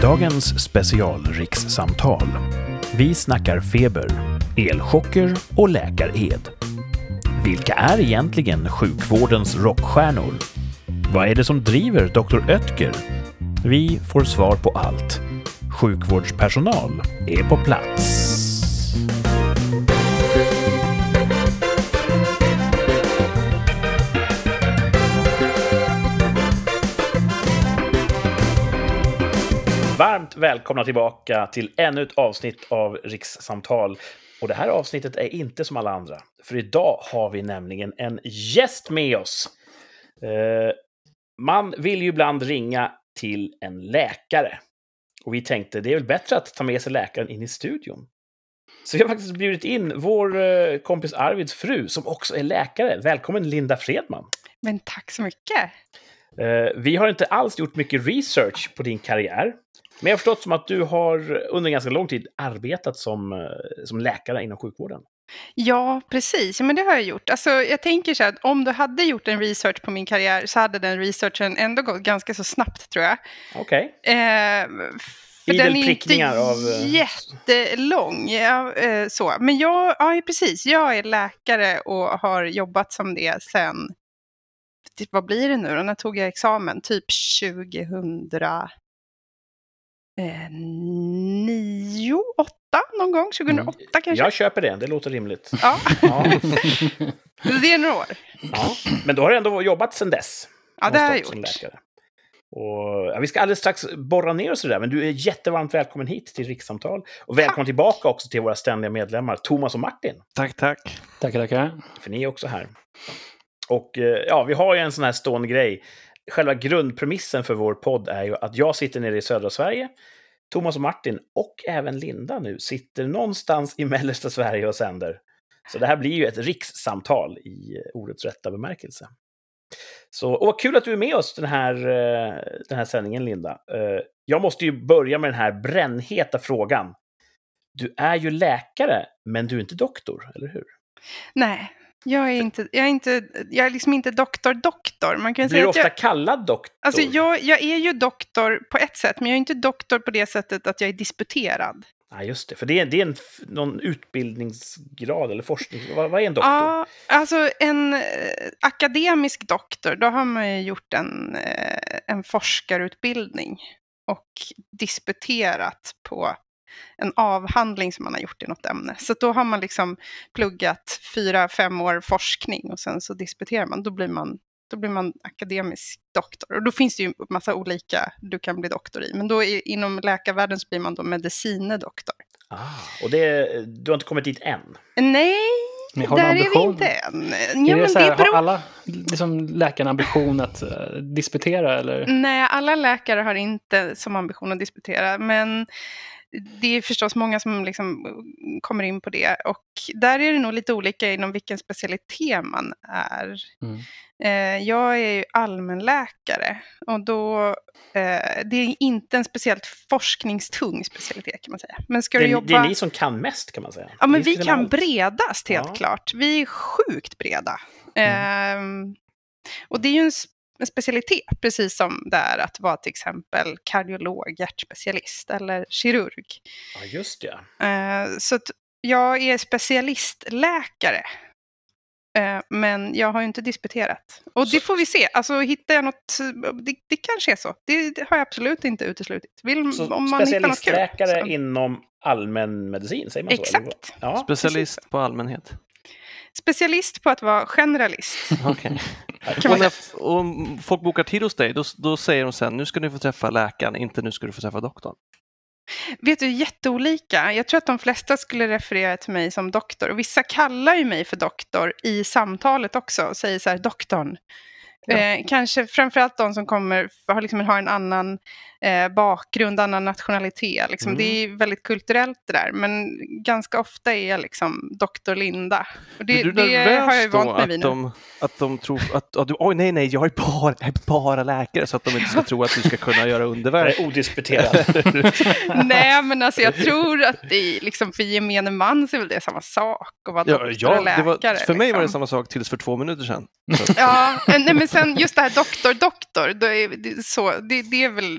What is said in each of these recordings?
Dagens specialrikssamtal. Vi snackar feber, elchocker och läkared. Vilka är egentligen sjukvårdens rockstjärnor? Vad är det som driver Dr. Oetker? Vi får svar på allt. Sjukvårdspersonal är på plats. Varmt välkomna tillbaka till ännu ett avsnitt av Rikssamtal. Och det här avsnittet är inte som alla andra. För idag har vi nämligen en gäst med oss. Man vill ju ibland ringa till en läkare. Och vi tänkte det är väl bättre att ta med sig läkaren in i studion. Så vi har faktiskt bjudit in vår kompis Arvids fru som också är läkare. Välkommen Linda Fredman. Men tack så mycket. Vi har inte alls gjort mycket research på din karriär. Men jag har förstått som att du har under en ganska lång tid arbetat som läkare inom sjukvården. Ja, precis. Ja, men det har jag gjort. Alltså, jag tänker så här att om du hade gjort en research på min karriär så hade den researchen ändå gått ganska så snabbt, tror jag. Okej. För den är inte av jättelång. Så. Men precis. Jag är läkare och har jobbat som det sen... Vad blir det nu då? När tog jag examen? Typ 2008 någon gång, 2008 kanske. Jag köper det låter rimligt. Ja. Det är några år. Ja. Men då har du ändå jobbat sedan dess. Ja, det har jag gjort. Som läkare. Och, vi ska alldeles strax borra ner oss i det där, men du är jättevarmt välkommen hit till Rikssamtal. Och välkommen tillbaka också till våra ständiga medlemmar, Thomas och Martin. Tack. Tackar. För ni är också här. Och vi har ju en sån här stående grej. Själva grundpremissen för vår podd är ju att jag sitter nere i södra Sverige. Thomas och Martin och även Linda nu sitter någonstans i mellersta Sverige och sänder. Så det här blir ju ett rikssamtal i ordets rätta bemärkelse. Och vad kul att du är med oss den här sändningen, Linda. Jag måste ju börja med den här brännheta frågan. Du är ju läkare, men du är inte doktor, eller hur? Nej. Jag är liksom inte doktor. Man kan blir du ofta kallad doktor? Alltså jag är ju doktor på ett sätt, men jag är inte doktor på det sättet att jag är disputerad. Ja, just det. För det är någon utbildningsgrad eller forskning. Vad är en doktor? Ja, alltså en akademisk doktor, då har man ju gjort en forskarutbildning och disputerat på en avhandling som man har gjort i något ämne. Så då har man liksom pluggat 4-5 år forskning och sen så disputerar man. Då blir man akademisk doktor. Och då finns det ju massa olika du kan bli doktor i. Men då inom läkarvärlden så blir man då medicinedoktor. Och du har inte kommit dit än? Nej, där är vi inte än. Ja, men har alla läkarna ambition att disputera? Eller? Nej, alla läkare har inte som ambition att disputera. Men det är förstås många som liksom kommer in på det. Och där är det nog lite olika inom vilken specialitet man är. Jag är ju allmänläkare. Och då det är inte en speciellt forskningstung specialitet, kan man säga. Men ska du jobba... Det är ni som kan mest, kan man säga. Ja, men vi kan bredast, helt klart. Vi är sjukt breda. Och det är ju en specialitet, precis som det är att vara till exempel kardiolog, hjärtspecialist eller kirurg. Ja, just det. Så att jag är specialistläkare, men jag har ju inte disputerat. Och det får vi se. Alltså hittar jag något, det kanske är så. Det har jag absolut inte uteslutit. Om man specialistläkare inom allmän medicin, säger man så? Exakt. Ja, specialist på allmänhet. Specialist på att vara generalist. Okej. Och om folk bokar tid hos dig, då säger de sen, nu ska du få träffa läkaren, inte nu ska du få träffa doktorn. Vet du, jätteolika. Jag tror att de flesta skulle referera till mig som doktor. Och vissa kallar ju mig för doktor i samtalet också. Och säger så här, doktorn. Ja. Kanske framförallt de som har en annan bakgrund, annan nationalitet. Liksom. Det är väldigt kulturellt det där. Men ganska ofta är jag liksom doktor Linda. Och det har jag ju vant mig vid nu. Att de tror att du, nej, jag är bara läkare, så att de inte ska tro att du ska kunna göra underverk. Jag är odisputerad. Nej, men alltså jag tror att det liksom för gemene man så är väl det samma sak att vara doktor och läkare. För mig var det samma sak tills för 2 minuter sedan. Ja, nej, men sen just det här doktor, det är väl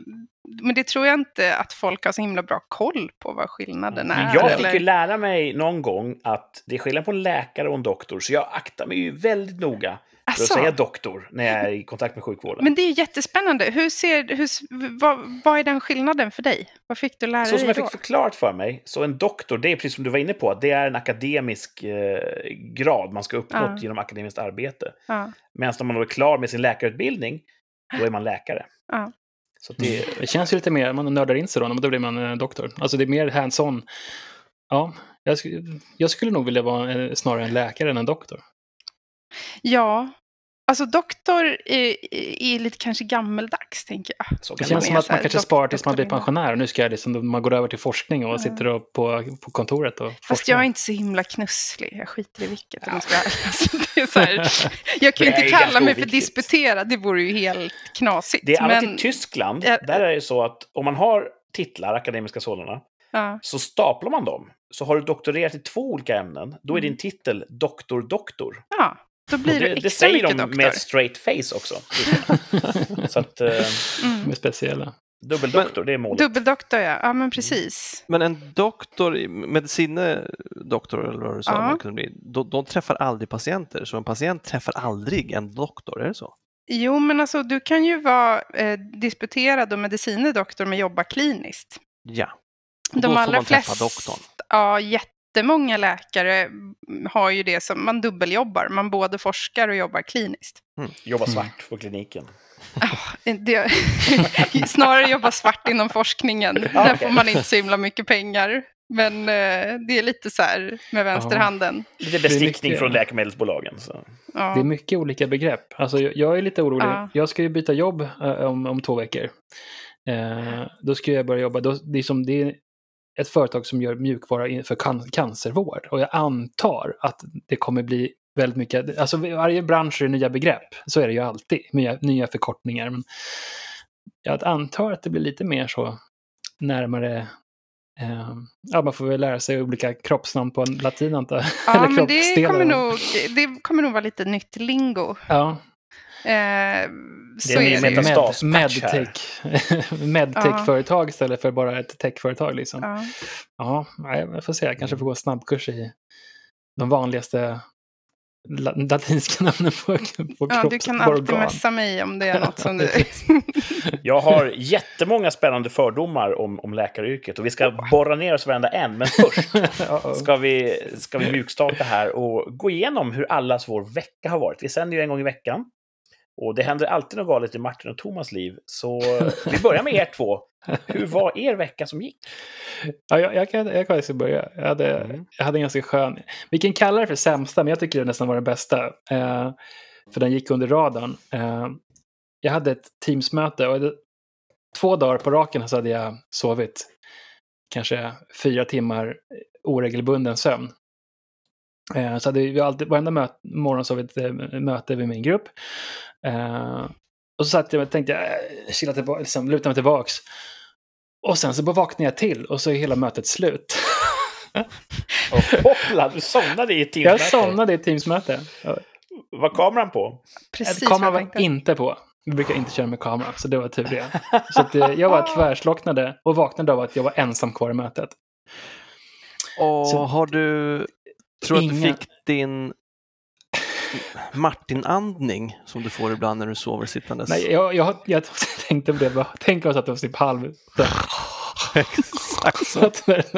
Men det tror jag inte att folk har så himla bra koll på vad skillnaden är. Jag fick ju lära mig någon gång att det är skillnad på en läkare och en doktor. Så jag aktar mig ju väldigt noga för att säga doktor när jag är i kontakt med sjukvården. Men det är jättespännande. Vad är den skillnaden för dig? Vad fick du lära dig då? Så som jag fick förklarat för mig, så en doktor, det är precis som du var inne på, det är en akademisk grad man ska uppnå genom akademiskt arbete. Medan när man är klar med sin läkarutbildning, då är man läkare. Så det känns ju lite mer, man nördar in sig då blir man doktor. Alltså det är mer hands-on. Ja, jag skulle nog vilja vara snarare en läkare än en doktor. Ja, alltså doktor är lite kanske gammeldags, tänker jag. Det känns som att man kanske sparar tills man blir pensionär. Och nu ska jag liksom, man går över till forskning och sitter då på kontoret och forskar. Fast jag är inte så himla knusslig. Jag skiter i vilket. Alltså, det är så här, jag kan ju inte kalla mig för disputerad. Det vore ju helt knasigt. Det är annat i Tyskland. Där är det så att om man har titlar, akademiska sådana, så staplar man dem. Så har du doktorerat i 2 olika ämnen, då är din titel doktor. Ja. Då blir det det säger de med straight face också. Så att, med speciella. Dubbeldoktor, det är målet. Dubbeldoktor, ja, men precis. Men en doktor, medicinedoktor eller vad du sa, man kunde bli, de träffar aldrig patienter. Så en patient träffar aldrig en doktor, är det så? Jo, men alltså du kan ju vara disputerad och medicinedoktor men jobba kliniskt. Ja, och de allra flesta doktorn. Ja, jättemånga läkare har ju det som man dubbeljobbar. Man både forskar och jobbar kliniskt. Jobbar svart på kliniken. Snarare jobba svart inom forskningen. Där får man inte så himla mycket pengar. Men det är lite så här med vänsterhanden. Lite bestickning från läkemedelsbolagen. Så. Det är mycket olika begrepp. Alltså, jag är lite orolig. Jag ska ju byta jobb om 2 veckor. Då ska jag börja jobba. Det är ett företag som gör mjukvara för cancervård. Och jag antar att det kommer bli väldigt mycket, alltså varje bransch är nya begrepp, så är det ju alltid, nya förkortningar, men jag antar att det blir lite mer så närmare, man får väl lära sig olika kroppsnamn på latin antar. Ja, eller men det kommer nog vara lite nytt lingo. Ja. Så det är medtech-företag istället för bara ett techföretag liksom. Ja, jag får se, jag kanske får gå en snabbkurs i de vanligaste latinska namnen på kropps. Du kan alltid mässa mig om det är något som du... Jag har jättemånga spännande fördomar om läkaryrket och vi ska borra ner oss varenda en, men först ska vi mjukstarta här och gå igenom hur allas vår vecka har varit. Vi sänder ju en gång i veckan och det händer alltid något galet i Martin och Thomas liv, så vi börjar med er 2. Hur var er vecka som gick? Ja, jag kan faktiskt börja. Jag hade en ganska skön... Vi kan kalla det för sämsta, men jag tycker det nästan var den bästa. För den gick under radarn. Jag hade ett Teams-möte och 2 dagar på raken så hade jag sovit kanske 4 timmar oregelbunden sömn. Så hade vi alltid varenda morgon så ett möte med min grupp. Och så satt jag och tänkte chilla tillbaka, liksom, luta mig tillbaks. Och sen så bara vaknade jag till och så är hela mötet slut. Och hoppla, du somnade i ett Teams-möte. Jag somnade i ett Teams-möte. Var kameran på? Precis, kameran var inte på. Vi brukar inte köra med kamera, så det var tur det. Så att, jag var tvärslocknade och vaknade av att jag var ensam kvar i mötet. Och så, har du... Tror att du fick din Martin-andning som du får ibland när du sover sittandes? Nej, jag tänkte på det. Tänk oss att det var typ halv... Exakt så.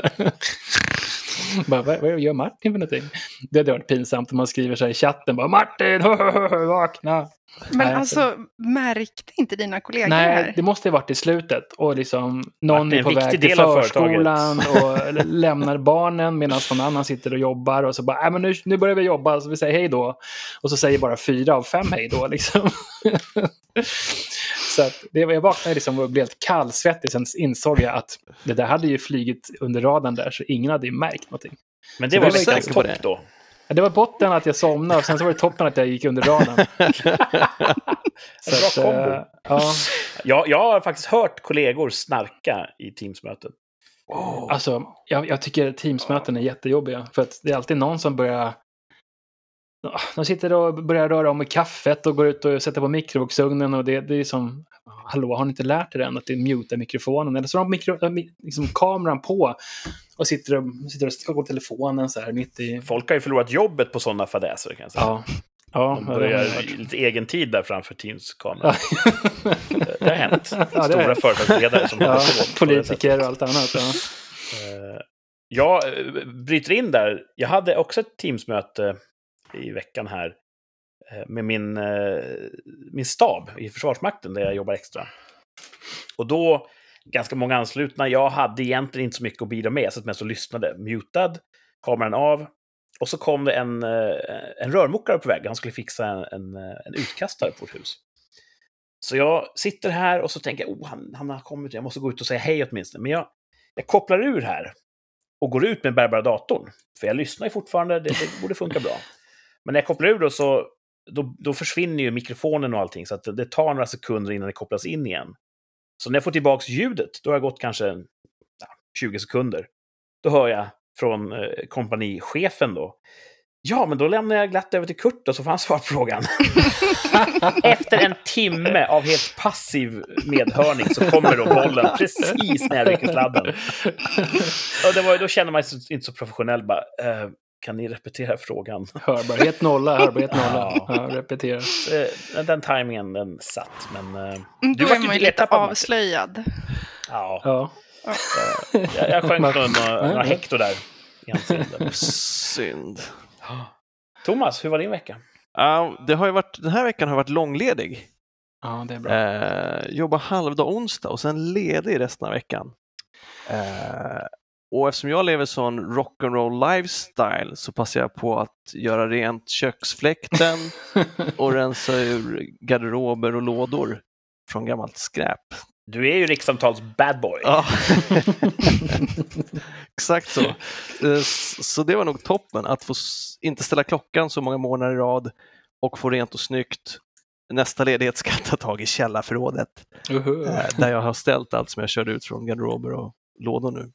Vad gör Martin för någonting? Det hade varit pinsamt om man skriver så här i chatten. Bara, Martin, vakna! Men alltså, märkte inte dina kollegor Nej, här? det måste ha varit i slutet. Och liksom, någon är på väg till förskolan och lämnar barnen medan någon annan sitter och jobbar. Och så bara, men nu börjar vi jobba, så vi säger hej då. Och så säger bara 4 av 5 hej då. Liksom. Så att jag vaknade liksom och blev helt kallsvettig. Sen insåg jag att det där hade ju flygit under radarn där, så ingen hade ju märkt någonting. Men det var veckans topp då? Ja, det var botten att jag somnade och sen så var det toppen att jag gick under radarn. Så bra kombo. Jag har faktiskt hört kollegor snarka i Teams-möten. Alltså, jag tycker Teams-möten är jättejobbiga. För att det är alltid någon som börjar De sitter och börjar röra om i kaffet och går ut och sätter på mikrovågsugnen och det är som, hallå, har ni inte lärt er än att det mutar mikrofonen? Eller så har de liksom kameran på och sitter och ska gå telefonen så här mitt i... Folk har ju förlorat jobbet på sådana fadäser, kan jag säga. Ja, de börjar lite egen tid där framför Teams-kameran. Det har hänt. Stora företagsledare som har politiker och allt annat. Jag bryter in där. Jag hade också ett Teams-möte i veckan här med min stab i Försvarsmakten där jag jobbar extra. Och då, ganska många anslutna. Jag hade egentligen inte så mycket att bidra med. Jag satt mest och lyssnade. Mutad, kameran av. Och så kom det en rörmokare på väg. Han skulle fixa en utkastare på ett hus. Så jag sitter här och så tänker jag, han har kommit. Jag måste gå ut och säga hej åtminstone. Men jag kopplar ur här och går ut med bärbara datorn. För jag lyssnar ju fortfarande, det borde funka bra. Men när jag kopplar ur då försvinner ju mikrofonen och allting. Så att det tar några sekunder innan det kopplas in igen. Så när jag får tillbaka ljudet, då har jag gått kanske 20 sekunder. Då hör jag från kompanichefen då. Ja, men då lämnar jag glatt över till Kurt och så får han svara på frågan. Efter en timme av helt passiv medhörning så kommer då bollen precis när jag rycker sladden. Och då känner man sig inte så professionell. Bara, kan ni repetera frågan? Hörbarhet nolla. Ja, repetera. Den timingen, den satt. Men, då är man ju lite avslöjad. Ja. Jag sjöng några hektar där. Synd. Thomas, hur var din vecka? Den här veckan har varit långledig. Ja, det är bra. Jobba halvdag onsdag och sen ledig resten av veckan. Och eftersom jag lever sån rock'n'roll lifestyle så passar jag på att göra rent köksfläkten och rensa ur garderober och lådor från gammalt skräp. Du är ju rikssamtals bad boy. Ja. Exakt så. Så det var nog toppen att få inte ställa klockan så många månader i rad och få rent och snyggt. Nästa ledighet ska jag ta tag i källarförrådet. Där jag har ställt allt som jag körde ut från garderober och lådor nu.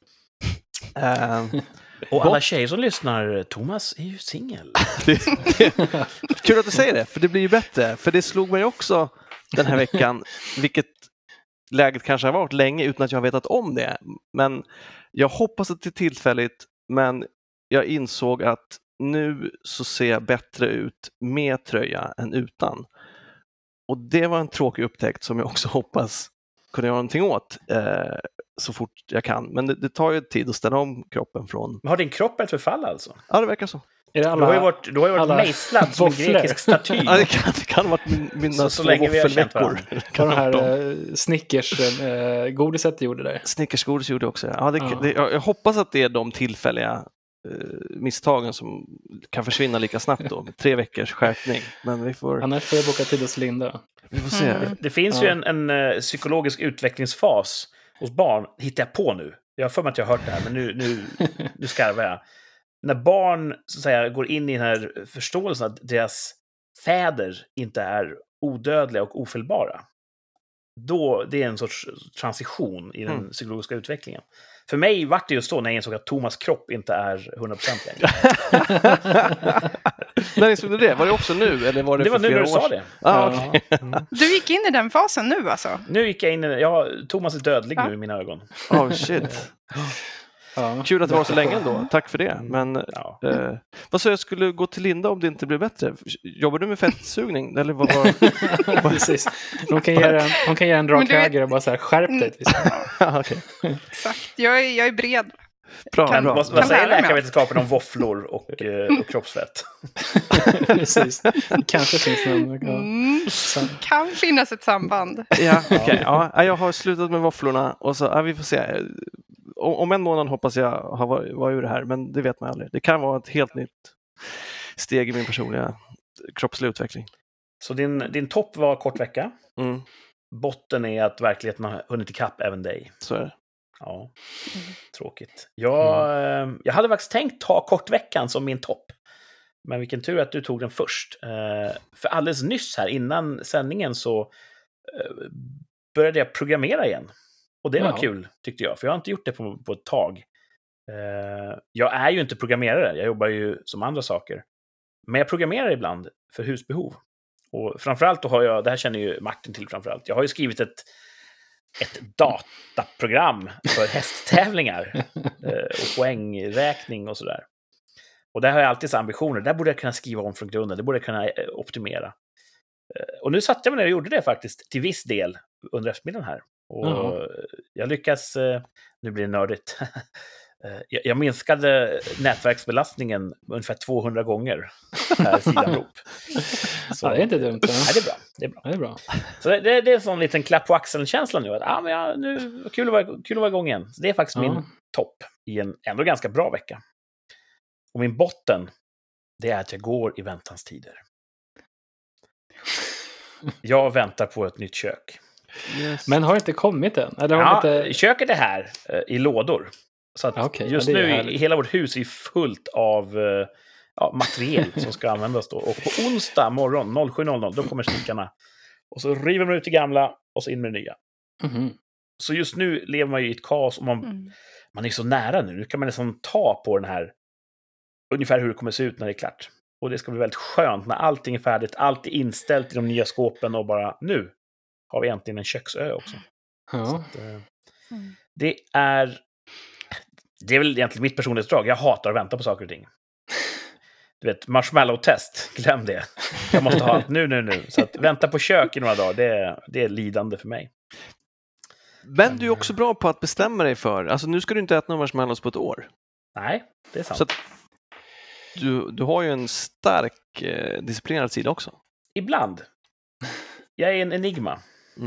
Och alla tjejer som lyssnar, Thomas är ju singel. Kul att du säger det, för det blir ju bättre. För det slog mig också den här veckan, vilket läget kanske har varit länge utan att jag har vetat om det. Men jag hoppas att det är tillfälligt, men jag insåg att nu så ser jag bättre ut med tröja än utan. Och det var en tråkig upptäckt som jag också hoppas kunna göra någonting åt så fort jag kan. Men det tar ju tid att ställa om kroppen från... Men har din kropp ett förfall alltså? Ja, det verkar så. Du har ju varit mejslad som en grekisk staty. Ja, det kan ha varit mina så länge vi har känt veckor. Kan de här Snickers-godiset gjorde det? Snickers-godis gjorde också. Ja, jag hoppas att det är de tillfälliga misstagen som kan försvinna lika snabbt då. Med 3 veckors skärpning. Men vi får... Annars får jag boka tid hos Linda. Vi får se. Det finns ju en psykologisk utvecklingsfas hos barn. Hittar jag på nu. Jag har för mig att jag har hört det här, men nu skarvar jag. När barn så att säga, går in i den här förståelsen att deras fäder inte är odödliga och ofelbara. Då, det är en sorts transition i den psykologiska utvecklingen. För mig var det just så när jag insåg att Thomas kropp inte är 100% längre. När insåg du det? Var det också nu? Eller var det var nu när du sa det. Okay. Du gick in i den fasen nu alltså? Nu gick jag in i det. Thomas är dödlig nu i mina ögon. Oh shit. Kul att det var så länge ändå. Tack för det. Men vad sa jag skulle gå till Linda om det inte blir bättre? Jobbar du med fettsugning? Eller vad var... Precis. Hon kan ge en rak höger och bara så här, skärp dig. Okay. Exakt. Jag är bred. Bra. Vad säger läkarvetenskapen om våfflor och kroppsfett? Precis. Det kanske finns någon... Kan finnas ett samband. Ja, okay. Jag har slutat med våfflorna och så vi får se. Om en månad hoppas jag vara ur det här, men det vet man aldrig. Det kan vara ett helt nytt steg i min personliga kroppsliga utveckling. Så din topp var kort vecka. Mm. Botten är att verkligheten har hunnit ikapp även dig. Så är det. Ja, tråkigt. Jag hade faktiskt tänkt ta kortveckan som min topp. Men vilken tur att du tog den först. För alldeles nyss här, innan sändningen så började jag programmera igen. Och det var kul, tyckte jag. För jag har inte gjort det på ett tag. Jag är ju inte programmerare. Jag jobbar ju som andra saker. Men jag programmerar ibland för husbehov. Och framförallt då har jag, det här känner ju Martin till framförallt, jag har ju skrivit ett dataprogram för hästtävlingar och poängräkning och sådär. Och där har jag alltid så ambitioner. Där borde jag kunna skriva om från grunden. Det borde jag kunna optimera. Och nu satt jag mig ner och gjorde det faktiskt till viss del under eftermiddagen här. Och jag lyckas, nu blir det nördigt, jag minskade nätverksbelastningen ungefär 200 gånger per sidanrop. Så, det är inte dumt. Nej, det är bra. Det är bra. Så det är en sån liten klapp på axeln-känsla nu. Att, nu kul att vara igång igen. Så det är faktiskt min topp i en ändå ganska bra vecka. Och min botten, det är att jag går i väntans tider. Jag väntar på ett nytt kök. Yes. Men har det inte kommit än? Eller har köket är här i lådor. Så att just nu i hela vårt hus är fullt av material som ska användas då. Och på onsdag morgon 07.00 då kommer snickarna. Och så river man ut det gamla och så in med det nya. Mm-hmm. Så just nu lever man ju i ett kaos och man är så nära nu. Nu kan man nästan ta på den här ungefär hur det kommer se ut när det är klart. Och det ska bli väldigt skönt när allting är färdigt, allt är inställt i de nya skåpen och bara nu har vi äntligen en köksö också. Ja. Så att, det är väl egentligen mitt personlighetsdrag. Jag hatar att vänta på saker och ting. Du vet, marshmallow-test, glöm det. Jag måste ha allt nu. Så att vänta på kök i några dagar, det är lidande för mig. Men du är också bra på att bestämma dig för, alltså nu ska du inte äta några marshmallows på ett år. Nej, det är sant. Så att du har ju en stark disciplinerad sida också. Ibland. Jag är en enigma.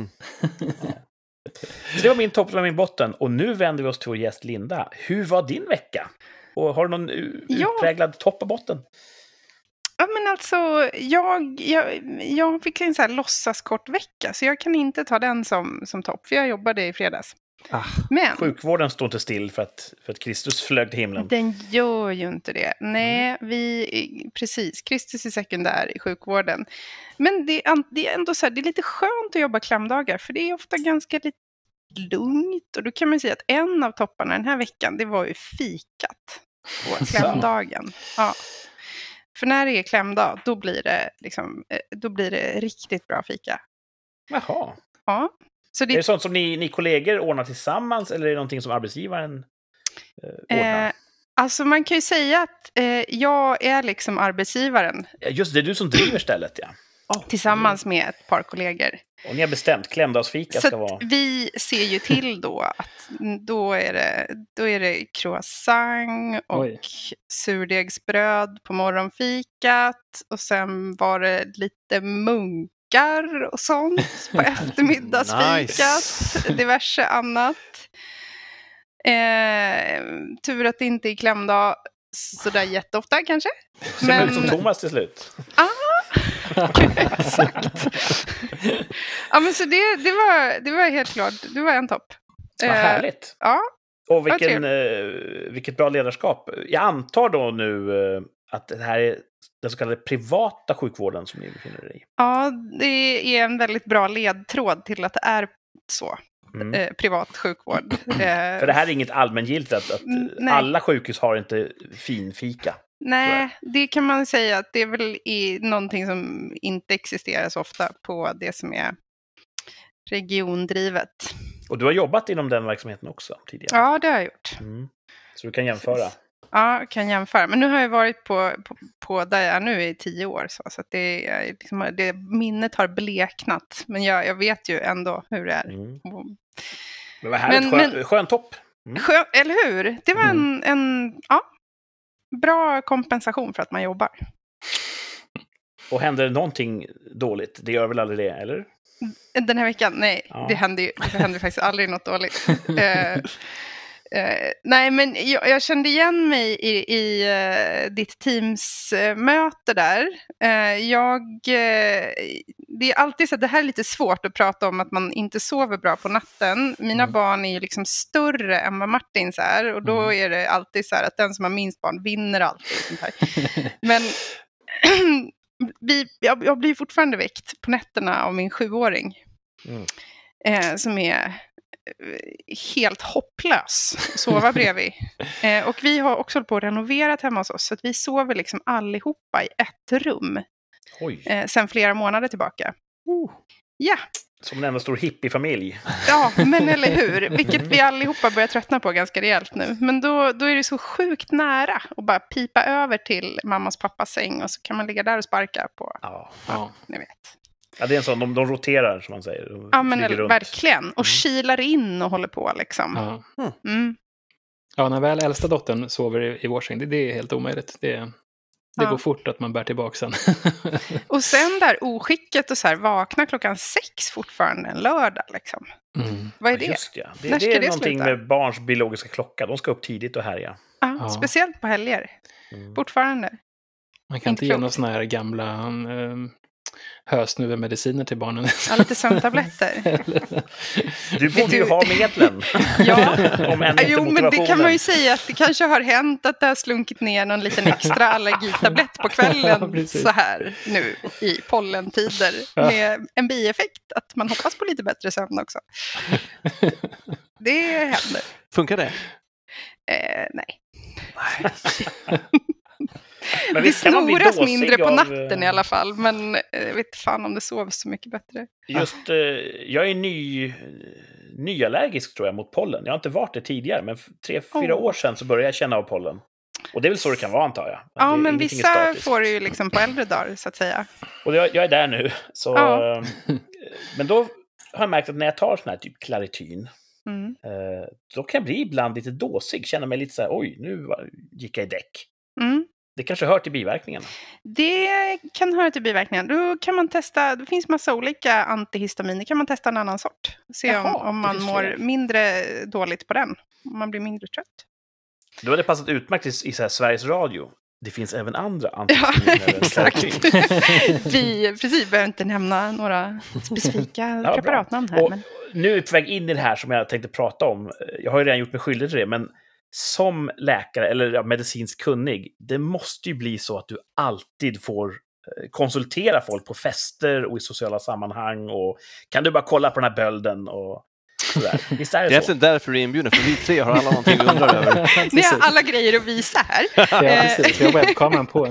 Så det var min topp och min botten. Och nu vänder vi oss till vår gäst Linda. Hur var din vecka? Och har du någon utpräglad topp och botten? Ja, men alltså, jag fick en så här låtsaskort vecka, så jag kan inte ta den som topp, för jag jobbade i fredags. Men sjukvården står inte still för att Kristus flög till himlen. Den gör ju inte det. Nej, precis. Kristus är sekundär i sjukvården. Men det är ändå så här, det är lite skönt att jobba klämdagar, för det är ofta ganska lite lugnt. Och då kan man säga att en av topparna den här veckan, det var ju fikat på klämdagen. Ja. För när det är klämdag, då blir det riktigt bra fika. Jaha. Ja. Så är det sånt som ni kollegor ordnar tillsammans, eller är det någonting som arbetsgivaren ordnar? Alltså man kan ju säga att jag är liksom arbetsgivaren. Just det, är du som driver stället, ja. Tillsammans med ett par kollegor. Och ni har bestämt, klämdagsfika ska vara... vi ser ju till då att då är det croissant och surdegsbröd på morgonfikat. Och sen var det lite munkar och sånt på eftermiddagsfikat. Diverse annat. Tur att det inte är klämdag sådär jätteofta kanske. Ser ut som Thomas till slut. Exakt. Ja, men så det var helt klart. Det var en topp. Vad härligt. Ja. Och vilket bra ledarskap. Jag antar då nu att det här är den så kallade privata sjukvården som ni befinner er i. Ja, det är en väldigt bra ledtråd till att det är så. Privat sjukvård. För det här är inget allmängiltigt att alla sjukhus har inte finfika. Nej, det kan man säga att det är väl någonting som inte existerar så ofta på det som är regiondrivet. Och du har jobbat inom den verksamheten också tidigare? Ja, det har jag gjort. Så du kan jämföra? Ja, jag kan jämföra. Men nu har jag varit på där jag är nu i 10 år. Så att det minnet har bleknat. Men jag vet ju ändå hur det är. Det var härligt, skön topp. Eller hur? Det var en bra kompensation för att man jobbar. Och händer det någonting dåligt? Det gör väl aldrig det, eller? Den här veckan? Nej, det händer faktiskt aldrig något dåligt. Nej, men jag kände igen mig i ditt Teams-möte där. Det är alltid så att det här är lite svårt att prata om att man inte sover bra på natten. Mina barn är ju liksom större än vad Martins är. Och då är det alltid så här att den som har minst barn vinner alltid. Sånt här. Men jag blir fortfarande väckt på nätterna av min 7-åring. Som är helt hopplös att sova bredvid. Och vi har också hållit på att renoverat hemma hos oss. Så att vi sover liksom allihopa i ett rum. Oj. Sen flera månader tillbaka. Ja. Som en enda stor hippiefamilj. Ja, men eller hur? Vilket vi allihopa börjar tröttna på ganska rejält nu. Men då är det så sjukt nära att bara pipa över till mammas pappas säng och så kan man ligga där och sparka på. Ja. Ni vet. Ja, det är en sån, de roterar som man säger. De Ja, men flyger runt. verkligen. Och kilar in och håller på liksom. Ja. Mm. Ja, när väl äldsta dottern sover i vår säng, det är helt omöjligt. Det går fort att man bär tillbaka sen. Och sen där oskicket och så här vakna 6:00 fortfarande en lördag liksom. Vad är det? Just ja. Det När ska är det någonting sluta? med barns biologiska klocka. De ska upp tidigt och härja. Ja, speciellt på helger. Fortfarande. Man kan inte ge några såna här gamla hösnuvemediciner till barnen. Ja, lite sömntabletter. Du borde ju ha medlen. Ja, Om än inte jo, men det motivationen. kan man ju säga att det kanske har hänt att det har slunkit ner någon liten extra allergitablett på kvällen Ja, så här nu i pollentider med en bieffekt att man hoppas på lite bättre sömn också. Det händer. Funkar det? Nej. Men Det visst kan man bli snoras dåsig mindre på av, natten i alla fall, men jag vet fan om det sovs så mycket bättre. Just, jag är nyallergisk tror jag mot pollen. Jag har inte varit det tidigare, men 3-4 år sedan så började jag känna av pollen. Och det är väl så det kan vara, antar jag. Ja, det, men vissa får det ju liksom på äldre dagar, så att säga. Och jag är där nu. Så, Ja. Men då har jag märkt att när jag tar sån här typ Clarityn, då kan jag bli ibland lite dåsig. Känna mig lite så här, oj, nu gick jag i däck. Det kanske hör till biverkningarna. Det kan höra till biverkningarna. Då kan man testa, det finns massa olika antihistaminer. Kan man testa en annan sort. Se om man mår mindre dåligt på den. Om man blir mindre trött. Då hade det passat utmärkt i så här Sveriges Radio. Det finns även andra antihistaminer än exakt. Vi behöver inte nämna några specifika preparatnamn här. Och nu är vi på väg in i det här som jag tänkte prata om. Jag har ju redan gjort mig skyldig till det, men som läkare eller medicinsk kunnig, det måste ju bli så att du alltid får konsultera folk på fester och i sociala sammanhang. Och kan du bara kolla på den här bölden och sådär. Visst är det så? Det är egentligen därför du är inbjuden, för vi tre har alla någonting vi undrar över. Ni har alla grejer att visa här. Ja, precis. Vi har webbkameran på.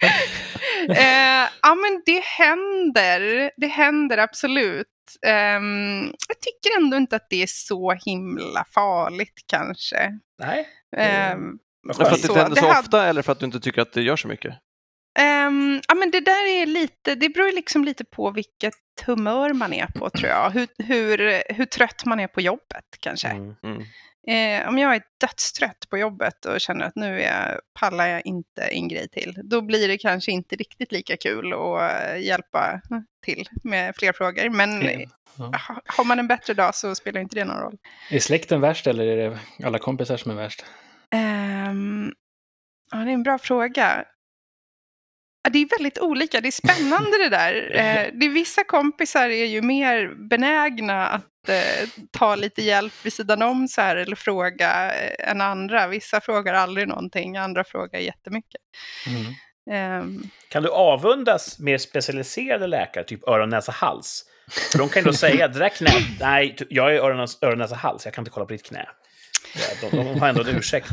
Ja, men det händer absolut. Jag tycker ändå inte att det är så himla farligt kanske. Nej. För att det händer så ofta eller för att du inte tycker att det gör så mycket? Ja, men det där är lite, det beror liksom lite på vilket humör man är på, tror jag. Hur trött man är på jobbet kanske. Om jag är dödstrött på jobbet och känner att nu pallar jag inte en grej till, då blir det kanske inte riktigt lika kul att hjälpa till med fler frågor. Men har man en bättre dag så spelar inte det någon roll. Är släkten värst eller är det alla kompisar som är värst? Ja, det är en bra fråga. Det är väldigt olika, det är spännande det där. Vissa kompisar är ju mer benägna att ta lite hjälp vid sidan om så här, eller fråga än andra. Vissa frågar aldrig någonting, andra frågar jättemycket. Kan du avundas mer specialiserade läkare, typ öron, näsa, hals? För de kan ju då säga att det där knät, nej, jag är öron, näsa, hals, jag kan inte kolla på ditt knä. De har ändå en ursäkt.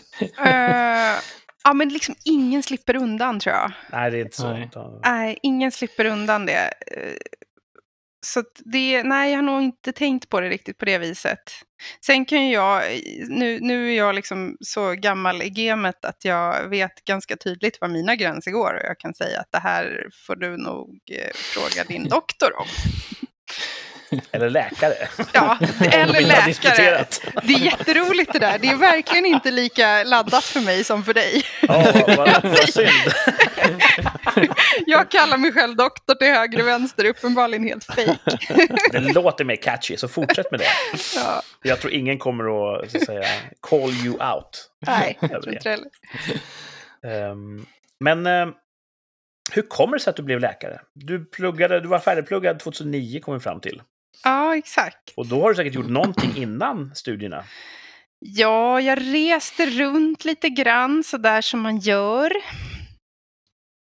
Ja, men liksom ingen slipper undan, tror jag. Nej, det är inte så. Nej, ingen slipper undan det. Så att jag har nog inte tänkt på det riktigt på det viset. Sen kan ju nu är jag liksom så gammal i gamet att jag vet ganska tydligt var mina gränser går. Och jag kan säga att det här får du nog fråga din doktor om. Eller läkare. Ja, eller läkare. Det är jätteroligt det där. Det är verkligen inte lika laddat för mig som för dig. Vad synd. Jag kallar mig själv doktor till höger och vänster, uppenbarligen helt fake. Det låter mer catchy, så fortsätt med det. Ja. Jag tror ingen kommer att, så att säga, call you out. Nej, jag tror inte heller. Men hur kommer det sig att du blev läkare? Du var färdigpluggad 2009, kom vi fram till. Ja, exakt. Och då har du säkert gjort någonting innan studierna. Ja, jag reste runt lite grann så där som man gör.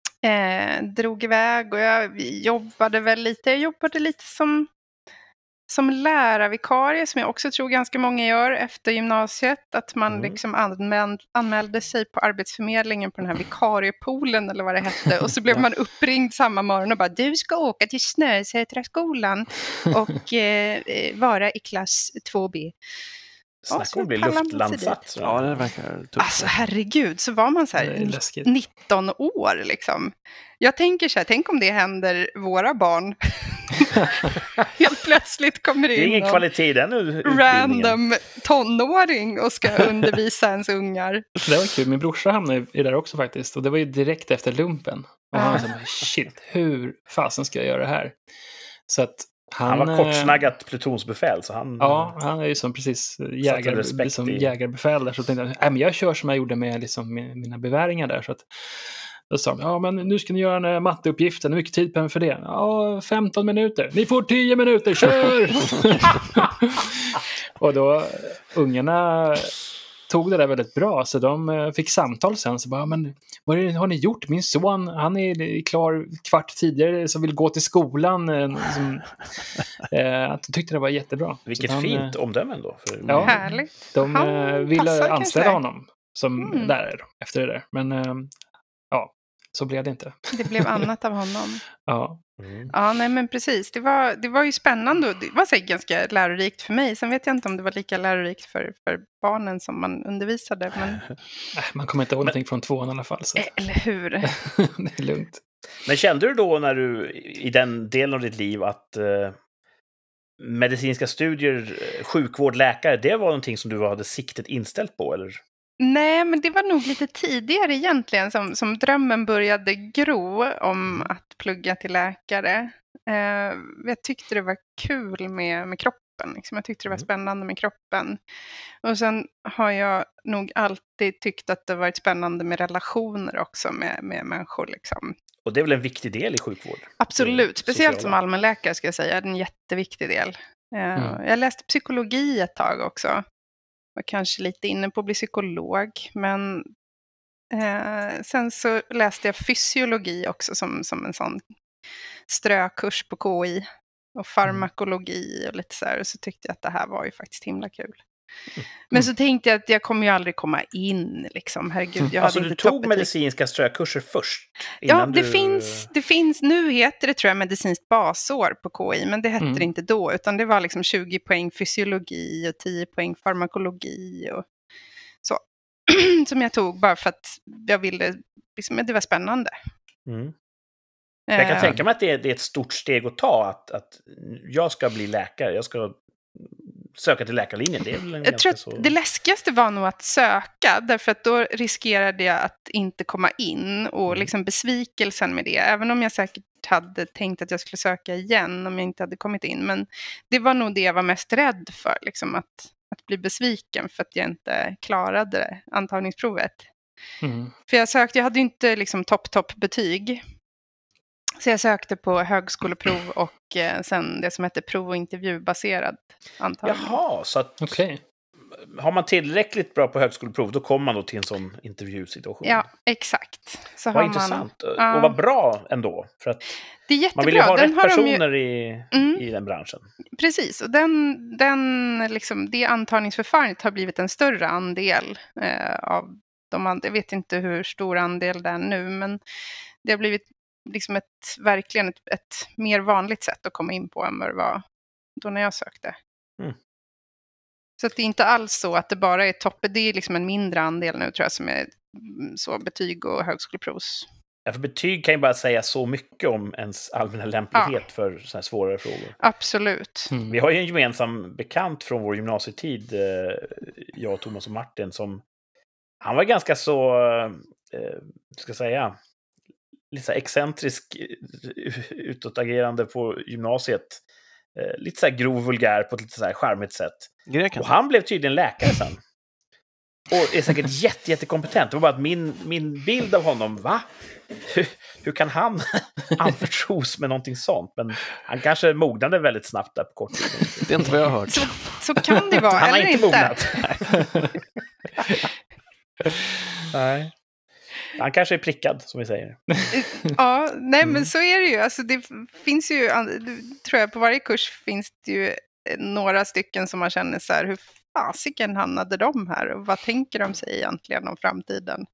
Drog iväg och jag jobbade lite som som lärarvikarie, som jag också tror ganska många gör efter gymnasiet, att man liksom anmälde sig på Arbetsförmedlingen på den här vikariepoolen eller vad det hette, och så blev man uppringd samma morgon och bara, du ska åka till Snösätraskolan och vara i klass 2B. Snacka om att bli luftlandsatt. Ja, det verkar tufft. Alltså herregud, så var man så här 19 år liksom. Jag tänker så här, tänk om det händer våra barn. Helt plötsligt kommer det in det är ingen kvalitet i den utbildningen. Random tonåring och ska undervisa ens ungar. Det var kul, min brorsa hamnade i där också faktiskt. Och det var ju direkt efter lumpen. Och han sa, shit, hur fasen ska jag göra det här? Så att han var kortsnaggat plutonsbefäl. Så han, ja, han är ju som precis jägarbefäl där. Så tänkte jag, men jag kör som jag gjorde med liksom mina beväringar där. Så att, då sa de, ja men nu ska ni göra en matteuppgift. Hur mycket tid behöver för det? Ja, 15 minuter. Ni får 10 minuter, kör! Och då, ungarna tog det där väldigt bra. Så de fick samtal sen. Så bara, men vad har ni gjort? Min son, han är klar kvart tidigare som vill gå till skolan. Att de tyckte det var jättebra. Vilket fint omdöme då. Ja, härligt. De ville anställa honom som lärare efter det där. Men ja, så blev det inte. Det blev annat av honom. Ja. Ja, nej men precis. Det var ju spännande. Det var säkert ganska lärorikt för mig. Sen vet jag inte om det var lika lärorikt för barnen som man undervisade. Men... man kommer inte ihåg någonting från 2:an i alla fall. Så. Eller hur? Det är lugnt. Men kände du då när du i den delen av ditt liv att medicinska studier, sjukvård, läkare, det var någonting som du hade siktet inställt på, eller? Nej, men det var nog lite tidigare egentligen som drömmen började gro om att plugga till läkare. Jag tyckte det var kul med kroppen. Liksom. Jag tyckte det var spännande med kroppen. Och sen har jag nog alltid tyckt att det varit spännande med relationer också med människor. Liksom. Och det är väl en viktig del i sjukvård? Absolut, speciellt som allmänläkare ska jag säga. Det är en jätteviktig del. Jag läste psykologi ett tag också. Var kanske lite inne på att bli psykolog. Men sen så läste jag fysiologi också som en sån strökurs på KI. Och farmakologi och lite så här. Och så tyckte jag att det här var ju faktiskt himla kul. Men så tänkte jag att jag kommer ju aldrig komma in. Liksom. Herregud, jag alltså hade du inte tog medicinska strökurser först? Ja, det finns, nu heter det tror jag medicinskt basår på KI. Men det hette det inte då. Utan det var liksom 20 poäng fysiologi och 10 poäng farmakologi och så. Som jag tog bara för att jag ville, liksom, det var spännande. Jag kan tänka mig att det är ett stort steg att ta. Att jag ska bli läkare, jag ska söka till läkarlinjen. Det är väl jag tror att det läskigaste var nog att söka, därför att då riskerade jag att inte komma in och liksom besvikelsen med det. Även om jag säkert hade tänkt att jag skulle söka igen om jag inte hade kommit in. Men det var nog det jag var mest rädd för, liksom att bli besviken för att jag inte klarade antagningsprovet. För jag hade ju inte liksom topp betyg. Så jag sökte på högskoleprov och sen det som heter prov- och intervjubaserad antagning. Jaha, så att har man tillräckligt bra på högskoleprov då kommer man då till en sån intervjusituation. Ja, exakt. Så vad intressant. Och vad bra ändå. För att det är jättebra. Man vill ju ha rätt personer i den branschen. Precis, och liksom, det antagningsförfarandet har blivit en större andel av de andra. Jag vet inte hur stor andel det är nu, men det har blivit liksom verkligen ett mer vanligt sätt att komma in på än vad det var då när jag sökte. Så att det är inte alls så att det bara är det är liksom en mindre andel nu tror jag som är så betyg och högskoleprovs. Ja, för betyg kan ju bara säga så mycket om ens allmänna lämplighet för så här svårare frågor. Absolut. Vi har ju en gemensam bekant från vår gymnasietid, jag, Thomas och Martin, han var ganska så, ska säga, lite så här excentrisk utåtagerande på gymnasiet. Lite så här grov vulgär på ett lite så här charmigt sätt. Och han blev tydligen läkare sen. Och är säkert jättekompetent. Det var bara att min bild av honom, va? Hur kan han anförtros med någonting sånt? Men han kanske mognade väldigt snabbt där på kort tid. Det är inte vad jag har hört. Så kan det vara, han eller inte. Han har inte mognat. Nej. Han kanske är prickad, som vi säger. Ja, nej men så är det ju. Alltså det finns ju, tror jag, på varje kurs finns det ju några stycken som man känner så här, hur fasiken hamnade de här? Och vad tänker de sig egentligen om framtiden?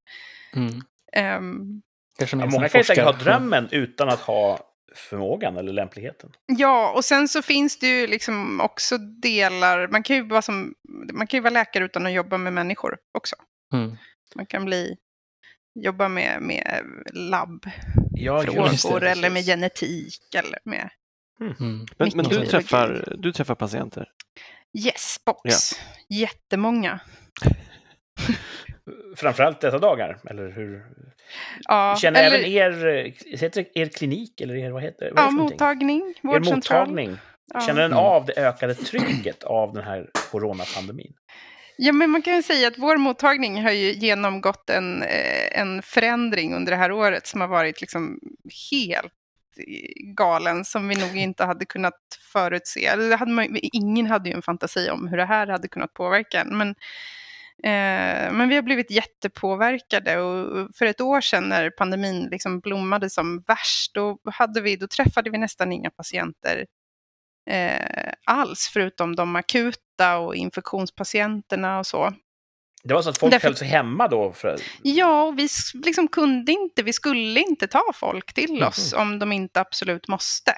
Många kan ju säkert ha drömmen utan att ha förmågan eller lämpligheten. Ja, och sen så finns det ju liksom också delar, man kan ju vara läkare utan att jobba med människor också. Man kan jobba med labbfrågor eller med genetik eller med... Men du träffar patienter? Yes, box. Jättemånga. Framförallt dessa dagar, eller hur? Ja, känner även er klinik, eller vad heter det? Ja, mottagning, vårdcentral. Mottagning. Känner den av det ökade trycket av den här coronapandemin? Ja, men man kan ju säga att vår mottagning har ju genomgått en förändring under det här året som har varit liksom helt galen, som vi nog inte hade kunnat förutse. Ingen hade ju en fantasi om hur det här hade kunnat påverka. Men vi har blivit jättepåverkade, och för ett år sedan när pandemin liksom blommade som värst, då träffade vi nästan inga patienter alls, förutom de akuta och infektionspatienterna och så. Det var så att folk höll sig hemma då? Ja, och vi liksom vi skulle inte ta folk till oss om de inte absolut måste.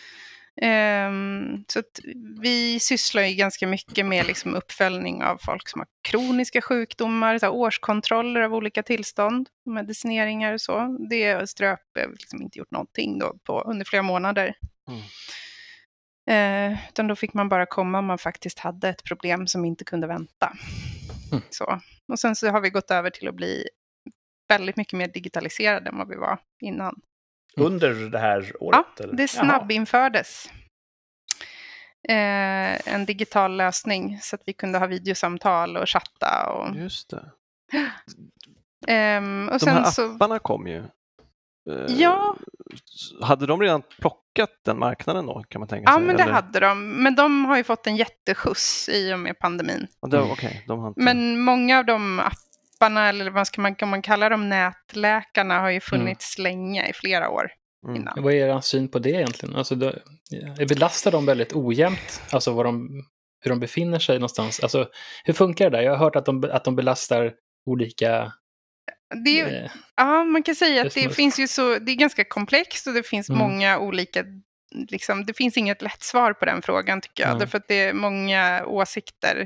Så att vi sysslar ju ganska mycket med liksom uppföljning av folk som har kroniska sjukdomar, så här årskontroller av olika tillstånd, medicineringar och så. Det Ströp liksom inte gjort någonting då under flera månader. Utan då fick man bara komma om man faktiskt hade ett problem som inte kunde vänta. Så. Och sen så har vi gått över till att bli väldigt mycket mer digitaliserade än vad vi var innan. Under det här året? Ja, det snabbinfördes. En digital lösning så att vi kunde ha videosamtal och chatta. Och... Just det. Och de här apparna kom ju. Ja. Hade de redan plockat den marknaden då, kan man tänka sig? Ja, men det hade de. Men de har ju fått en jätteskjuts i och med pandemin. Men många av de apparna, eller vad ska man kalla dem, nätläkarna, har ju funnits länge, i flera år innan. Vad är er syn på det egentligen? Alltså, belastar de väldigt ojämnt? Alltså hur de befinner sig någonstans? Alltså, hur funkar det där? Jag har hört att de belastar olika... Ja, man kan säga att det finns ju det är ganska komplext, och det finns många olika, liksom, det finns inget lätt svar på den frågan, tycker jag, därför att det är många åsikter.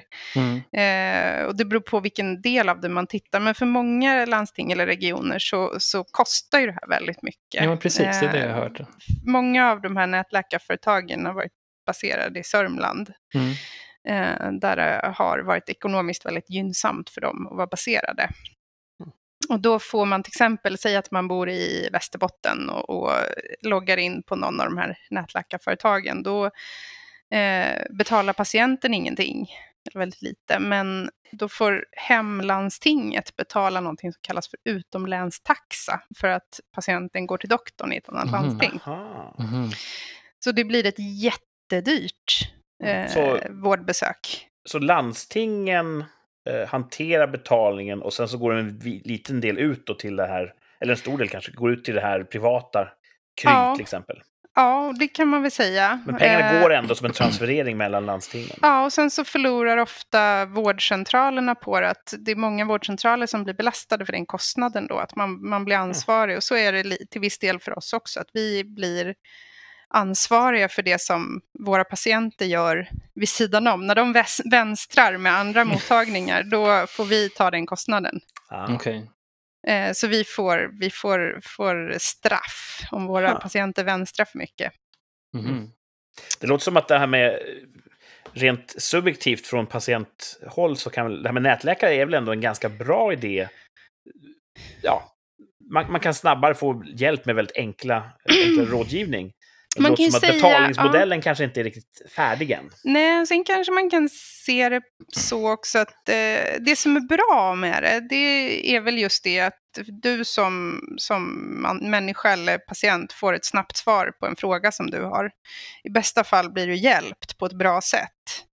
Och det beror på vilken del av det man tittar, men för många landsting eller regioner så kostar ju det här väldigt mycket. Ja, men precis, det är det jag har hört. Många av de här nätläkarföretagen har varit baserade i Sörmland. Där det har varit ekonomiskt väldigt gynnsamt för dem att vara baserade. Och då får man till exempel säga att man bor i Västerbotten och loggar in på någon av de här nätläkarföretagen. Då betalar patienten ingenting, väldigt lite. Men då får hemlandstinget betala någonting som kallas för utomlänstaxa för att patienten går till doktorn i ett annat landsting. Så det blir ett jättedyrt vårdbesök. Så landstingen hanterar betalningen, och sen så går en liten del ut då till det här, eller en stor del kanske, går ut till det här privata till exempel. Ja, det kan man väl säga. Men pengarna går ändå som en transferering mellan landstingen. Ja, och sen så förlorar ofta vårdcentralerna på det, att det är många vårdcentraler som blir belastade för den kostnaden då, att man blir ansvarig. Och så är det till viss del för oss också, att vi blir ansvariga för det som våra patienter gör vid sidan om. När de vänstrar med andra mottagningar, då får vi ta den kostnaden. Okay. Så vi får straff om våra patienter vänstrar för mycket. Det låter som att det här med rent subjektivt från patienthåll, så kan det här med nätläkare är väl ändå en ganska bra idé. Ja, man kan snabbare få hjälp med väldigt enklra rådgivning. Det låter som att betalningsmodellen kanske inte är riktigt färdig än. Nej, sen kanske man kan se det så också att det som är bra med det är väl just det att du som människa eller patient får ett snabbt svar på en fråga som du har. I bästa fall blir du hjälpt på ett bra sätt.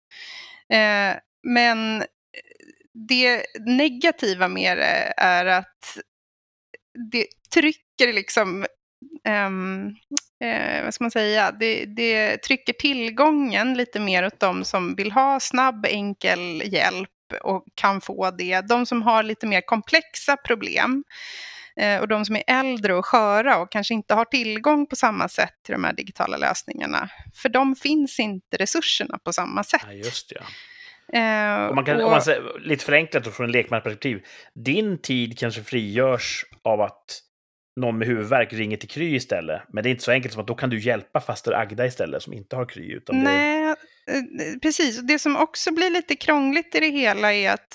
Men det negativa med det är att det trycker liksom vad ska man säga, det trycker tillgången lite mer åt de som vill ha snabb, enkel hjälp och kan få det. De som har lite mer komplexa problem och de som är äldre och sköra och kanske inte har tillgång på samma sätt till de här digitala lösningarna. För de finns inte resurserna på samma sätt. Ja, just det. Om man säger, lite förenklat från en lekmannaperspektiv, din tid kanske frigörs av att någon med huvudvärk ringer till Kry istället. Men det är inte så enkelt som att då kan du hjälpa faster Agda istället som inte har Kry. Utan Nej, precis. Det som också blir lite krångligt i det hela är att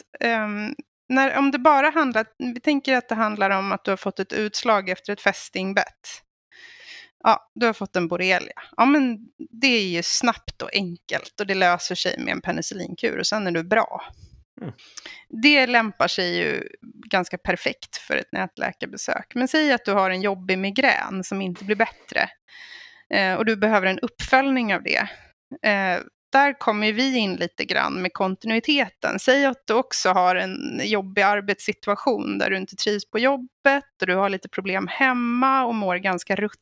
om det bara handlar, vi tänker att det handlar om att du har fått ett utslag efter ett fästingbett. Ja, du har fått en borrelia. Ja, men det är ju snabbt och enkelt och det löser sig med en penicillinkur och sen är du bra. Det lämpar sig ju ganska perfekt för ett nätläkarbesök. Men säg att du har en jobbig migrän som inte blir bättre och du behöver en uppföljning av det. Där kommer vi in lite grann med kontinuiteten. Säg att du också har en jobbig arbetssituation där du inte trivs på jobbet och du har lite problem hemma och mår ganska ruttet.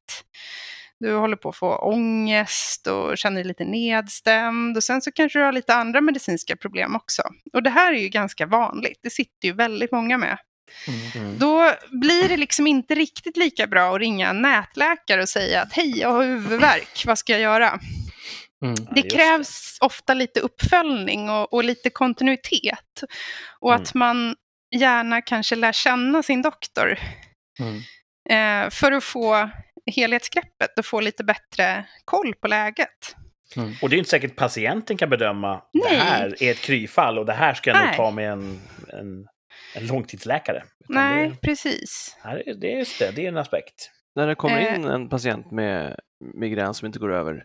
Du håller på att få ångest och känner dig lite nedstämd och sen så kanske du har lite andra medicinska problem också. Och det här är ju ganska vanligt, det sitter ju väldigt många med. Då blir det liksom inte riktigt lika bra att ringa en nätläkare och säga att hej, jag har huvudvärk, vad ska jag göra? Det krävs ofta lite uppföljning och lite kontinuitet. Och att man gärna kanske lär känna sin doktor. För att få helhetsgreppet och få lite bättre koll på läget. Och det är inte säkert patienten kan bedöma det här är ett kryfall och det här ska jag nog ta med en långtidsläkare. Nej, precis. Det är just det, det är en aspekt. När det kommer in en patient med migrän som inte går över,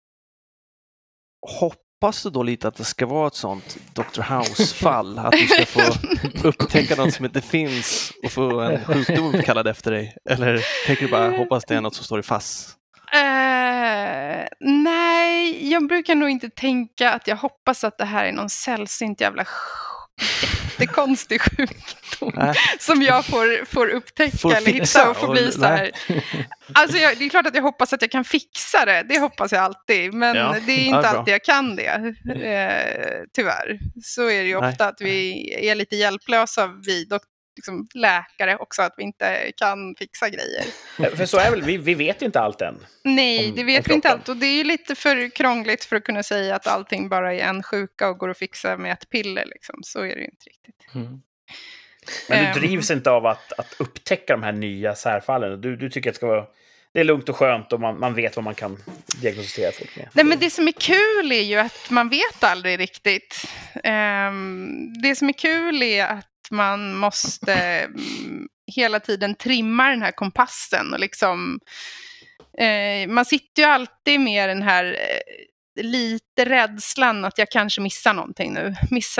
hoppas du då lite att det ska vara ett sånt Dr. House-fall? Att du ska få upptäcka något som inte finns och få en sjukdom kallad efter dig? Eller tänker du bara hoppas det är något som står i FASS? Nej, jag brukar nog inte tänka att jag hoppas att det här är någon sällsynt jävla jättekonstig sjukdom som jag får upptäcka eller hitta och få bli så här. Alltså det är klart att jag hoppas att jag kan fixa det. Det hoppas jag alltid. Men det är inte alltid jag kan det. Tyvärr. Så är det ju ofta att vi är lite hjälplösa vid liksom läkare också, att vi inte kan fixa grejer. För så är väl, vi vet inte allt än. Nej, det vet vi inte allt. Och det är ju lite för krångligt för att kunna säga att allting bara är en sjuka och går att fixa med ett piller. Liksom. Så är det ju inte riktigt. Men du drivs inte av att upptäcka de här nya särfallen? Du tycker att det är lugnt och skönt och man vet vad man kan diagnostisera folk med? Nej, men det som är kul är ju att man vet aldrig riktigt. Det som är kul är att man måste hela tiden trimma den här kompassen och liksom man sitter ju alltid med den här lite rädslan att jag kanske missar någonting nu,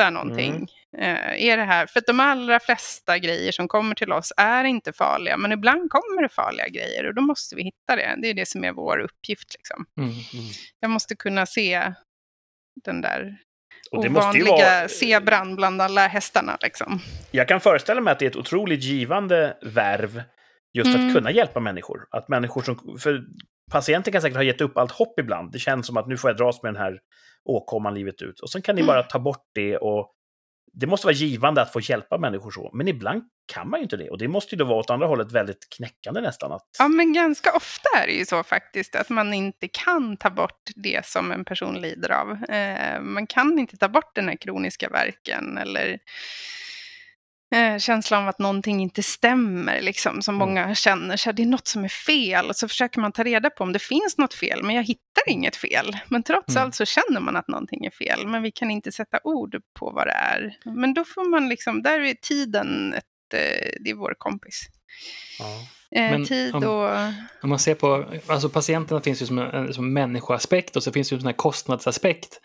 är det här, för att de allra flesta grejer som kommer till oss är inte farliga, men ibland kommer det farliga grejer och då måste vi hitta det är det som är vår uppgift liksom. Jag måste kunna se den där och det ovanliga zebran bland alla hästarna liksom. Jag kan föreställa mig att det är ett otroligt givande värv just att kunna hjälpa människor. Att människor för patienten kan säkert ha gett upp allt hopp ibland. Det känns som att nu får jag dras med den här åkomman livet ut. Och sen kan ni bara ta bort det och det måste vara givande att få hjälpa människor så. Men ibland kan man ju inte det. Och det måste ju då vara åt andra hållet väldigt knäckande nästan. Ja, men ganska ofta är det ju så faktiskt att man inte kan ta bort det som en person lider av. Man kan inte ta bort den här kroniska värken eller känslan av att någonting inte stämmer liksom, som många känner. Så det är något som är fel och så försöker man ta reda på om det finns något fel, men jag hittar inget fel. Men trots allt så känner man att någonting är fel, men vi kan inte sätta ord på vad det är. Men då får man liksom, där är tiden det är vår kompis. Men tid om man ser på, alltså patienterna finns ju som människoaspekt och så finns det ju en sån här kostnadsaspekt.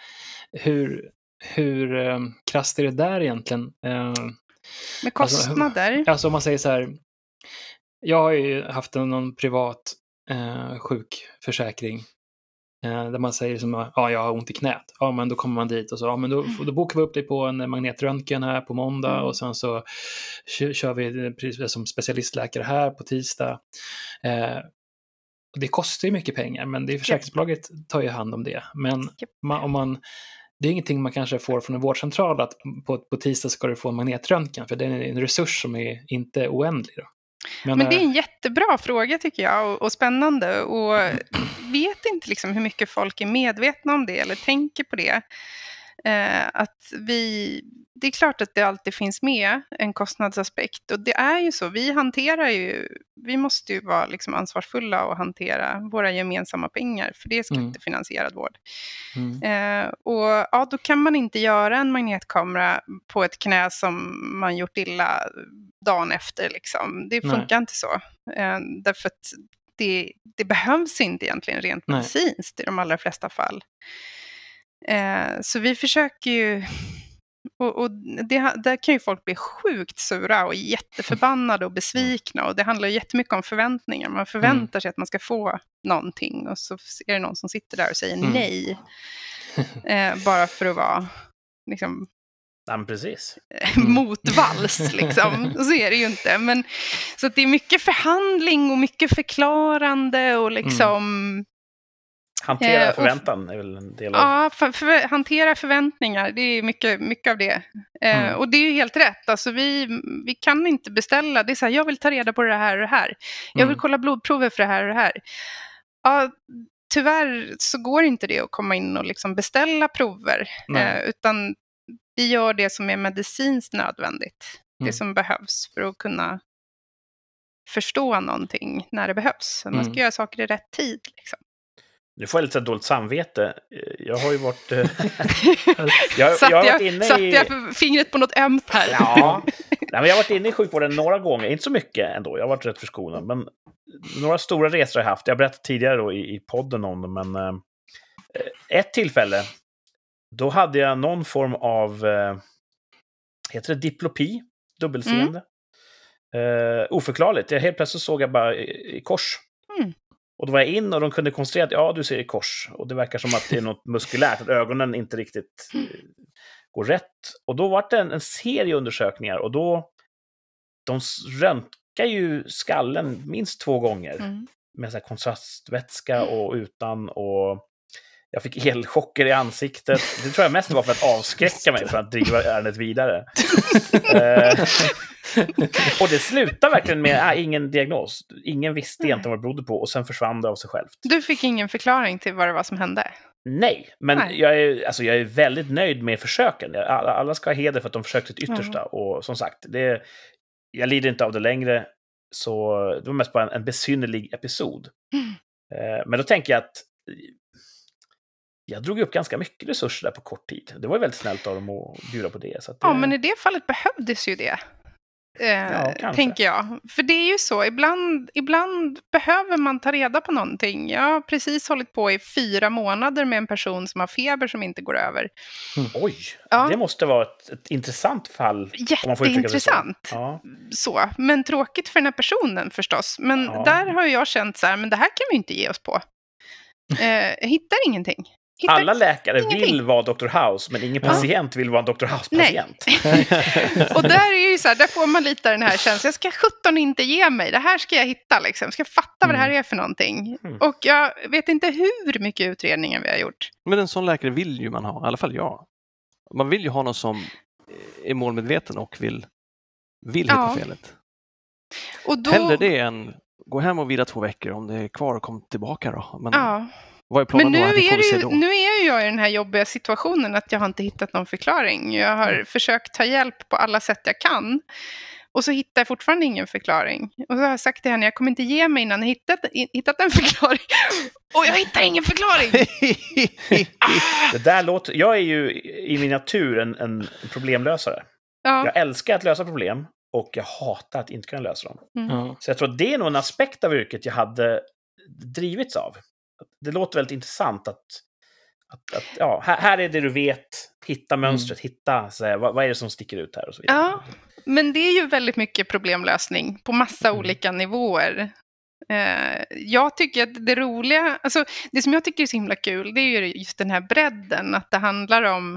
Hur krasst är det där egentligen? Med kostnader? Alltså om man säger så här, jag har ju haft någon privat sjukförsäkring där man säger som, jag har ont i knät. Ja, men då kommer man dit och så, men då bokar vi upp dig på en magnetröntgen här på måndag och sen så kör vi som specialistläkare här på tisdag. Och det kostar ju mycket pengar, men det är försäkringsbolaget tar ju hand om det. Men det är ingenting man kanske får från en vårdcentral att på tisdag ska du få en magnetröntgen, för det är en resurs som är inte oändlig då. Men det är en jättebra fråga tycker jag och spännande, och vet inte liksom hur mycket folk är medvetna om det eller tänker på det. Det är klart att det alltid finns med en kostnadsaspekt, och det är ju så, vi måste ju vara liksom ansvarsfulla och hantera våra gemensamma pengar, för det är skattefinansierad vård. Och ja, då kan man inte göra en magnetkamera på ett knä som man gjort illa dagen efter liksom. Det funkar inte så, därför att det behövs inte egentligen rent medicinskt i de allra flesta fall. Så vi försöker ju, och där kan ju folk bli sjukt sura och jätteförbannade och besvikna, och det handlar ju jättemycket om förväntningar. Man förväntar sig att man ska få någonting, och så är det någon som sitter där och säger nej bara för att vara liksom precis. motvalls liksom. Och så är det ju inte, men så att det är mycket förhandling och mycket förklarande och liksom hantera förväntan är väl en del av... Ja, hantera förväntningar, det är mycket av det. Och det är ju helt rätt. Alltså vi kan inte beställa, det är så här, jag vill ta reda på det här och det här. Jag vill kolla blodprover för det här och det här. Ja, tyvärr så går inte det att komma in och liksom beställa prover. Utan vi gör det som är medicinskt nödvändigt. Det som behövs för att kunna förstå någonting när det behövs. Man ska göra saker i rätt tid liksom. Nu får jag lite dåligt samvete. Jag har ju varit... Satt jag fingret på något ömt här? Ja. Men jag har varit inne i sjukvården några gånger. Inte så mycket ändå. Jag har varit rätt förskonad. Men några stora resor har jag haft. Jag har berättat tidigare då i podden om det. Men ett tillfälle, då hade jag någon form av... heter det diplopi? Dubbelseende. Oförklarligt. Helt plötsligt såg jag bara i kors. Och då var jag in och de kunde konstatera att du ser i kors. Och det verkar som att det är något muskulärt, att ögonen inte riktigt går rätt. Och då var det en serie undersökningar, och då de röntgar ju skallen minst 2 gånger med så här kontrastvätska och utan, och jag fick elchocker i ansiktet. Det tror jag mest var för att avskräcka mig från att driva ärendet vidare. Och det slutar verkligen med ingen diagnos. Ingen visste egentligen vad det berodde på, och sen försvann det av sig självt. Du fick ingen förklaring till vad det var som hände? Nej, men jag är väldigt nöjd med försöken. Alla ska ha heder för att de försökte sitt yttersta. Och som sagt, jag lider inte av det längre. Så det var mest bara en besynnerlig episod. Men då tänker jag att jag drog upp ganska mycket resurser där på kort tid. Det var ju väldigt snällt av dem att bjuda på det. Så att men i det fallet behövdes ju det. Tänker jag. För det är ju så, ibland behöver man ta reda på någonting. Jag har precis hållit på i 4 månader med en person som har feber som inte går över. Oj, det måste vara ett intressant fall. Jätteintressant. Så. Men tråkigt för den här personen förstås. Men där har jag känt så här, men det här kan vi inte ge oss på. Jag hittar ingenting. Alla läkare vill vara Dr. House, men ingen patient vill vara en Dr. House-patient. Och där är ju så här, där får man lite den här känslan. Jag ska 17 inte ge mig. Det här ska jag hitta liksom. Ska fatta vad det här är för någonting. Och jag vet inte hur mycket utredningar vi har gjort. Men en sån läkare vill ju man ha, i alla fall jag. Man vill ju ha någon som är målmedveten och vill hitta felet. Och då... Hellre det än gå hem och vila 2 veckor om det är kvar och kom tillbaka då. Men nu är jag i den här jobbiga situationen att jag har inte hittat någon förklaring. Jag har försökt ta hjälp på alla sätt jag kan. Och så hittar jag fortfarande ingen förklaring. Och så har jag sagt till henne, jag kommer inte ge mig innan jag hittat en förklaring. Och jag hittar ingen förklaring! Det där låter... Jag är ju i min natur en problemlösare. Jag älskar att lösa problem. Och jag hatar att inte kunna lösa dem. Så jag tror att det är nog en aspekt av yrket jag hade drivits av. Det låter väldigt intressant att här är det du vet, hitta mönstret, hitta vad är det som sticker ut här och så vidare. Ja, men det är ju väldigt mycket problemlösning på massa olika nivåer. Jag tycker att det roliga, alltså det som jag tycker är så himla kul, det är ju just den här bredden, att det handlar om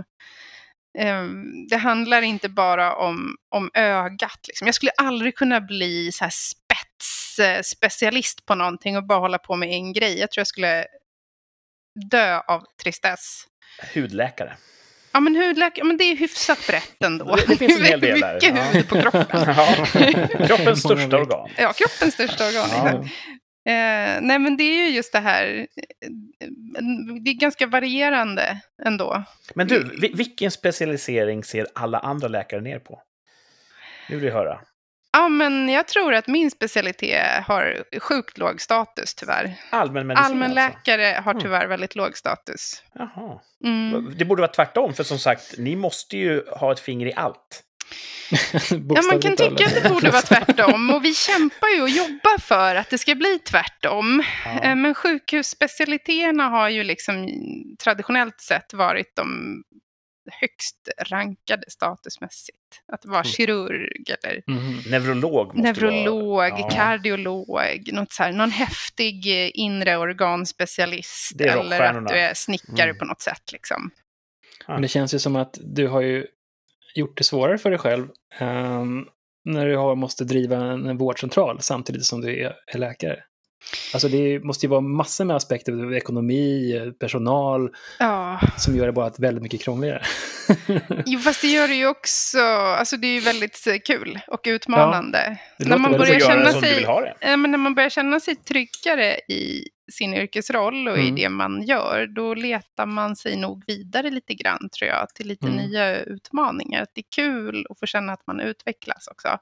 det handlar inte bara om ögat. Liksom. Jag skulle aldrig kunna bli så här spetsspecialist på någonting och bara hålla på med en grej. Jag tror jag skulle dö av tristess. Hudläkare. Ja, men hudläkare, men det är hyfsat brett ändå. Det finns en hel del där. Mycket hud på kroppen. Ja. Kroppens största organ. Ja, kroppens största organ. Ja. Nej, men det är ju just det här. Det är ganska varierande ändå. Men du, vilken specialisering ser alla andra läkare ner på? Nu vill vi höra. Ja, men jag tror att min specialitet har sjukt låg status tyvärr. Allmänmedicin Allmänläkare har tyvärr väldigt låg status. Jaha. Mm. Det borde vara tvärtom, för som sagt, ni måste ju ha ett finger i allt. Ja, man kan tycka att det borde vara tvärtom. Och vi kämpar ju och jobbar för att det ska bli tvärtom. Ja. Men sjukhusspecialiteterna har ju liksom traditionellt sett varit de högst rankade statusmässigt. Att vara kirurg eller Neurolog måste neurolog, vara. Ja. kardiolog, någon häftig inre organspecialist. Det är eller att du är snickare på något sätt. Liksom. Men det känns ju som att du har ju gjort det svårare för dig själv när du måste driva en vårdcentral samtidigt som du är läkare. Alltså det måste ju vara massor med aspekter av ekonomi, personal som gör det bara väldigt mycket krångligare. Jo, fast det gör det ju också, alltså det är ju väldigt kul och utmanande. Ja, när man börjar känna sig tryggare i sin yrkesroll och i det man gör, då letar man sig nog vidare lite grann, tror jag, till lite nya utmaningar. Att det är kul att få känna att man utvecklas också.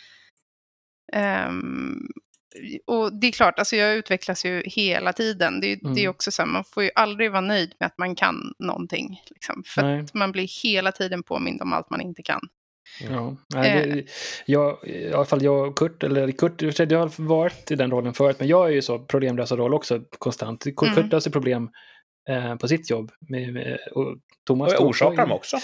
Och det är klart, alltså jag utvecklas ju hela tiden. Det är också så här, man får ju aldrig vara nöjd med att man kan någonting. Liksom, för att man blir hela tiden påmind om allt man inte kan. Ja, i alla fall jag och Kurt, jag har varit i den rollen förut, men jag är ju så problemlösa roll också konstant. Kurt löser problem på sitt jobb och Thomas och orsakar dem också.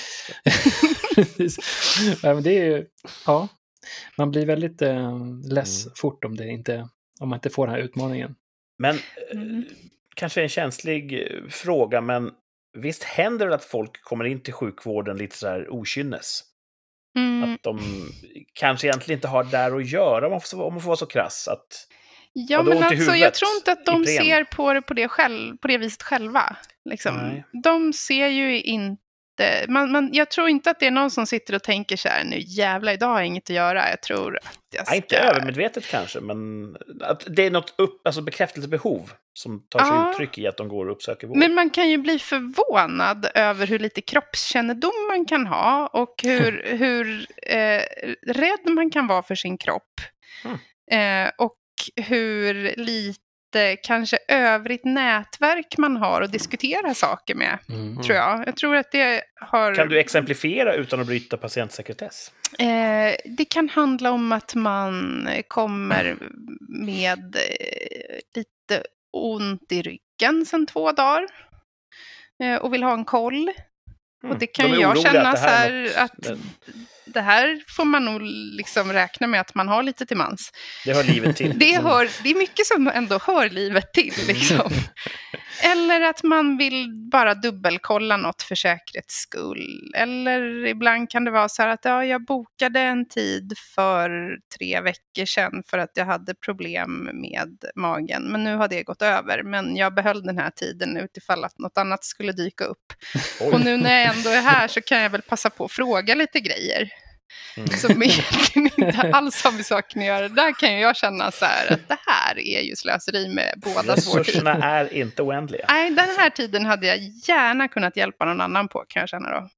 Ja, men det är ju, man blir väldigt less fort om man inte får den här utmaningen. Men kanske en känslig fråga, men visst händer det att folk kommer in till sjukvården lite så här okynnes? Att de kanske egentligen inte har där att göra, om man får vara så krass. Ja, men alltså, jag tror inte att de ser på det viset själva. Liksom. De ser ju inte... jag tror inte att det är någon som sitter och tänker så här, nu jävla, idag har jag inget att göra. Jag tror att jag ska... Inte övermedvetet kanske, men att det är något bekräftelsebehov som tar sig uttryck i att de går och uppsöker vård. Men man kan ju bli förvånad över hur lite kroppskännedom man kan ha och hur rädd man kan vara för sin kropp. Och hur lite kanske övrigt nätverk man har att diskutera saker med, tror jag. Jag tror att det har... Kan du exemplifiera utan att bryta patientsekretess? Det kan handla om att man kommer med lite ont i ryggen sedan 2 dagar och vill ha en koll. Och det kan ju jag känna så här att det här får man nog liksom räkna med att man har lite till mans. Det hör livet till. Det är mycket som ändå hör livet till. Liksom. Eller att man vill bara dubbelkolla något för säkerhets skull. Eller ibland kan det vara så här att jag bokade en tid för 3 veckor sedan för att jag hade problem med magen. Men nu har det gått över. Men jag behöll den här tiden utifall att något annat skulle dyka upp. Och nu när jag ändå är här så kan jag väl passa på att fråga lite grejer. Som egentligen inte alls har med saken att göra. Där kan ju jag känna så här att det här är ju slöseri med båda vår tid. Resurserna är inte oändliga. Nej, den här tiden hade jag gärna kunnat hjälpa någon annan på, kan jag känna då.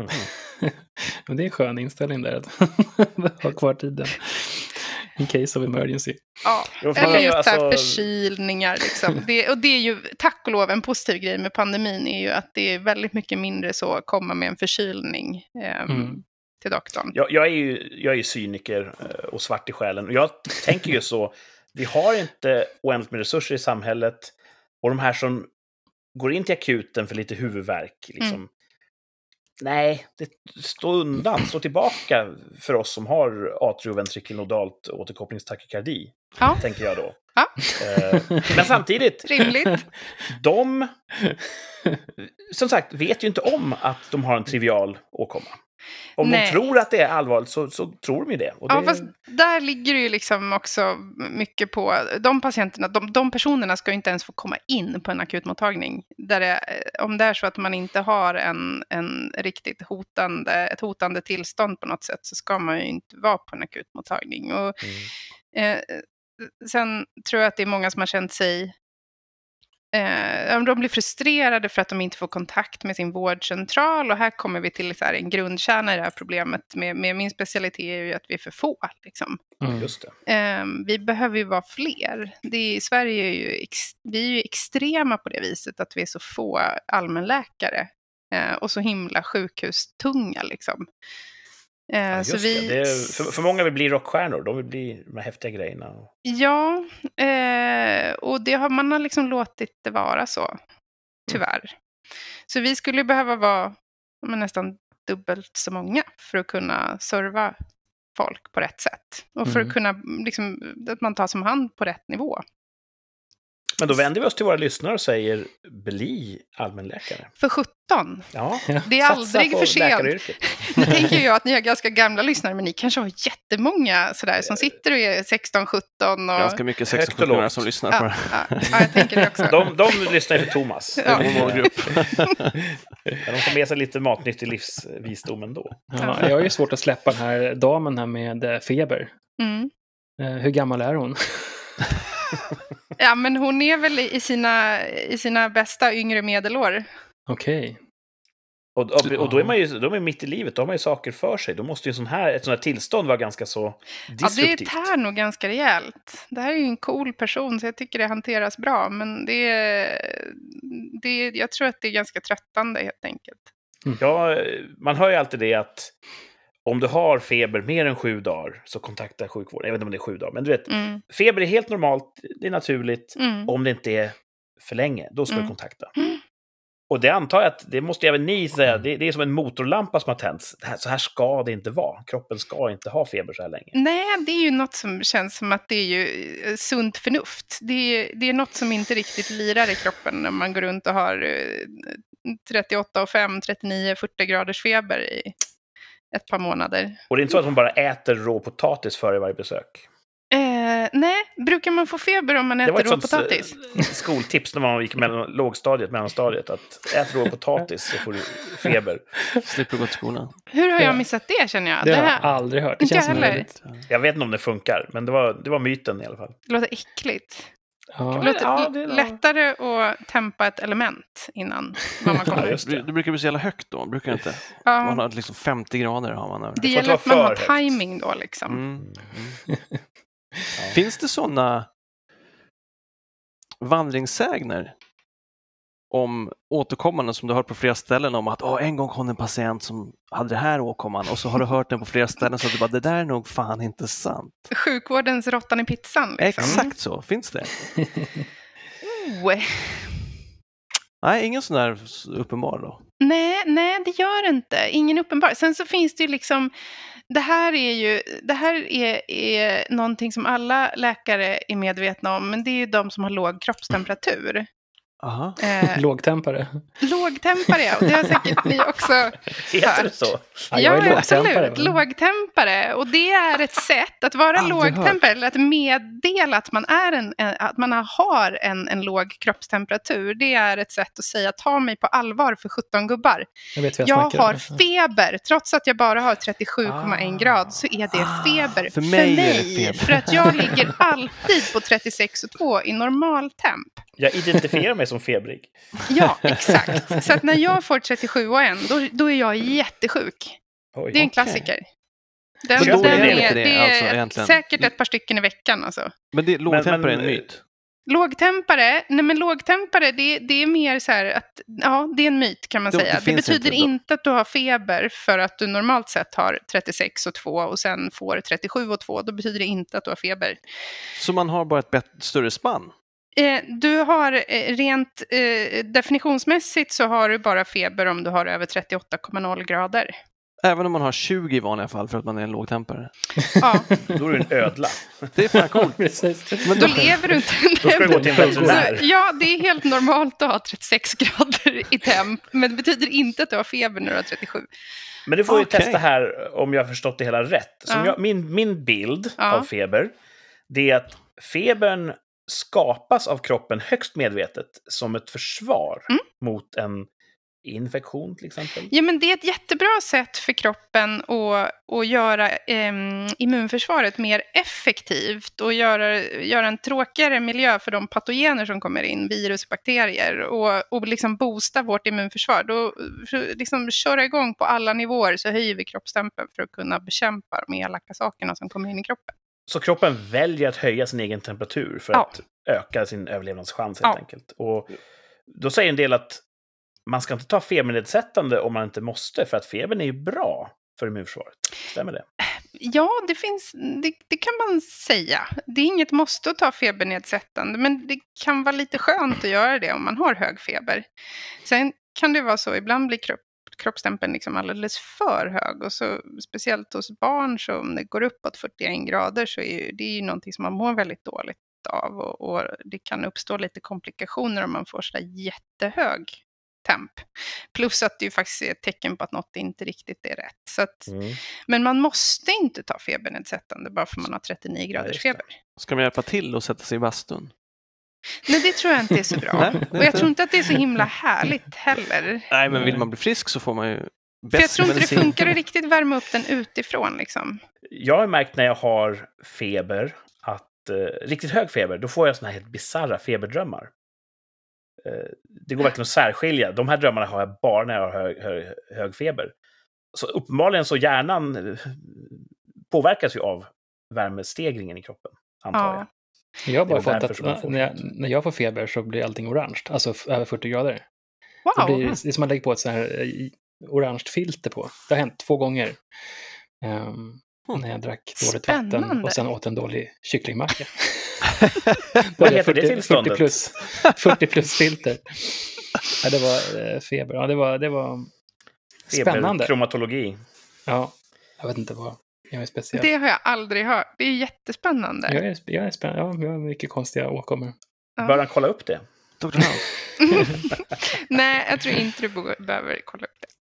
Men det är en skön inställning där att ha kvar tiden. In case of emergency. Ja, eller just här förkylningar. Liksom. Och det är ju, tack och lov, en positiv grej med pandemin är ju att det är väldigt mycket mindre så att komma med en förkylning till doktorn. Jag är ju cyniker och svart i själen. Och jag tänker ju så, vi har inte oändligt med resurser i samhället. Och de här som går in till akuten för lite huvudvärk, liksom. Nej, stå tillbaka för oss som har atrioventrikelnodalt återkopplingstakykardi, tänker jag då. Ja. Men samtidigt, rimligt. De, som sagt, vet ju inte om att de har en trivial åkomma. Om Nej. de tror att det är allvarligt så tror de ju det. Och Ja, det... fast där ligger det ju liksom också mycket på de patienterna. De personerna ska ju inte ens få komma in på en akutmottagning. Om det är så att man inte har en riktigt ett hotande tillstånd på något sätt, så ska man ju inte vara på en akutmottagning. Och, sen tror jag att det är många som har känt sig... de blir frustrerade för att de inte får kontakt med sin vårdcentral, och här kommer vi till så här, en grundkärna i det här problemet med min specialitet är ju att vi är för få. Liksom. Just det. Vi behöver ju vara fler. I Sverige är vi är ju extrema på det viset att vi är så få allmänläkare och så himla sjukhustunga liksom. Just så vi... det. För många vill bli rockstjärnor, de vill bli de här häftiga grejerna. Ja, och man har liksom låtit det vara så, tyvärr. Så vi skulle behöva vara nästan dubbelt så många för att kunna serva folk på rätt sätt. Och för att kunna, liksom, att man tar som hand på rätt nivå. Men då vänder vi oss till våra lyssnare och säger, bli allmänläkare. För 17. Ja, det är aldrig för sent. Läkaryrket. Nu tänker jag att ni har ganska gamla lyssnare, men ni kanske har jättemånga sådär, som sitter och är 16-17. Och... Ganska mycket 16-17 som lyssnar på det. Ja, jag tänker det också. De lyssnar ju för Thomas. Ja. De får med sig lite matnyttig livsvisdom ändå. Ja, jag har ju svårt att släppa den här damen här med feber. Hur gammal är hon? Ja, men hon är väl i sina bästa yngre medelår. Okej. Och då är man ju mitt i livet, då har man ju saker för sig. Då måste ju ett sånt här tillstånd vara ganska så disruptivt. Ja, det tär nog ganska rejält. Det här är ju en cool person, så jag tycker det hanteras bra. Men jag tror att det är ganska tröttande helt enkelt. Ja, man hör ju alltid det att om du har feber mer än 7 dagar så kontakta sjukvården. Jag vet inte om det är 7 dagar, men du vet, feber är helt normalt, det är naturligt. Om det inte är för länge, då ska du kontakta. Och det antar jag att det måste även ni säga, det är som en motorlampa som har tänts. Så här ska det inte vara. Kroppen ska inte ha feber så här länge. Nej, det är ju något som känns som att det är ju sunt förnuft. Det är något som inte riktigt lirar i kroppen när man går runt och har 38,5, 39, 40 graders feber i ett par månader. Och det är inte så att hon bara äter rå potatis före varje besök? Nej, brukar man få feber om man äter rå potatis? Det var ett skoltips när man gick mellanstadiet, att ät rå potatis så får du feber. Slipper gå till skolan. Hur har jag missat det, känner jag? Det har jag aldrig hört. Det känns som möjligt. Jag vet inte om det funkar, men det var myten i alla fall. Det låter äckligt. Ja. Det låter lättare att tempa ett element innan mamma kommer. Det brukar bli så jävla högt då, brukar det inte? Ja. Man har liksom 50 grader har man över. Det gäller att man har timing då liksom. Finns det sådana vandringssägner om återkommande som du har hört på flera ställen om att en gång kom en patient som hade det här åkomman och så har du hört den på flera ställen så att du bara, det där är nog fan inte sant. Sjukvårdens råttan i pizzan. Liksom. Exakt så, finns det? Nej, ingen sån där uppenbar då. Nej, det gör det inte. Ingen uppenbar. Sen så finns det ju liksom, det här är någonting som alla läkare är medvetna om, men det är ju de som har låg kroppstemperatur. Aha. Lågtempare. Lågtempare, och det har säkert ni också Heter det så? Ja, absolut. Lågtempare. Och det är ett sätt att vara lågtempare, eller att meddela att man är att man har en låg kroppstemperatur. Det är ett sätt att säga, ta mig på allvar för 17 gubbar. Jag har feber, trots att jag bara har 37,1 grad så är det feber för mig. Är det feber. För att jag ligger alltid på 36,2 i normal temp. Jag identifierar mig som febrig. Ja, exakt. Så att när jag får 37,1 då är jag jättesjuk. Oj, det är en klassiker. Det är säkert ett par stycken i veckan. Alltså. Men det är lågtempare en myt? Lågtempare, det är mer så här att, det är en myt kan man säga. Det betyder inte att du har feber för att du normalt sett har 36,2 och sen får 37,2. Då betyder det inte att du har feber. Så man har bara ett större spann? Du har rent definitionsmässigt så har du bara feber om du har över 38,0 grader. Även om man har 20 i vanliga fall för att man är en lågtempare. Ja, Då är du en ödla. Det är fan coolt. Precis. Men då lever du inte. Då ska du gå till en veterinär. Så, ja, det är helt normalt att ha 36 grader i temp, men det betyder inte att du har feber när du har 37. Men du får ju Okej. testa här om jag har förstått det hela rätt. Som Ja. min bild Ja. av feber, det är att febern skapas av kroppen högst medvetet som ett försvar mot en infektion till exempel. Ja, men det är ett jättebra sätt för kroppen att göra immunförsvaret mer effektivt och göra en tråkigare miljö för de patogener som kommer in, virus och bakterier, och liksom boosta vårt immunförsvar. Då liksom köra igång på alla nivåer, så höjer vi kroppstempen för att kunna bekämpa de elaka sakerna som kommer in i kroppen. Så kroppen väljer att höja sin egen temperatur för att öka sin överlevnadschans helt enkelt. Och då säger en del att man ska inte ta febernedsättande om man inte måste, för att febern är ju bra för immunförsvaret. Stämmer det? Ja, det kan man säga. Det är inget måste att ta febernedsättande, men det kan vara lite skönt att göra det om man har hög feber. Sen kan det vara så, ibland blir kroppstempen liksom alldeles för hög, och så speciellt hos barn, så om det går uppåt 41 grader så är det ju någonting som man mår väldigt dåligt av, och det kan uppstå lite komplikationer om man får så där jättehög temp. Plus att det ju faktiskt är ett tecken på att något inte riktigt är rätt. Så att, men man måste inte ta febernedsättande bara för man har 39 graders feber. Ska man hjälpa till och sätta sig i bastun? Nej, det tror jag inte är så bra. Nej, och jag tror inte att det är så himla härligt heller. Nej, men vill man bli frisk så får man ju För jag bäst tror inte medicin. det funkar att riktigt värma upp den utifrån liksom. Jag har märkt när jag har feber, att riktigt hög feber, då får jag såna här helt bizarra feberdrömmar. Det går verkligen att särskilja. De här drömmarna har jag bara när jag har hög feber. Så uppenbarligen så hjärnan påverkas ju av värmestegringen i kroppen, antar jag. Jag har bara Det är fått därför som man att får när jag får feber så blir allting orange, alltså över 40 grader. Wow! Det är som att lägga på ett så här orange filter på. Det har hänt 2 gånger. När jag drack dåligt vatten Spännande. och sen åt en dålig kycklingmacka. Vad heter det tillståndet? 40 plus filter. Ja, det var feber. Ja, det var spännande. Feberkromatologi. Ja, jag vet inte vad. Jag är speciell. Det har jag aldrig hört. Det är jättespännande. Jag är spännande. Ja, jag har mycket konstiga åkommor. Ja. Bör han kolla upp det? Dr. House. Nej, jag tror inte du behöver kolla upp det.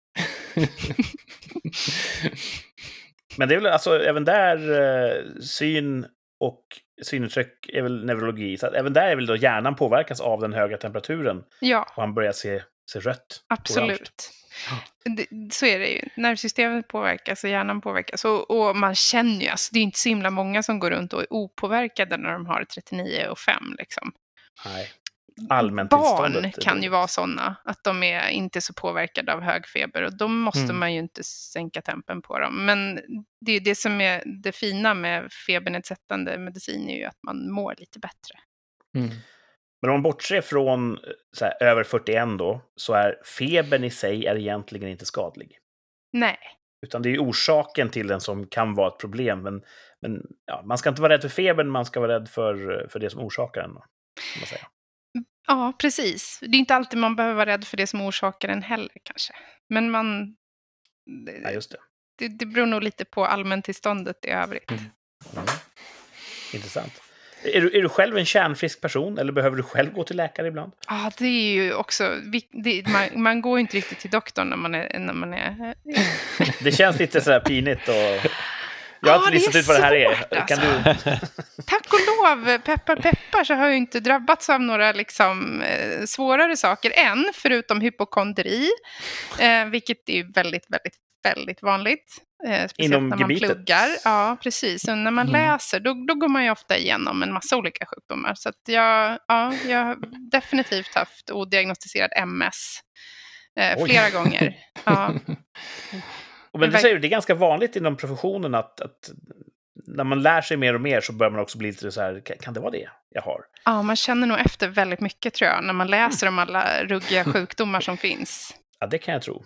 Men det är väl alltså även där syn och synuttryck är väl neurologi. Så att även där är väl då hjärnan påverkas av den höga temperaturen. Ja, Och han börjar se rött. absolut. Så är det ju. Nervsystemet påverkas och hjärnan påverkas. Och man känner ju, alltså, det är inte så himla många som går runt och är opåverkade när de har 39,5 liksom. Nej. Allmäntillståndet. Barn kan ju vara sådana att de är inte så påverkade av hög feber, och då måste man ju inte sänka tempen på dem. Men det är det som är det fina med febernedsättande medicin, är ju att man mår lite bättre. Men om man bortser från så här, över 41 då, så är febern i sig är egentligen inte skadlig. Nej. Utan det är ju orsaken till den som kan vara ett problem. Men ja, man ska inte vara rädd för febern, man ska vara rädd för det som orsakar den. Kan man säga. Ja, precis. Det är inte alltid man behöver vara rädd för det som orsakar den heller kanske. Men Ja, just det. det beror nog lite på allmäntillståndet i övrigt. Intressant. Är du själv en kärnfrisk person, eller behöver du själv gå till läkare ibland? Ja, det är ju också... Man går ju inte riktigt till doktorn när man är... Det känns lite så här pinigt och... Jag har inte listat ut vad det här är. svårt, Kan du... Tack och lov, peppar, så har jag ju inte drabbats av några liksom, svårare saker än, förutom hypokondri, vilket är ju väldigt, väldigt, väldigt vanligt. Speciellt Inom när man gebitet. pluggar. Ja, precis. Och när man läser, då går man ju ofta igenom en massa olika sjukdomar. Så att jag har definitivt haft odiagnostiserad MS flera gånger. Ja. Men det säger du, det är ganska vanligt inom professionen att när man lär sig mer och mer så börjar man också bli lite så här, kan det vara det jag har? Ja, man känner nog efter väldigt mycket, tror jag, när man läser om alla ruggiga sjukdomar som finns. Ja, det kan jag tro.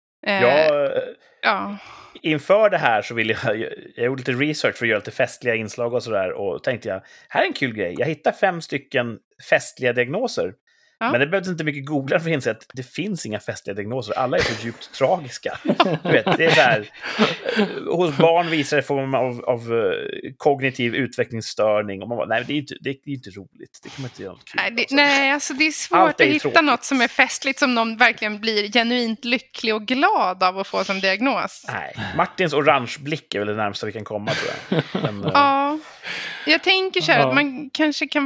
Ja. Inför det här så ville jag gjorde lite research för att göra lite festliga inslag och sådär, och tänkte jag, här är en kul grej. Jag hittar 5 stycken festliga diagnoser Ja. Men det behövs inte mycket googla för att inse att det finns inga festliga diagnoser. Alla är så djupt tragiska. Du vet, det är så här, hos barn visar det form av kognitiv utvecklingsstörning. Och man bara, nej, det är inte roligt. Det kan man inte göra något kul. Nej, alltså det är svårt Allt är att hitta tråkigt. något som är festligt som någon verkligen blir genuint lycklig och glad av att få som diagnos. Nej, Martins orange blick är väl det närmsta vi kan komma, tror jag. Men, Ja, jag tänker så här Ja. att man kanske kan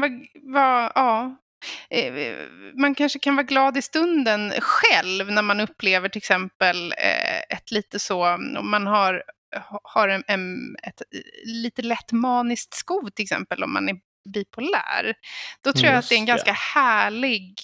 man kanske kan vara glad i stunden själv när man upplever till exempel ett lite så, om man har ett lite lätt maniskt skov till exempel, om man är bipolär. Då tror jag att det är en Just det. ganska härlig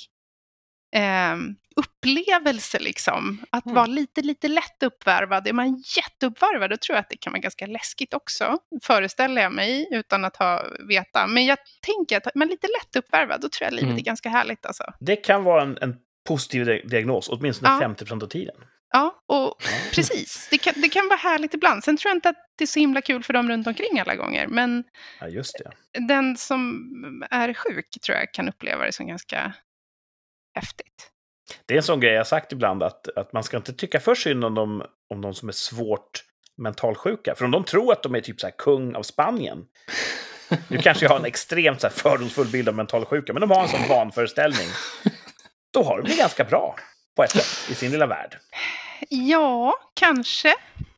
upplevelse liksom. Att vara lite lätt uppvärvad. Är man jätteuppvärvad, då tror jag att det kan vara ganska läskigt också. Föreställer jag mig utan att veta. Men jag tänker att man är lite lätt uppvärvad, då tror jag livet är ganska härligt alltså. det kan vara en positiv diagnos, åtminstone 50% av tiden. Ja, och precis. Det kan vara härligt ibland. Sen tror jag inte att det är så himla kul för dem runt omkring alla gånger. Men Ja, just det. den som är sjuk tror jag kan uppleva det som ganska häftigt. Det är en sån grej jag har sagt ibland, att man ska inte tycka för synd om de som är svårt mentalsjuka. För om de tror att de är typ så här kung av Spanien. Nu kanske jag har en extremt så här fördomsfull bild av mentalsjuka, men de har en sån vanföreställning. Då har de det ganska bra på ett sätt i sin lilla värld. Ja, kanske.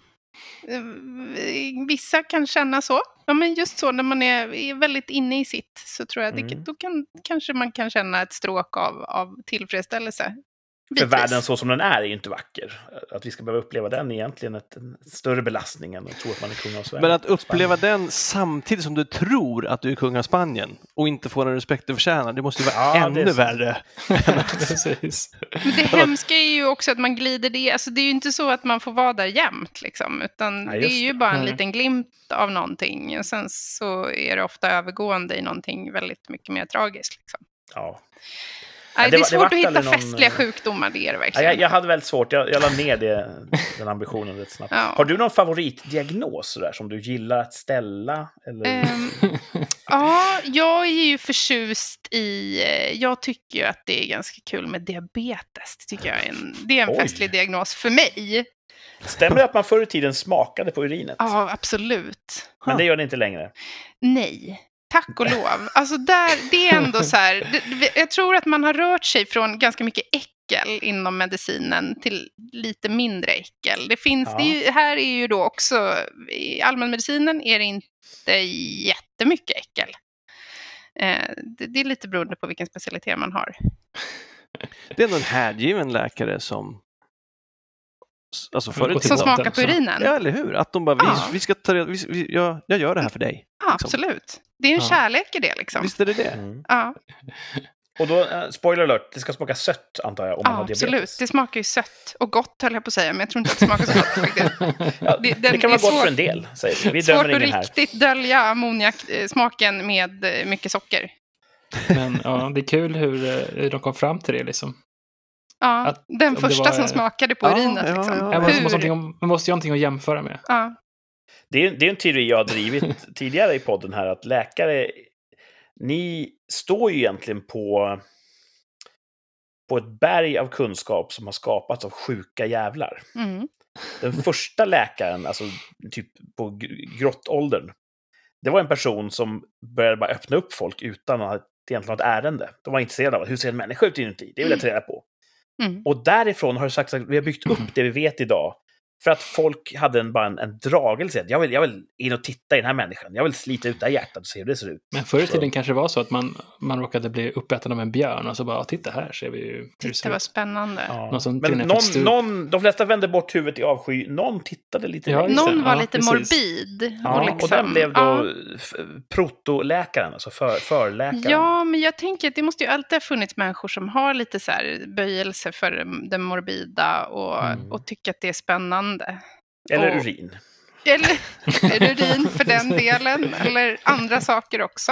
Vissa kan känna så. Ja, men just så när man är väldigt inne i sitt, så tror jag då kanske man kan känna ett stråk av tillfredsställelse. För Bitvis. världen så som den är ju inte vacker. Att vi ska behöva uppleva den är egentligen en större belastning än att tro att man är kung av Sverige. Men att uppleva den samtidigt som du tror att du är kung av Spanien och inte får den respekt du förtjänar, det måste ju vara ännu värre. Precis. Men det hemska är ju också att man glider det. Alltså det är ju inte så att man får vara där jämt liksom, utan Ja, det just är ju det. bara en liten glimt av någonting. Och sen så är det ofta övergående i någonting väldigt mycket mer tragiskt liksom. Ja. Nej, det det är var- det svårt vart att hitta aldrig någon- festliga sjukdomar, det är det Ja, verkligen. jag hade väldigt svårt. Jag la ner den ambitionen rätt snabbt. Ja. Har du någon favoritdiagnos så där, som du gillar att ställa? Eller? Ja, jag är ju förtjust i... Jag tycker ju att det är ganska kul med diabetes. Det tycker jag är en Oj. festlig diagnos för mig. Stämmer det att man förr i tiden smakade på urinet? Ja, absolut. Men det gör det inte längre. Nej, tack och lov. Alltså det är ändå så här... Jag tror att man har rört sig från ganska mycket äckel inom medicinen till lite mindre äckel. Det finns, Ja. här är ju då också... I allmänmedicinen är det inte jättemycket äckel. Det är lite beroende på vilken specialitet man har. Det är ändå en härgiven läkare som alltså förr i Som tiden- Som smakar på urinen. Ja, eller hur? Att de bara, Ja. vi ska ta jag gör det här för dig. Ja, absolut. Det är en Ja. kärlek i det liksom. Visst är det det? Mm. Ja, Och då, spoiler alert, det ska smaka sött antar jag om man har diabetes. absolut. Det smakar ju sött och gott höll jag på att säga, men jag tror inte att det smakar så gott faktiskt. Ja, Det- det den kan är vara gott svår- för en del, säger vi. Vi Svårt dömer att ingen här. riktigt dölja ammoniaksmaken med mycket socker. Men ja, det är kul hur de kom fram till det liksom. Ja, Att- den om det första var- som smakade på Ja, urinet ja, liksom. ja. Ja, Hur? man måste ju ha någonting att jämföra med. Ja. Det är en teori jag har drivit tidigare i podden här, att läkare, ni står ju egentligen på ett berg av kunskap som har skapats av sjuka jävlar. Mm. Den första läkaren, alltså typ på grottåldern, det var en person som började bara öppna upp folk utan att egentligen ha ett ärende. De var intresserade av hur ser en människa ut inuti? Det vill jag ta reda på. Mm. Och därifrån har det sagts att vi har byggt upp det vi vet idag. För att folk hade bara en dragelse. Att jag vill in och titta i den här människan. Jag vill slita ut det här hjärtat och se hur det ser ut. Men förr i Så- tiden kanske det var så att man råkade bli uppäten av en björn och så bara, titta här ser vi ju hur det Titta ser vad ut. spännande. Ja. Någon som Men trillar ner för ett stup. de flesta vände bort huvudet i avsky. Någon tittade lite Ja, längre. just det. Någon var Ja, lite precis. morbid. Ja, och, liksom, och den blev då ja. protoläkaren, alltså förläkaren. Ja, men jag tänker att det måste ju alltid ha funnits människor som har lite så här böjelse för det morbida och tycker att det är spännande. Eller och- urin. Eller urin för den delen, eller andra saker också.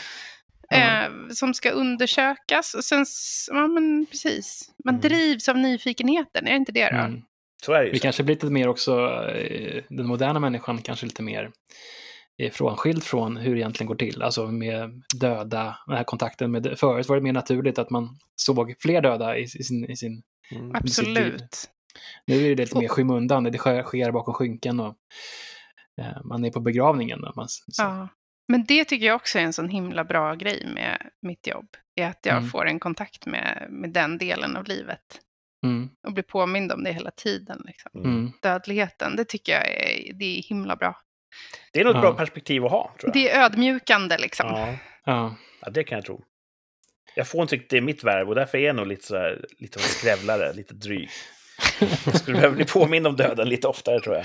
Som ska undersökas. Och sen, ja men precis. Man drivs av nyfikenheten, är det inte det då? Mm. Så är det ju. Vi så. kanske blir lite mer också, den moderna människan kanske lite mer är frånskild från hur det egentligen går till. Alltså med döda, den här kontakten med... Förut var det mer naturligt att man såg fler döda i sin Absolut. Nu är det lite mer skymundan. Det sker bakom skynken och man är på begravningen. Ja. Men det tycker jag också är en sån himla bra grej med mitt jobb. Är att jag får en kontakt med den delen av livet. Och blir påmind om det hela tiden. Liksom. Dödligheten, det tycker jag det är himla bra. Det är nog ett bra perspektiv att ha, tror jag. Det är ödmjukande, liksom. Ja, det kan jag tro. Jag får inte riktigt det i mitt värv och därför är jag nog lite en skrävlare, lite dryg. Jag skulle behöva bli påmind om döden lite oftare, tror jag.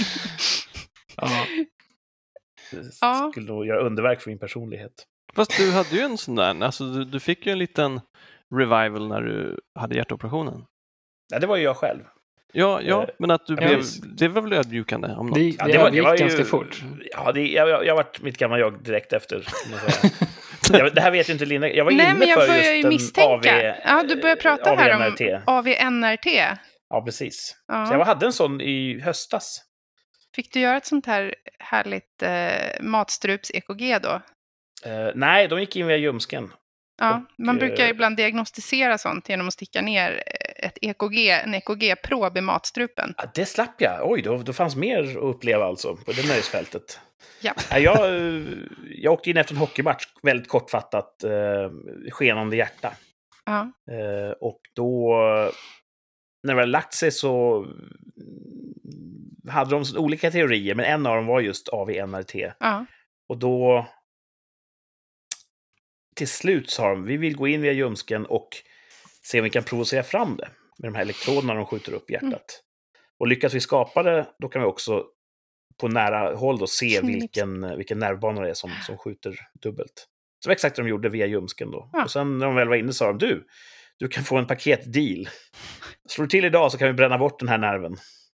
Det skulle nog göra underverk för min personlighet. Fast du hade ju en sån där, alltså du fick ju en liten revival när du hade hjärtoperationen. Ja, det var ju jag själv. Ja, men att du blev, det var väl ödmjukande om något? Det var ganska fort. Ja, jag varit mitt gamla jag direkt efter. Det här vet ju inte Linda. Jag var inne jag för just en misstänka. Ja, du börjar prata här om AVNRT. Ja, precis. Ja. Så jag hade en sån i höstas. Fick du göra ett sånt här härligt matstrups-EKG då? Nej, de gick in via ljumsken. Ja, man brukar ibland diagnostisera sånt genom att sticka ner en EKG-prob i matstrupen. Ja, det slapp jag. Oj, då fanns mer att uppleva alltså på det nöjesfältet. Ja. Jag åkte in efter en hockeymatch, väldigt kortfattat, skenande hjärta. Ja. Och då, när det hade lagt sig så hade de olika teorier, men en av dem var just AVNRT. Ja. Och då till slut sa de, vi vill gå in via ljumsken och se om vi kan provocera fram det med de här elektroderna de skjuter upp hjärtat. Och lyckas vi skapa det, då kan vi också på nära håll då se vilken nervbana det är som skjuter dubbelt. Så det var exakt det de gjorde via ljumsken då. Ja. Och sen när de väl var inne sa de, du kan få en paketdeal. Slår du till idag så kan vi bränna bort den här nerven.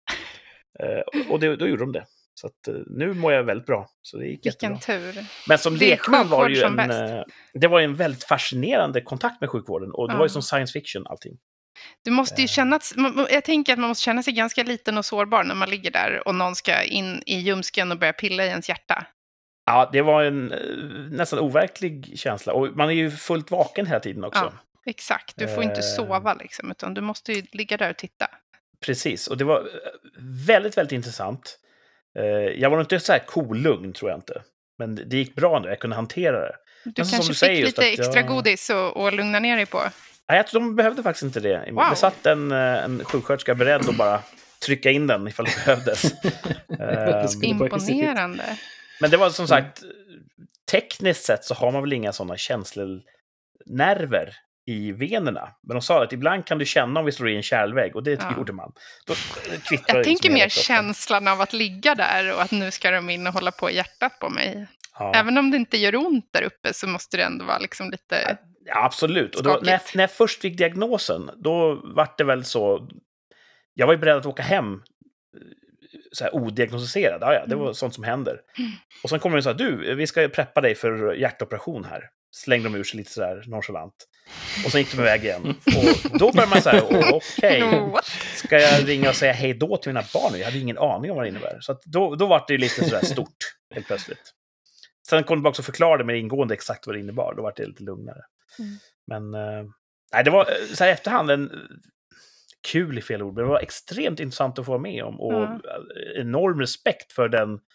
Och då gjorde de det. Så att, nu mår jag väldigt bra. Så det gick Vilken jättebra. tur. Men som lekman var det var ju en väldigt fascinerande kontakt med sjukvården. Och det var ju som science fiction allting. Du måste ju jag tänker att man måste känna sig ganska liten och sårbar när man ligger där och någon ska in i ljumsken och börja pilla i ens hjärta. Ja, det var en nästan overklig känsla. Och man är ju fullt vaken hela tiden också. Ja, exakt. Du får inte sova liksom, utan du måste ju ligga där och titta. Precis, och det var väldigt, väldigt intressant. Jag var inte så här kolugn, tror jag inte. Men det gick bra nu, jag kunde hantera det. Du kanske fick lite extra godis och lugna ner dig på? Nej, jag tror de behövde faktiskt inte det. Wow. Det satt en sjuksköterska beredd att bara trycka in den ifall det behövdes. Imponerande. Men det var som sagt, tekniskt sett så har man väl inga sådana känslonerver i venerna. Men de sa att ibland kan du känna om vi slår i en kärlvägg, och det gjorde man. Jag tänker mer känslan av att ligga där och att nu ska de in och hålla på hjärtat på mig. Ja. Även om det inte gör ont där uppe så måste det ändå vara liksom lite... Ja, absolut. Och då, när jag först fick diagnosen, då var det väl så... Jag var ju beredd att åka hem så här odiagnostiserad. Ja, det var sånt som händer. Och sen kommer de och sa, vi ska preppa dig för hjärtoperation här. Slängde de ur sig lite sådär nonchalant. Och sen gick de iväg igen. Och då började man säga, okej. Ska jag ringa och säga hej då till mina barn? Jag hade ingen aning om vad det innebär. Så att då var det ju lite sådär stort, helt plötsligt. Sen kom de också förklara det mer ingående exakt vad det innebar. Då var det lite lugnare. Men det var så här efterhand en kul i fel ord. Men det var extremt intressant att få vara med om. Och enorm respekt för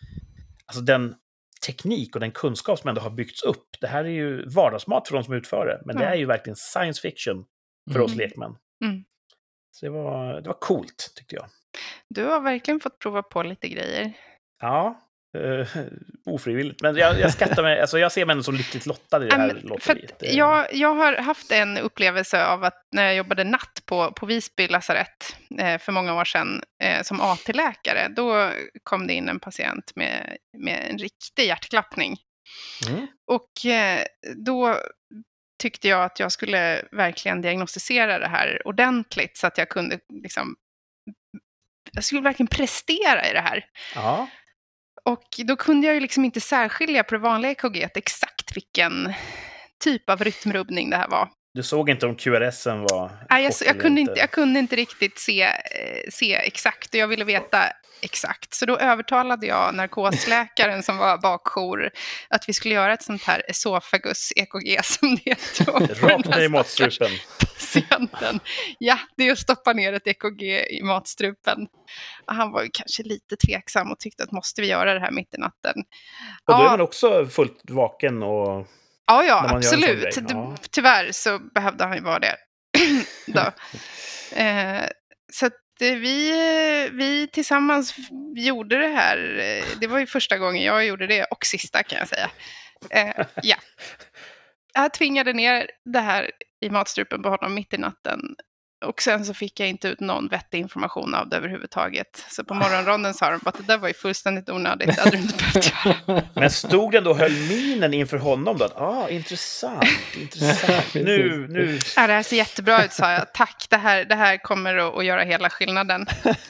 den teknik och den kunskap som ändå har byggts upp. Det här är ju vardagsmat för de som utför det. Men det är ju verkligen science fiction för oss lekmän. Så det var coolt, tyckte jag. Du har verkligen fått prova på lite grejer. Ja, ofrivilligt. Men jag skattar mig, alltså jag ser mig som lyckligt lottad i det här lotteriet. Jag har haft en upplevelse av att när jag jobbade natt på Visby lasarett för många år sedan som AT-läkare, då kom det in en patient med en riktig hjärtklappning. Och då tyckte jag att jag skulle verkligen diagnostisera det här ordentligt så att jag kunde jag skulle verkligen prestera i det här. Ja. Och då kunde jag ju liksom inte särskilja på det vanliga EKG exakt vilken typ av rytmrubbning det här var. Du såg inte om QRSen var Nej, kort jag eller kunde inte riktigt se exakt och jag ville veta exakt. Så då övertalade jag narkosläkaren som var bakjour att vi skulle göra ett sånt här esophagus-EKG som det heter. Rakt ner i matstrupen. Patienten. Ja, det är att stoppa ner ett EKG i matstrupen. Och han var ju kanske lite tveksam och tyckte att måste vi göra det här mitt i natten. Och då är man också fullt vaken och... Ja, när man gör en sån absolut. grej. Ja. Tyvärr så behövde han ju vara det. Då. Så att vi tillsammans gjorde det här. Det var ju första gången jag gjorde det och sista kan jag säga. Ja. Jag tvingade ner det här i matstrupen på honom mitt i natten. Och sen så fick jag inte ut någon vettig information av det överhuvudtaget. Så på morgonronden sa de att det där var ju fullständigt onödigt. Det hade du inte behövt göra. Men stod den då höll minen inför honom då? Intressant. Nu. Ja, det här ser jättebra ut, sa jag. Tack, det här kommer att göra hela skillnaden.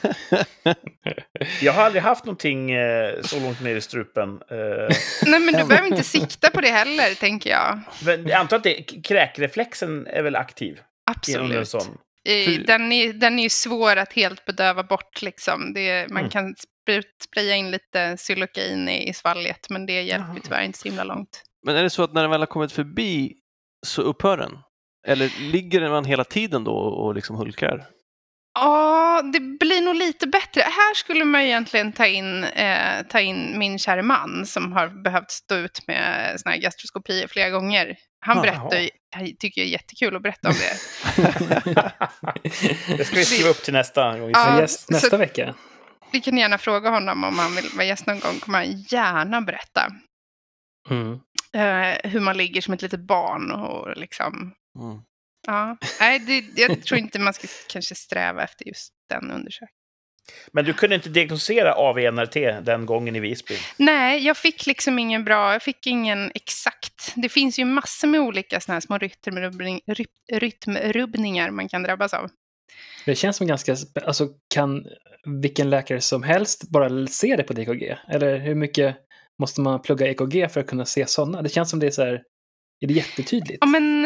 Jag har aldrig haft någonting så långt ner i strupen. Nej, men du behöver inte sikta på det heller, tänker jag. Men jag antar att kräkreflexen är väl aktiv? Under en Absolut. sån. Den är ju svår att helt bedöva bort. Liksom. Man kan spraya in lite xylokain i svalget, men det hjälper tyvärr inte så himla långt. Men är det så att när den väl har kommit förbi så upphör den? Eller ligger man hela tiden då och liksom hulkar? Ja, det blir nog lite bättre. Här skulle man egentligen ta in min kära man som har behövt stå ut med såna här gastroskopier flera gånger. Han berättar ju, jag tycker det är jättekul att berätta om det. Det ska vi skriva upp till nästa gång. Nästa vecka. Vi kan gärna fråga honom om han vill vara gäst någon gång. Kommer han gärna berätta hur man ligger som ett litet barn och liksom... Ja, nej, jag tror inte man ska kanske sträva efter just den undersökningen. Men du kunde inte diagnostisera AV-NRT den gången i Visby? Nej, jag fick liksom jag fick ingen exakt. Det finns ju massor med olika såna här små rytmrubbningar man kan drabbas av. Det känns som ganska... Alltså, kan vilken läkare som helst bara se det på EKG? Eller hur mycket måste man plugga EKG för att kunna se sådana? Det känns som det är så här... Är det jättetydligt? Ja, men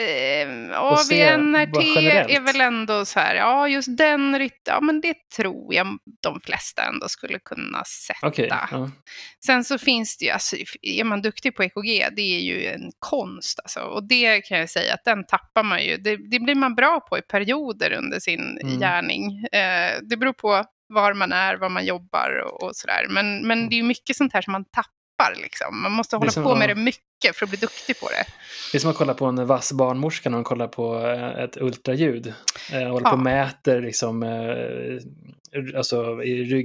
AV-NRT är väl ändå så här, ja, just den ja, men det tror jag de flesta ändå skulle kunna sätta. Okay, ja. Sen så finns det ju, alltså, är man duktig på EKG, det är ju en konst alltså, och det kan jag säga att den tappar man ju, det blir man bra på i perioder under sin gärning. Det beror på var man är, var man jobbar och sådär, men det är ju mycket sånt här som man tappar. Liksom. Man måste hålla på med det mycket för att bli duktig på det. Det är som att kolla på en vass barnmorska när man kollar på ett ultraljud. Håller på och mäter liksom, alltså,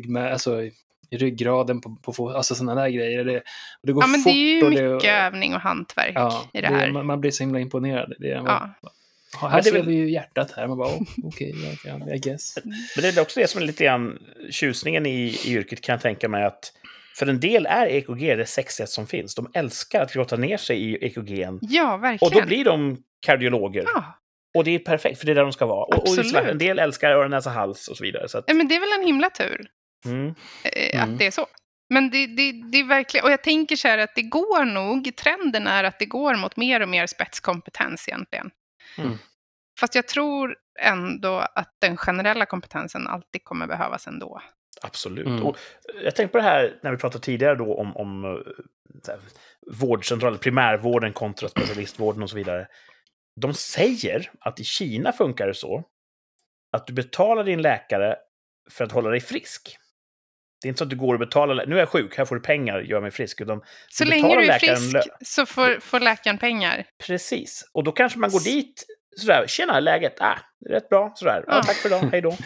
i ryggraden på alltså sådana där grejer. Det går men fort. Det är ju mycket övning och hantverk i det här. Man blir så himla imponerad. Här ser vi ju hjärtat här. Man bara, okej, I guess. Men det är också det som är lite grann tjusningen i yrket, kan jag tänka mig, att för en del är EKG det sexigaste som finns. De älskar att grotta ner sig i EKG:n. Ja, verkligen. Och då blir de kardiologer. Ja. Och det är perfekt, för det är där de ska vara. Och en del älskar öron, näsa, hals och så vidare. Så att... men det är väl en himla tur att det är så. Men det är verkligen... Och jag tänker så här att det går nog... Trenden är att det går mot mer och mer spetskompetens egentligen. Fast jag tror ändå att den generella kompetensen alltid kommer behövas ändå. Absolut. Och jag tänkte på det här när vi pratade tidigare då om vårdcentraler, primärvården kontra specialistvården och så vidare. De säger att i Kina funkar det så att du betalar din läkare för att hålla dig frisk. Det är inte så att du går och betalar, nu är jag sjuk, här får du pengar, gör mig frisk. Utan så länge du är frisk så får läkaren pengar. Precis. Och då kanske man går dit sådär, tjena, läget, det är rätt bra, sådär. Ja, tack för idag, hej då.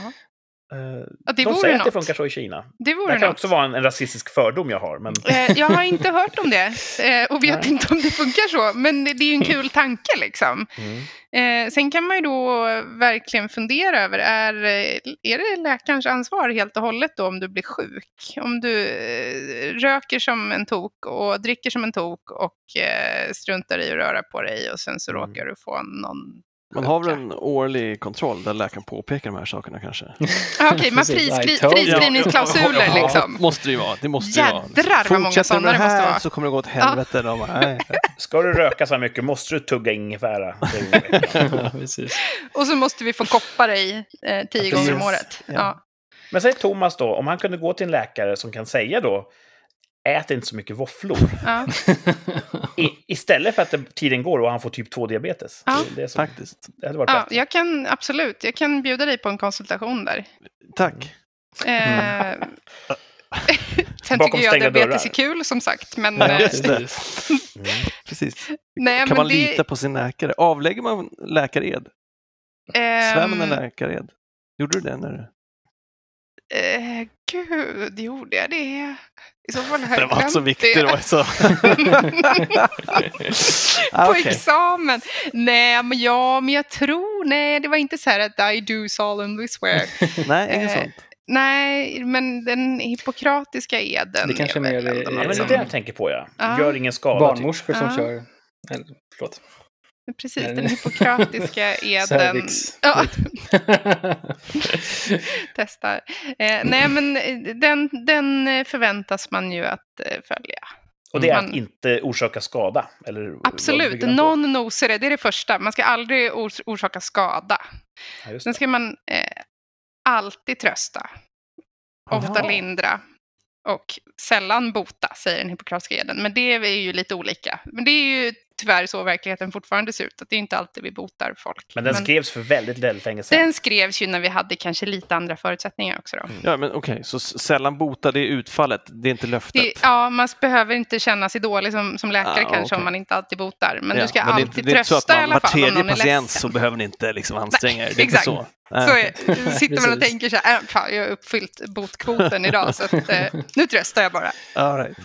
De säger att det funkar så i Kina. Det kan också vara en rasistisk fördom jag har. Men... jag har inte hört om det och vet inte om det funkar så. Men det är ju en kul tanke liksom. Sen kan man ju då verkligen fundera över, är det läkarens ansvar helt och hållet då om du blir sjuk? Om du röker som en tok och dricker som en tok och struntar i att röra på dig och sen så råkar du få någon Man har väl en årlig kontroll där läkaren påpekar de här sakerna kanske. Okej, man friskrivningsklausuler liksom. Måste det ju vara. Det måste Jädrar vad många sådana det måste vara. Så kommer det gå åt helvete. Nej. Ska du röka så här mycket måste du tugga ingefära. Precis. Och så måste vi få koppa dig 10 gånger om året. Ja. Men säg Thomas då, om han kunde gå till en läkare som kan säga då, ät inte så mycket våfflor. Ja. Istället för att tiden går och han får typ 2-diabetes. Ja. Det är så, faktiskt. Det hade varit bättre. Jag kan bjuda dig på en konsultation där. Tack. Sen tycker jag att diabetes är kul, som sagt. Men, Precis. Nej, kan man lita på sin läkare? Avlägger man läkared? Svär man en läkared? Gjorde du det när du... Gud, gjorde jag det? I så fall det var så viktigt. Det var så. På examen. Nej, men jag tror... Nej, det var inte så här att I do solemnly swear. Nej, inget sånt. Nej, men den hippokratiska eden... Det kanske är mer... det är det jag tänker på, ja. Gör ingen skada. Barnmorskor som kör... Förlåt. Precis, den hippokratiska eden. Cervix. Ja. Testar. Nej, men den förväntas man ju att följa. Och det är att inte orsaka skada? Eller absolut, någon nosar det är det första. Man ska aldrig orsaka skada. Ja, sen ska man alltid trösta. Ofta lindra. Och sällan bota, säger den hippokratiska eden. Men det är ju lite olika. Men det är ju tyvärr så verkligheten fortfarande ser ut. Att det är inte alltid vi botar folk. Men den skrevs för väldigt länge sedan. Den skrevs ju när vi hade kanske lite andra förutsättningar också då. Ja, men okej. Så sällan bota, det är utfallet. Det är inte löftet. Man behöver inte känna sig dålig som läkare kanske om man inte alltid botar. Men du ska alltid trösta i alla fall om någon är ledsen. Patient så behöver ni inte liksom anstränga er. Det är exakt. Inte så. Så sitter man och tänker så här, fan, jag har uppfyllt botkvoten idag så att, nu tröstar jag bara. All right.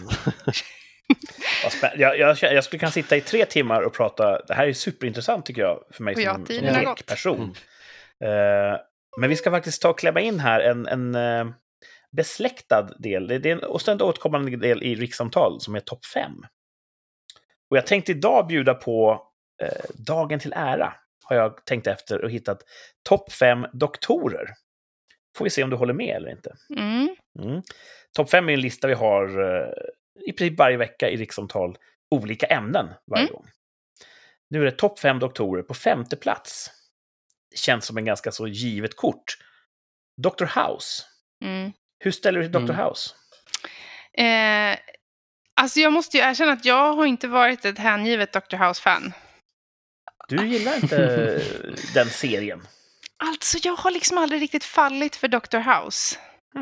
Jag skulle kunna sitta i 3 timmar och prata. Det här är superintressant tycker jag för mig som en person. Men vi ska faktiskt ta och klämma in här en besläktad del. Det är en ständigt återkommande del i rikssamtal som är topp 5. Och jag tänkte idag bjuda på dagen till ära. Har jag tänkt efter och hittat topp 5 doktorer. Får vi se om du håller med eller inte. Topp 5 är en lista vi har i princip varje vecka i rikssamtal. Olika ämnen varje gång. Nu är det topp 5 doktorer på 5:e plats. Känns som en ganska så givet kort. Dr. House. Hur ställer du till Dr. House? Alltså jag måste ju erkänna att jag har inte varit ett hängivet Dr. House-fan. Du gillar inte den serien? Alltså jag har liksom aldrig riktigt fallit för Dr. House.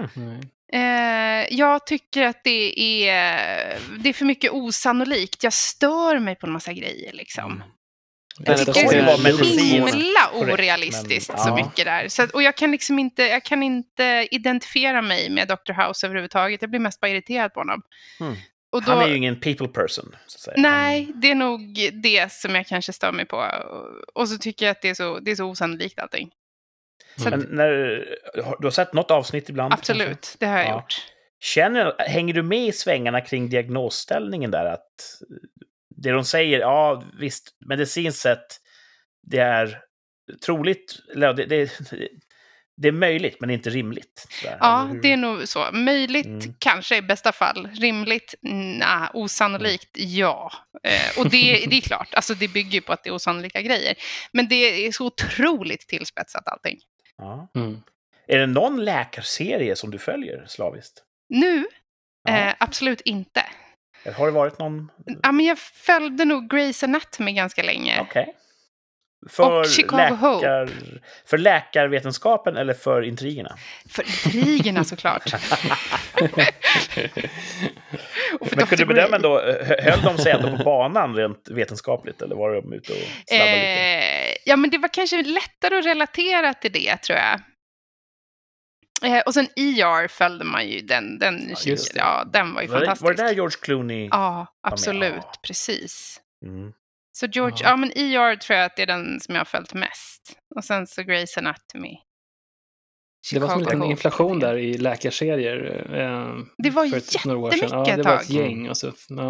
Jag tycker att det är för mycket osannolikt. Jag stör mig på en massa grejer liksom. Jag tycker det är så himla orealistiskt så mycket där. Så, och jag kan liksom inte identifiera mig med Dr. House överhuvudtaget. Jag blir mest bara irriterad på honom. Och då, han är ju ingen people person, så att säga. Nej, det är nog det som jag kanske stör mig på. Och så tycker jag att det är så osannolikt allting. Så men du har sett något avsnitt ibland? Absolut, kanske? Det har jag gjort. Hänger du med i svängarna kring diagnosställningen där? Att det de säger, ja visst, medicinskt sett, det är troligt, eller det är möjligt, men inte rimligt. Sådär. Ja, det är nog så. Möjligt kanske i bästa fall. Rimligt? Nej. Osannolikt? Ja. Och det är klart. Alltså det bygger ju på att det är osannolika grejer. Men det är så otroligt tillspetsat allting. Ja. Är det någon läkarserie som du följer slaviskt? Nu? Absolut inte. Har det varit någon? Ja, men jag följde nog Grey's Anatomy ganska länge. Okej. Och Chicago Hope. För läkarvetenskapen eller för intrigerna? För intrigerna såklart. Men kunde du bedöma ändå, höll de sig ändå på banan rent vetenskapligt? Eller var de ute och sladdade lite? Ja, men det var kanske lättare att relatera till det, tror jag. Och sen ER följde man ju den den var ju fantastisk. Var det där George Clooney? Ja, absolut, precis. Så George, men ER tror jag att det är den som jag har följt mest. Och sen så Grey's Anatomy. Det var som en liten inflation där i läkarserier. Det var jättemycket det var ett gäng. Och så,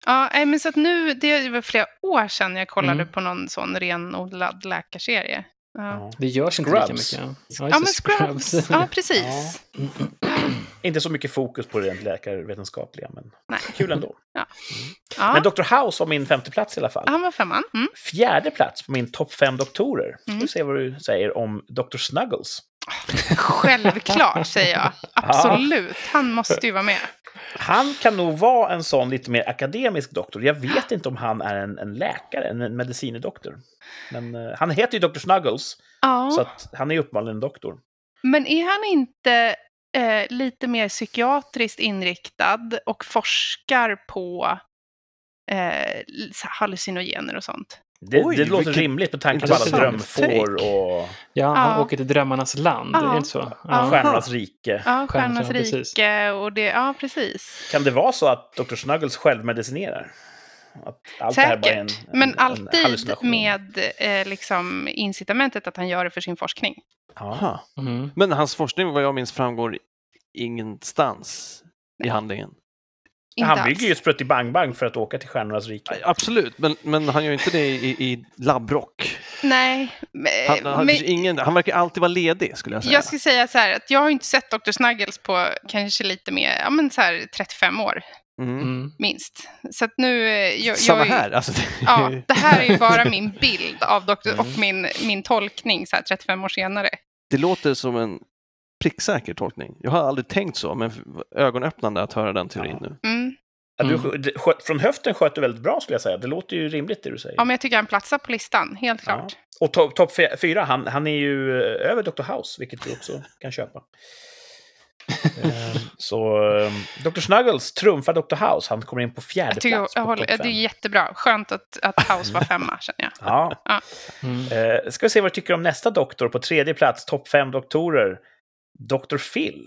Ja, men så att nu, det var flera år sedan jag kollade på någon sån renodlad läkarserie. Ja. Det görs inte lika mycket. Ja, men Scrubs. Ja, precis. Inte så mycket fokus på det rent läkarvetenskapliga, men kul ändå. Ja. Men Dr. House var min 5:e plats i alla fall. Han var 5:an. 4:e plats på min topp 5 doktorer. Ska vi se vad du säger om Dr. Snuggles. Självklart, säger jag. Absolut. Han måste ju vara med. Han kan nog vara en sån lite mer akademisk doktor. Jag vet inte om han är en läkare, en medicinedoktor. Men han heter ju Dr. Snuggles, så att han är uppenbarligen en doktor. Men är han inte lite mer psykiatriskt inriktad och forskar på hallucinogener och sånt? Det låter rimligt med tanke på alla drömfår och... Ja, han åker till drömmarnas land, är det inte så? Stjärnornas rike. Ja, Stjärnornas rike och det, ja precis. Kan det vara så att Dr. Snuggles självmedicinerar? Att allt säkert, det här bara är en men alltid hallucination. med liksom incitamentet att han gör det för sin forskning. Ja. Men hans forskning, vad jag minns, framgår ingenstans i handlingen. Han bygger ju Sprutti Bang Bang för att åka till Stjärnornas rike. Absolut, men han gör inte det i labbrock. Nej. Han verkar alltid vara ledig, skulle jag säga. Jag skulle säga så här, att jag har inte sett Dr. Snuggles på kanske lite mer, så här 35 år. Minst. Så att nu... Samma här. Alltså, det här är ju bara min bild av doktor och min tolkning så här 35 år senare. Det låter som en pricksäker tolkning. Jag har aldrig tänkt så, men ögonöppnande att höra den teorin nu. Från höften sköt du väldigt bra, skulle jag säga. Det låter ju rimligt det du säger. Ja, men jag tycker han platsar på listan, helt klart. Och topp 4, han är ju över Dr. House, vilket du också kan köpa. Så Dr. Snuggles trumfar Dr. House. Han kommer in på 4:e plats. Det är jättebra. Skönt att House var 5:a, känner jag. Ska vi se vad du tycker om nästa doktor på 3:e plats. Topp 5 doktorer. Dr. Phil.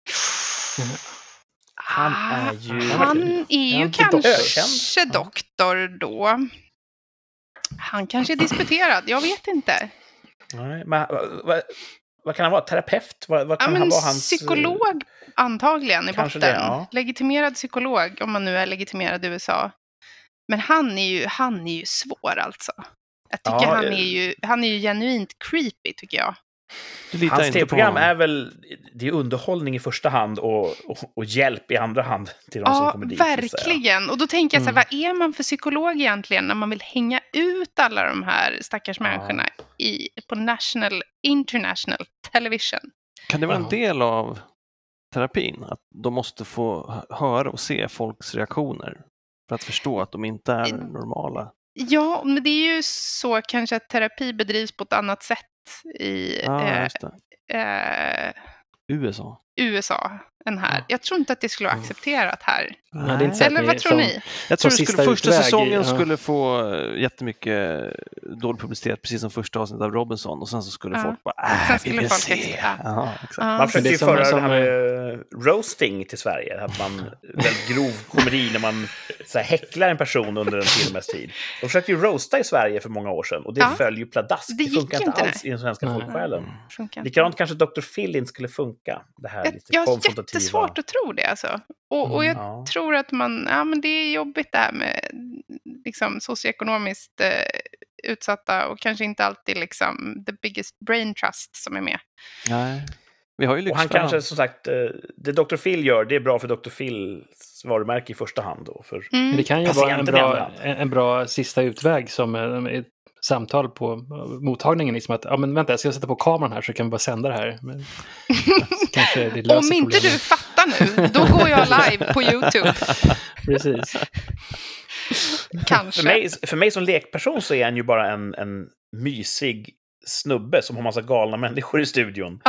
Han är ju kanske doktor då. Han kanske är disputerad. Jag vet inte. Nej, men vad kan han vara? Terapeut? Vad kan han vara? Hans psykolog antagligen i botten. Det, legitimerad psykolog, om man nu är legitimerad i USA. Men han är ju svår alltså. Jag tycker han är ju genuint creepy, tycker jag. Hans tv-program är väl, det är underhållning i första hand och hjälp i andra hand till de som kommer dit. Ja, verkligen. Och då tänker jag så här, vad är man för psykolog egentligen när man vill hänga ut alla de här stackars människorna på international television? Kan det vara en del av terapin? Att de måste få höra och se folks reaktioner för att förstå att de inte är normala? Ja, men det är ju så kanske att terapi bedrivs på ett annat sätt i USA än här. Jag tror inte att det skulle vara accepterat här. Eller vad tror ni? Jag tror att första säsongen skulle få jättemycket dålig publicitet, precis som första avsnittet av Robinson, och sen så skulle folk bara vi vill se. Man försökte ju föra det här med roasting till Sverige, att man väldigt grov komedi när man så här häcklar en person under en timmes tid. De försökte ju roasta i Sverige för många år sedan, och det föll ju pladask. Det funkar inte alls i den svenska folksjälen. Likadant kanske Dr. Phil inte skulle funka. Det här lite konfrontativa. Det är svårt att tro det alltså. Och jag tror att men det är jobbigt det här med liksom socioekonomiskt utsatta och kanske inte alltid liksom the biggest brain trust som är med. Nej. Vi har ju och han kanske, som sagt, det Dr. Phil gör, det är bra för Dr. Phils varumärke i första hand då. Men det kan ju vara en bra sista utväg som ett samtal på mottagningen, liksom att vänta, jag ska sätta på kameran här så kan vi bara sända det här. Men, kanske det om inte problemet. Du fattar nu, då går jag live på YouTube. Precis. Kanske. För mig som lekperson så är han ju bara en mysig snubbe som har massa galna människor i studion.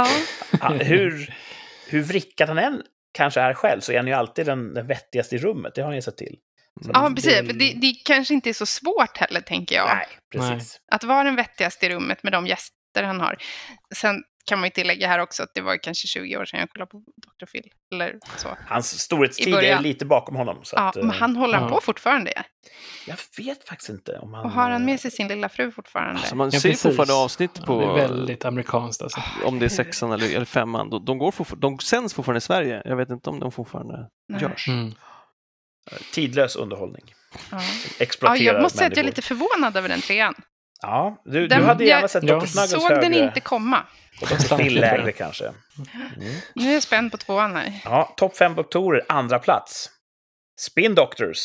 Hur vrickad han än kanske är själv, så är han ju alltid den vettigaste i rummet. Det har ni sett till. Ja, precis. Det kanske inte är så svårt heller, tänker jag. Nej, precis. Att vara den vettigaste i rummet med de gäster han har. Sen kan man ju tillägga här också att det var kanske 20 år sedan jag kollade på Dr. Phil. Eller så. Hans storhetstid är lite bakom honom. Så men han håller på fortfarande. Jag vet faktiskt inte om han... Och har han med sig sin lilla fru fortfarande? Alltså man ser fortfarande avsnitt på... det är väldigt amerikanskt alltså. Om det är 6:an eller 5:an. De sänds fortfarande i Sverige. Jag vet inte om de fortfarande görs. Tidlös underhållning. Ja. Exploaterar Jag måste säga att jag är människor. lite förvånad över den 3:an. Ja, du Den- hade gärna jag sett Ja. Dr. Snuggles Såg högre. den inte komma. Och Dr. Phil lägre kanske. Nu är jag spänd på 2:an här. Ja, topp 5 doktorer, andra plats. Spin Doctors.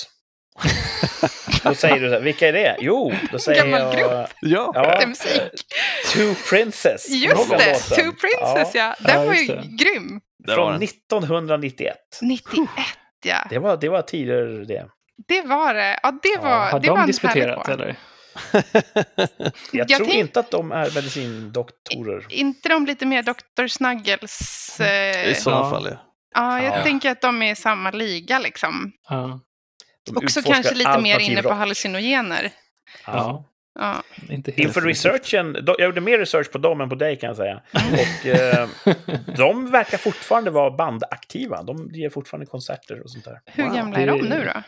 Då säger du så här, vilka är det? Jo, då säger Gammal jag... grupp. Ja, Det är musik. Two Princess. Just Kommer det, låten. Two Princess, ja. Den Ja, var ju just det. grym. det var Från den. 1991. 91, ja. Det var tidigare det. Det var det. Ja, det var, Har det var de en disputerat härlig eller? Jag tror inte att de är medicindoktorer. Inte de lite mer Dr. Snuggles? I så Ja. fall, ja. Ja, jag Ja. tänker att de är i samma liga liksom. Ja. De Också utforskar kanske lite mer alternativ inne på rock. hallucinogener. Ja. Ja. Inte helt Inför likt. researchen, jag gjorde mer research på dem än på dig kan jag säga. Och de verkar fortfarande vara bandaktiva. De ger fortfarande konserter och sånt där. Hur Wow. gamla är de nu då?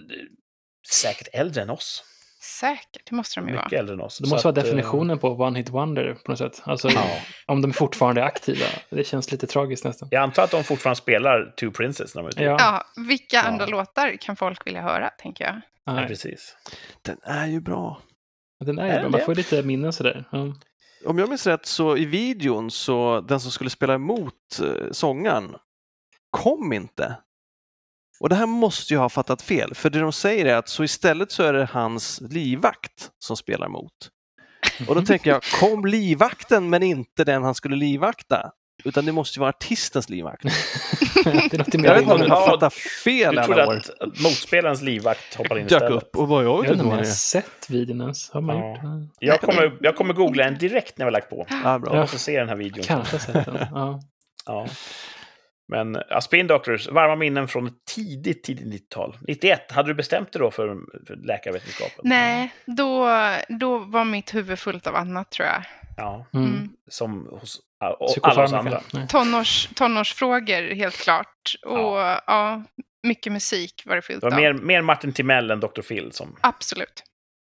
Säkert äldre än oss. Säkert, det måste de ju vara. Mycket äldre än oss. Det måste Så vara att, definitionen på One Hit Wonder på något sätt. Alltså, Ja. om de fortfarande är aktiva. Det känns lite tragiskt nästan. Jag antar att de fortfarande spelar Two Princess när de är ute. Ja. Ja, vilka andra låtar kan folk vilja höra, tänker jag. Ja, Nej, precis. Den är ju bra. den är Är ju bra. den Man det? får lite minnen sådär. Ja. Om jag minns rätt så i videon så den som skulle spela emot sångaren kom inte. Och det här måste jag ha fattat fel, för det de säger är att så istället så är det hans livvakt som spelar emot. Och då tänker jag, kom livvakten men inte den han skulle livvakta. Utan det måste ju vara artistens livvakt. Det är något Jag vet inte om mer. jag Ja, fattar fel Du alla trodde år. att motspelarens livvakt hoppade in Dök istället. upp och bara, jag Jag vet vet inte inte om vad jag det har är. sett videon ens. Har man Ja. gjort det? Jag kommer googla den direkt när vi har lagt på. Ja, bra. Jag måste se den här videon. Kanske har sett den. Ja. Ja. Men Spin Doctors, varma minnen från ett tidigt 90-tal. 91, hade du bestämt dig då för läkarvetenskapen? Nej, då var mitt huvud fullt av annat, tror jag. Ja, Mm. som hos alla oss Psykofarmaka. andra. Nej. Tonårsfrågor, helt klart. Och ja, mycket musik var det fyllt Det var av. mer Martin Timell än Dr. Phil. Som... Absolut.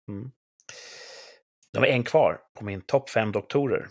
Det var en kvar på min topp 5 doktorer.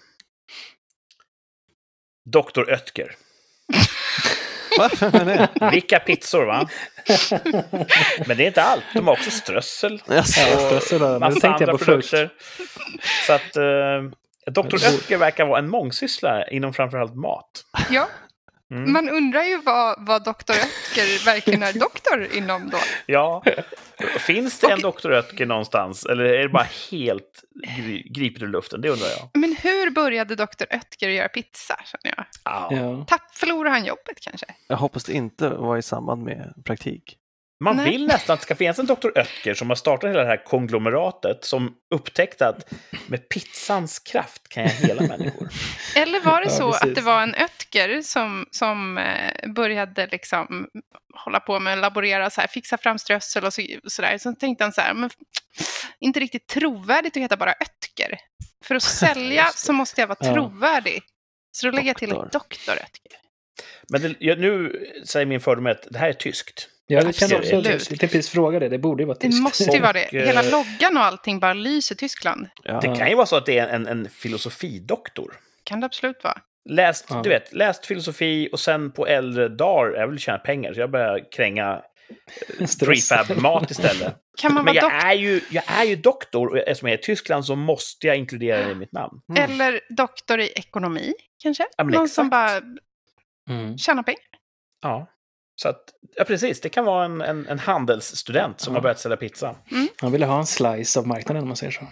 Dr. Oetker. Va? Vem är det? Vilka pizzor, va? Men det är inte allt. De har också strössel. Jaså. Ja, strössel, men det Massa tänkte jag andra på först. produkter. Så att Dr. Oetker verkar vara en mångsysslare inom framförallt mat. Ja, Mm. man undrar ju vad Dr. Oetker verkligen är doktor inom då. Ja. Finns det en Dr. Oetker någonstans? Eller är det bara helt gripet ur luften? Det undrar jag. Men hur började Dr. Oetker göra pizza, känner jag? Ja. Ja. Förlorade han jobbet kanske? Jag hoppas det inte var i samband med praktik. Man Nej. vill nästan att det ska finnas en Dr. Oetker som har startat hela det här konglomeratet som upptäckte att med pizzans kraft kan jag hela människor. Eller var det Ja, så precis. att det var en Oetker som började liksom hålla på med att laborera så här, fixa fram strössel och sådär. Så tänkte han så här, men inte riktigt trovärdigt att heta bara Oetker. För att sälja Just det. så måste jag vara Ja. trovärdig. Så då lägger jag till Doktor. Dr. Oetker. Men nu säger min fördom att det här är tyskt. Ja, det känner också. Absolut. Jag tänkte precis fråga det. Det borde ju vara Det tyskt. måste ju vara det. Och, Hela loggan och allting bara lyser Tyskland. Ja. Det kan ju vara så att det är en filosofidoktor. Kan det absolut vara. Du vet, läst filosofi och sen på äldre dagar, jag vill tjäna pengar, så jag börjar kränga prefab-mat istället. Kan man Men vara jag är ju doktor och eftersom jag är i Tyskland så måste jag inkludera det i mitt namn. Eller doktor i ekonomi, kanske? Ja, men Någon exakt. som bara Mm. tjänar pengar. Ja. Så att, ja precis, det kan vara en handelsstudent som har börjat sälja pizza. Han ville ha en slice av marknaden om man säger så.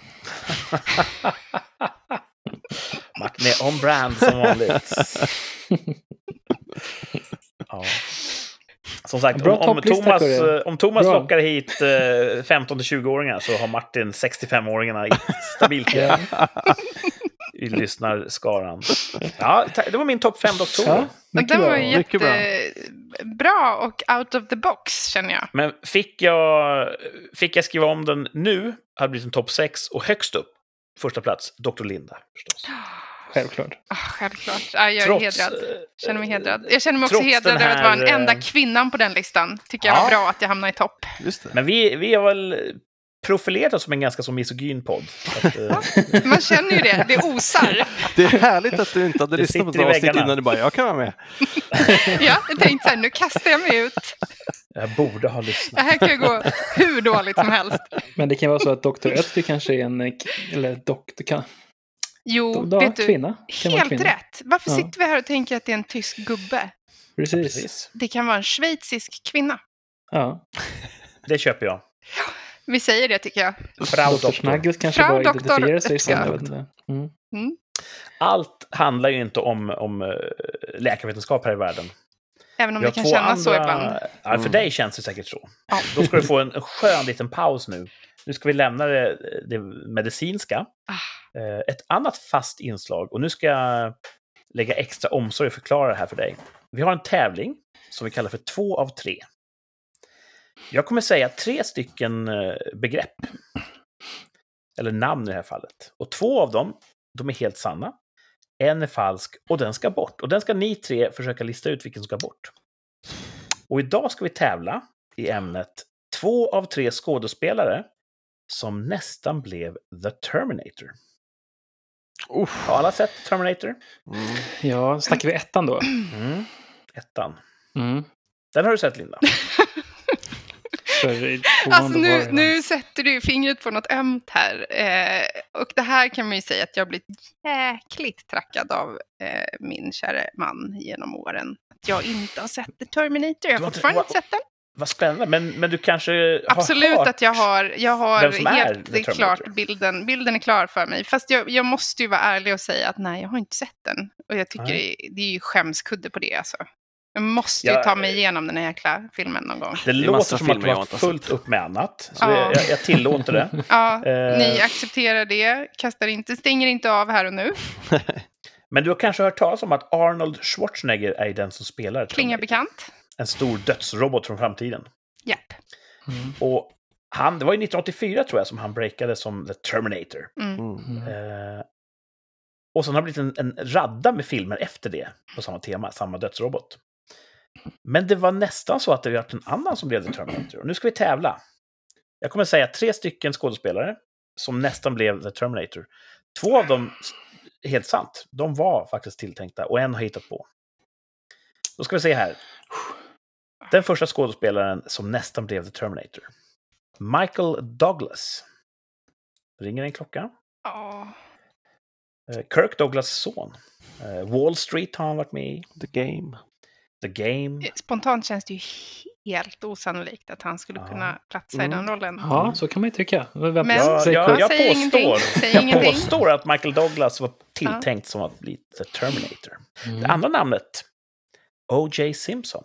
Martin är on brand som vanligt. Ja. Som sagt, Bra om topplista, Kurre. Thomas Bra. lockar hit 15-20-åringar så har Martin 65-åringarna i stabil kö i lyssnarskaran. Ja, det var min topp 5 doktorer. Ja, mycket Den bra. var ju Mycket bra. jättebra och out of the box, känner jag. Men fick jag skriva om den nu, hade blivit en topp 6 och högst upp, första plats, Dr. Linda förstås. Självklart. Självklart. Jag är Trots, hedrad. Känner mig hedrad. Jag känner mig också trots hedrad den över att vara här, den enda kvinnan på den listan. Tycker jag var Ja. bra att jag hamnade i topp. Just det. Men vi har väl profilerat oss som en ganska så misogyn podd. Så att, Man känner ju det. Det osar. Det är härligt att du inte hade Det lyssnat på ett sitter i avsnitt väggarna. innan du bara, jag kan vara med. Ja, jag tänkte så här, nu kastar jag mig ut. Jag borde ha Det lyssnat. här kan ju gå hur dåligt som helst. Men det kan vara så att Dr. Oetker kanske är en... Eller doktor kan... Jo, Ja, vet du, kvinna. Kan vara helt kvinna. rätt. Varför Ja. sitter vi här och tänker att det är en tysk gubbe? Precis. Precis. Det kan vara en schweizisk kvinna. Ja. Det köper jag. Vi säger det, tycker jag. Frau Dr. doktor. Snaggles kanske Frau bara doktor identifierar sig som... Oetker. Jag vet inte. Mm. Allt handlar ju inte om läkarvetenskap här i världen. Även om Vi det har kan två kännas så andra... ibland. Ja, för dig känns det säkert så. Ja. Då ska du få en skön liten paus nu. Nu ska vi lämna det medicinska. Ett annat fast inslag. Och nu ska jag lägga extra omsorg och förklara det här för dig. Vi har en tävling som vi kallar för 2 av 3. Jag kommer säga 3 stycken begrepp. Eller namn i det här fallet. Och 2 av dem, de är helt sanna. En är falsk och den ska bort. Och den ska ni 3 försöka lista ut vilken som ska bort. Och idag ska vi tävla i ämnet 2 av 3 skådespelare som nästan blev The Terminator. Har alla sett Terminator? Ja, snackar vi ettan då? Ettan. Mm. Den har du sett, Linda? För Alltså nu sätter du fingret på något ömt här. Och det här kan man ju säga att jag har blivit jäkligt trackad av min kära man genom åren. Att jag inte har sett The Terminator. Jag har fortfarande inte sett den. Vad spännande, men du kanske har Absolut hört att jag har vem som är The helt Terminator. klart bilden är klar för mig. Fast jag måste ju vara ärlig och säga att nej, jag har inte sett den. Och jag tycker det är ju skämskudde på det alltså. Jag måste ju ta mig igenom den här jäkla filmen någon gång. Det låter som att du har fullt upp med annat. Så jag tillåter det. Ja, ni accepterar det. Stänger inte av här och nu. Men du har kanske hört talas om att Arnold Schwarzenegger är den som spelar Klingar bekant. En stor dödsrobot från framtiden. Japp. Och det var ju 1984 tror jag som han breakade som The Terminator. Och sen har det blivit en radda med filmer efter det på samma tema, samma dödsrobot. Men det var nästan så att det var en annan som blev The Terminator. Och nu ska vi tävla. Jag kommer säga 3 stycken skådespelare som nästan blev The Terminator. 2 av dem, helt sant, de var faktiskt tilltänkta och en har hittat på. Då ska vi se här. Den första skådespelaren som nästan blev The Terminator. Michael Douglas. Ringer en klocka? Ja. Kirk Douglas son. Wall Street har han varit med i. The Game. Spontant känns det ju helt osannolikt att han skulle kunna platsa i den rollen. Ja, så kan man ju tycka. Men jag påstår att Michael Douglas var tilltänkt som att bli The Terminator. Det andra namnet, O.J. Simpson.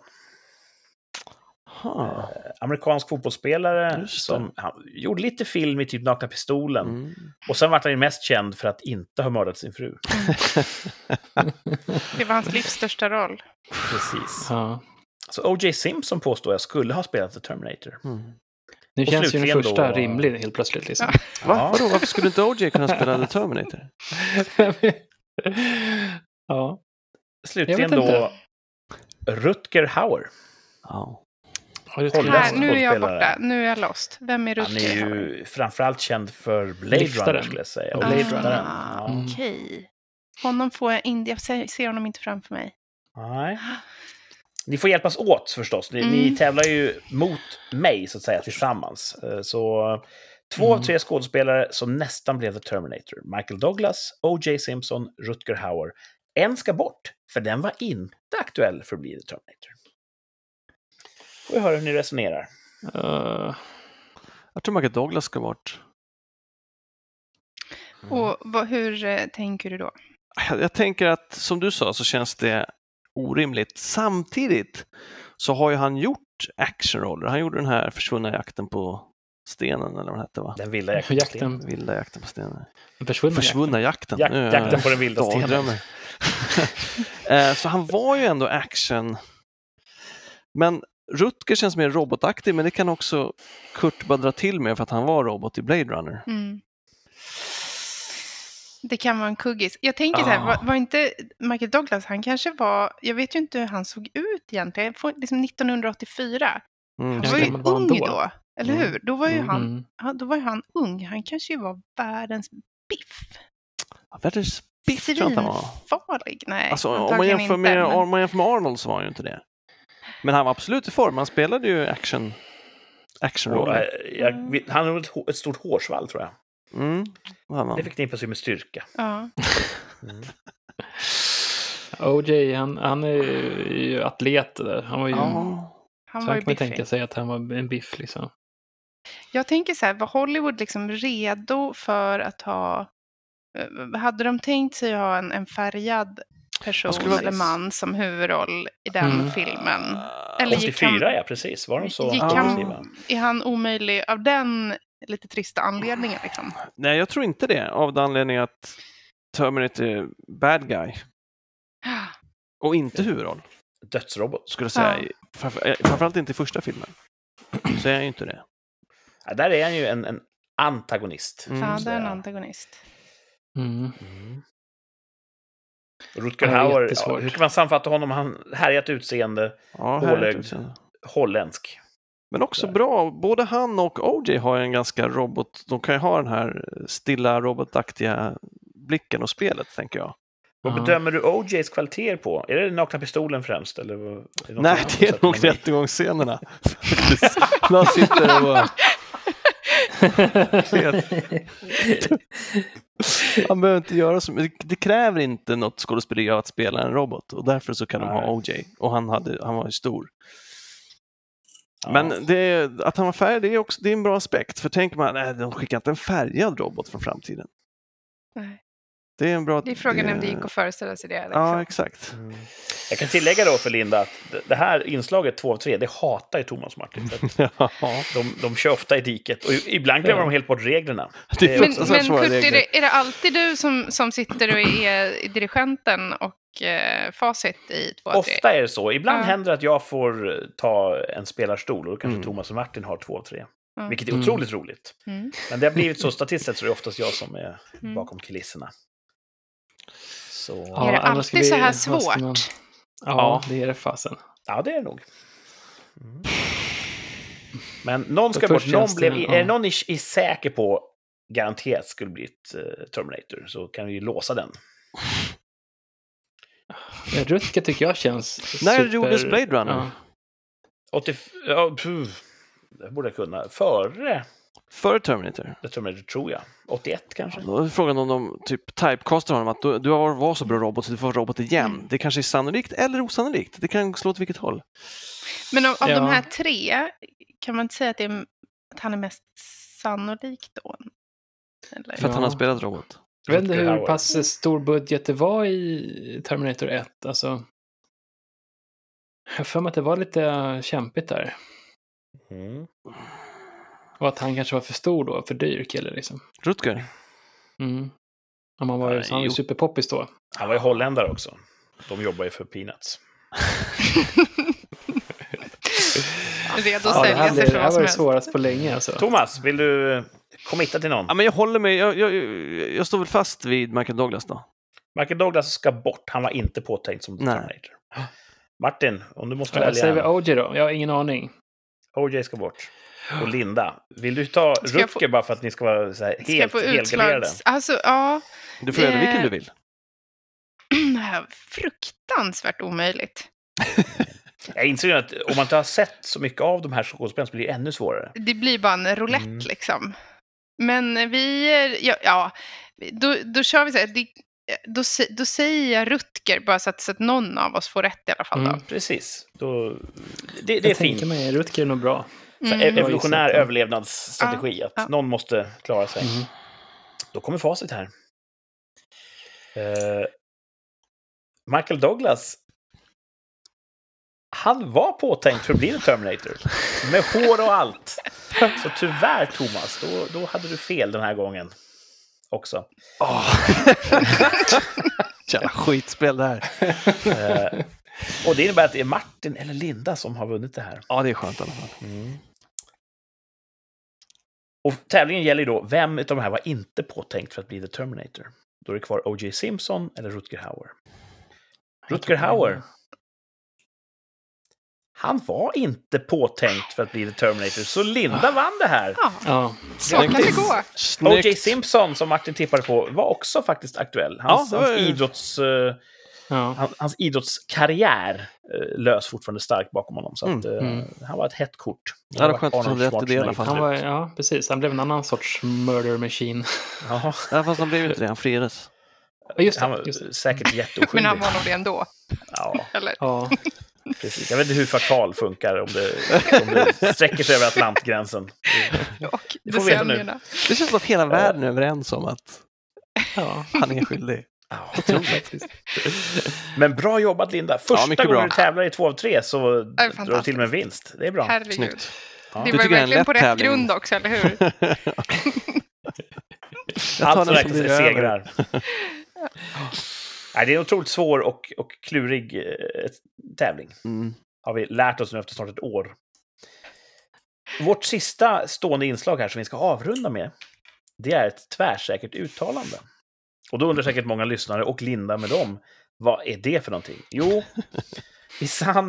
Amerikansk fotbollsspelare som gjorde lite film i typ Nakna Pistolen. Och sen var han ju mest känd för att inte ha mördat sin fru. Det var hans livs största roll. Precis. Så O.J. Simpson påstår jag skulle ha spelat The Terminator. Nu känns ju den första rimlig helt plötsligt. Liksom. Vadå? Varför skulle inte O.J. kunna spela The Terminator? Ja. Slutligen då Rutger Hauer. Nu är jag borta. Nu är jag lost. Vem är Rutger? Han är ju framförallt känd för Blade Runner skulle jag säga. Okej. Honom får jag inte. Jag ser honom inte framför mig. Nej. Ni får hjälpas åt förstås. Ni tävlar ju mot mig så att säga tillsammans. Så 2 av 3 skådespelare som nästan blev The Terminator. Michael Douglas, O.J. Simpson, Rutger Hauer. En ska bort, för den var inte aktuell för att bli The Terminator. Får vi höra hur ni resonerar. Jag tror Michael Douglas ska bort. Och hur tänker du då? Jag tänker att, som du sa, så känns det orimligt. Samtidigt så har ju han gjort actionroller. Han gjorde den här Försvunna jakten på stenen, eller vad den hette, va? Den vilda jakten på stenen. Vilda jakten på stenen. Försvunna jakten. Jakten på den vilda stenen. Så han var ju ändå action. Men Rutger känns mer robotaktig, men det kan också Kurt bara dra till med för att han var robot i Blade Runner. Det kan vara en kuggis. Jag tänker så här, var inte Michael Douglas, han kanske var, jag vet ju inte hur han såg ut egentligen, liksom 1984. Han var ju ung då, eller hur? Då var ju han ung. Han kanske ju var världens biff. Världens biff tror jag inte han var. Farlig, nej. Alltså, om man jämför med Arnold så var han ju inte det. Men han var absolut i form. Han spelade ju action Han har ett stort hårsvall, tror jag. Det förknippas ju med styrka. Ja. OJ, han är ju atlet där. Han var ju... Han var ju kan man tänka biffig. sig att han var en biff liksom. Jag tänker så här, var Hollywood liksom redo för att ha... Hade de tänkt sig att ha en färgad person eller man som huvudroll i den filmen? Eller 84, ja, precis. Var de så aggressiva? Är han omöjlig av den lite trista anledningen liksom? Nej, jag tror inte det. Av den anledningen att Terminator är bad guy. Och inte huvudroll. Dödsrobot. Skulle jag säga. Framförallt inte i första filmen. Så är jag ju inte det. Ja, där är han ju en antagonist. Ja, det är en antagonist. Rutger Hauer, hur kan man sammanfatta honom? Han härjat utseende, holländsk. Men också bra, både han och OJ har en ganska de kan ju ha den här stilla robotaktiga blicken och spelet, tänker jag. Vad bedömer du OJs kvaliteter på? Är det nakna pistolen främst? Eller nej, det är nog rättegångsscenerna. Man sitter och... Han behöver inte göra så mycket. Det kräver inte något skådespeleri att spela en robot. Och därför så kan de ha OJ. Och han var ju stor. Men att han var färgad, det är en bra aspekt. För tänker man, de skickar inte en färgad robot från framtiden. Nej. Det är frågan om det gick att föreställa sig det. Liksom. Ja, exakt. Jag kan tillägga då för Linda att det här inslaget 2 av 3, det hatar ju Thomas Martin. De kör ofta i diket. Och ibland glömmer de helt bort reglerna. Men Kurt, är det alltid du som sitter och är dirigenten och facit i 2 av 3? Ofta är det så. Ibland händer det att jag får ta en spelarstol och då kanske Thomas och Martin har 2 av 3. Vilket är otroligt roligt. Men det har blivit så statistiskt så det är oftast jag som är bakom kulisserna. Så... Är det alltid så här svårt? Ja, det är det fasen. Ja, det är det nog. Men någon ska bort. Är det någon är säker på garanterat skulle bli ett Terminator så kan vi ju låsa den. Rutger tycker jag känns När gjordes Blade Runner? Det borde jag kunna. Före Terminator? Terminator tror jag. 81 kanske. Då är frågan om de typ typecastar honom att du har varit så bra robot så du får vara robot igen. Det kanske är sannolikt eller osannolikt. Det kan slå åt vilket håll. Men av de här 3 kan man inte säga att han är mest sannolik då? Eller? För att han har spelat robot. Jag vet inte hur pass stor budget det var i Terminator 1. Alltså, jag för mig att det var lite kämpigt där. Och att han kanske var för stor då, för dyr kille liksom. Rutger? Han var ju superpoppis då. Han var ju holländare också. De jobbar ju för peanuts. Redo att sälja sig för vad som helst. Det här var det svårast på länge alltså. Thomas, vill du committa till någon? Ja, men jag håller med. Jag står väl fast vid Michael Douglas då. Michael Douglas ska bort. Han var inte påtänkt som Terminator. Martin, om du måste välja. Säger vi OJ då? Jag har ingen aning. OJ ska bort. Och Linda, vill du ta Rutger bara för att ni ska vara så här helgarderade? Alltså, ja. Du får göra vilken du vill. Fruktansvärt omöjligt. Jag inser ju att om man inte har sett så mycket av de här skådespelarna så blir det ännu svårare. Det blir bara en roulette liksom. Men då kör vi så här. Då säger jag Rutger bara så att någon av oss får rätt i alla fall. Då. Precis. Det är fint. Jag tänker mig, Rutger är nog bra. Evolutionär överlevnadsstrategi. Att någon måste klara sig. Då kommer facit här. Michael Douglas. Han var påtänkt för att bli en Terminator. Med hår och allt. Så tyvärr, Thomas, då hade du fel den här gången. Också. Jävla skitspel det här. Och det innebär att det är Martin eller Linda som har vunnit det här. Ja, det är skönt i alla fall. Och tävlingen gäller ju då, vem av de här var inte påtänkt för att bli The Terminator? Då är det kvar O.J. Simpson eller Rutger Hauer. Rutger Hauer. Han var inte påtänkt för att bli The Terminator, så Linda vann det här. Ja. Så kan det gå. O.J. Simpson, som Martin tippade på, var också faktiskt aktuell. Hans idrotts Ja. Hans idrottskarriär lös fortfarande starkt bakom honom. Så att, han var ett hett kort. Ja, det var skönt att han rätt i det i alla fall. Han var, ja, precis. Han blev en annan sorts murder machine. Ja, fast han blev inte det. Han friades. han var säkert jätteoskyldig. Men han var nog det ändå. Ja, Eller? Ja. precis. Jag vet inte hur förtal funkar om det sträcker sig över Atlantgränsen. Och Det får vi veta nu. decennierna. Det känns som att hela världen är överens om att Ja. han är skyldig. Ja, Jag tror faktiskt. men bra jobbat, Linda. Första mycket gången bra. du tävlar i 2 av 3 så drar du fantastiskt. till med en vinst. Det är bra. Herregud. Snyggt. Ja. Det Du var tycker det är en verkligen lätt på rätt tävling. grund också, eller hur? Allt som den som räknas blir är över. segrar. Nej, det är en otroligt svår och klurig tävling. Har vi lärt oss nu efter snart ett år. Vårt sista stående inslag här som vi ska avrunda med, det är ett tvärsäkert uttalande. Och då undrar säkert många lyssnare och Linda med dem, vad är det för någonting? Jo, i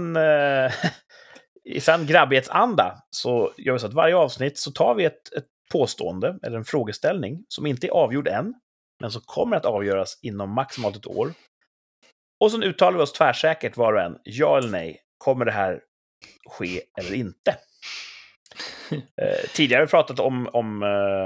sann grabbighetsanda så gör vi så att varje avsnitt så tar vi ett påstående eller en frågeställning som inte är avgjord än, men som kommer att avgöras inom maximalt ett år. Och så uttalar vi oss tvärsäkert var och en, ja eller nej, kommer det här ske eller inte? Tidigare har vi pratat om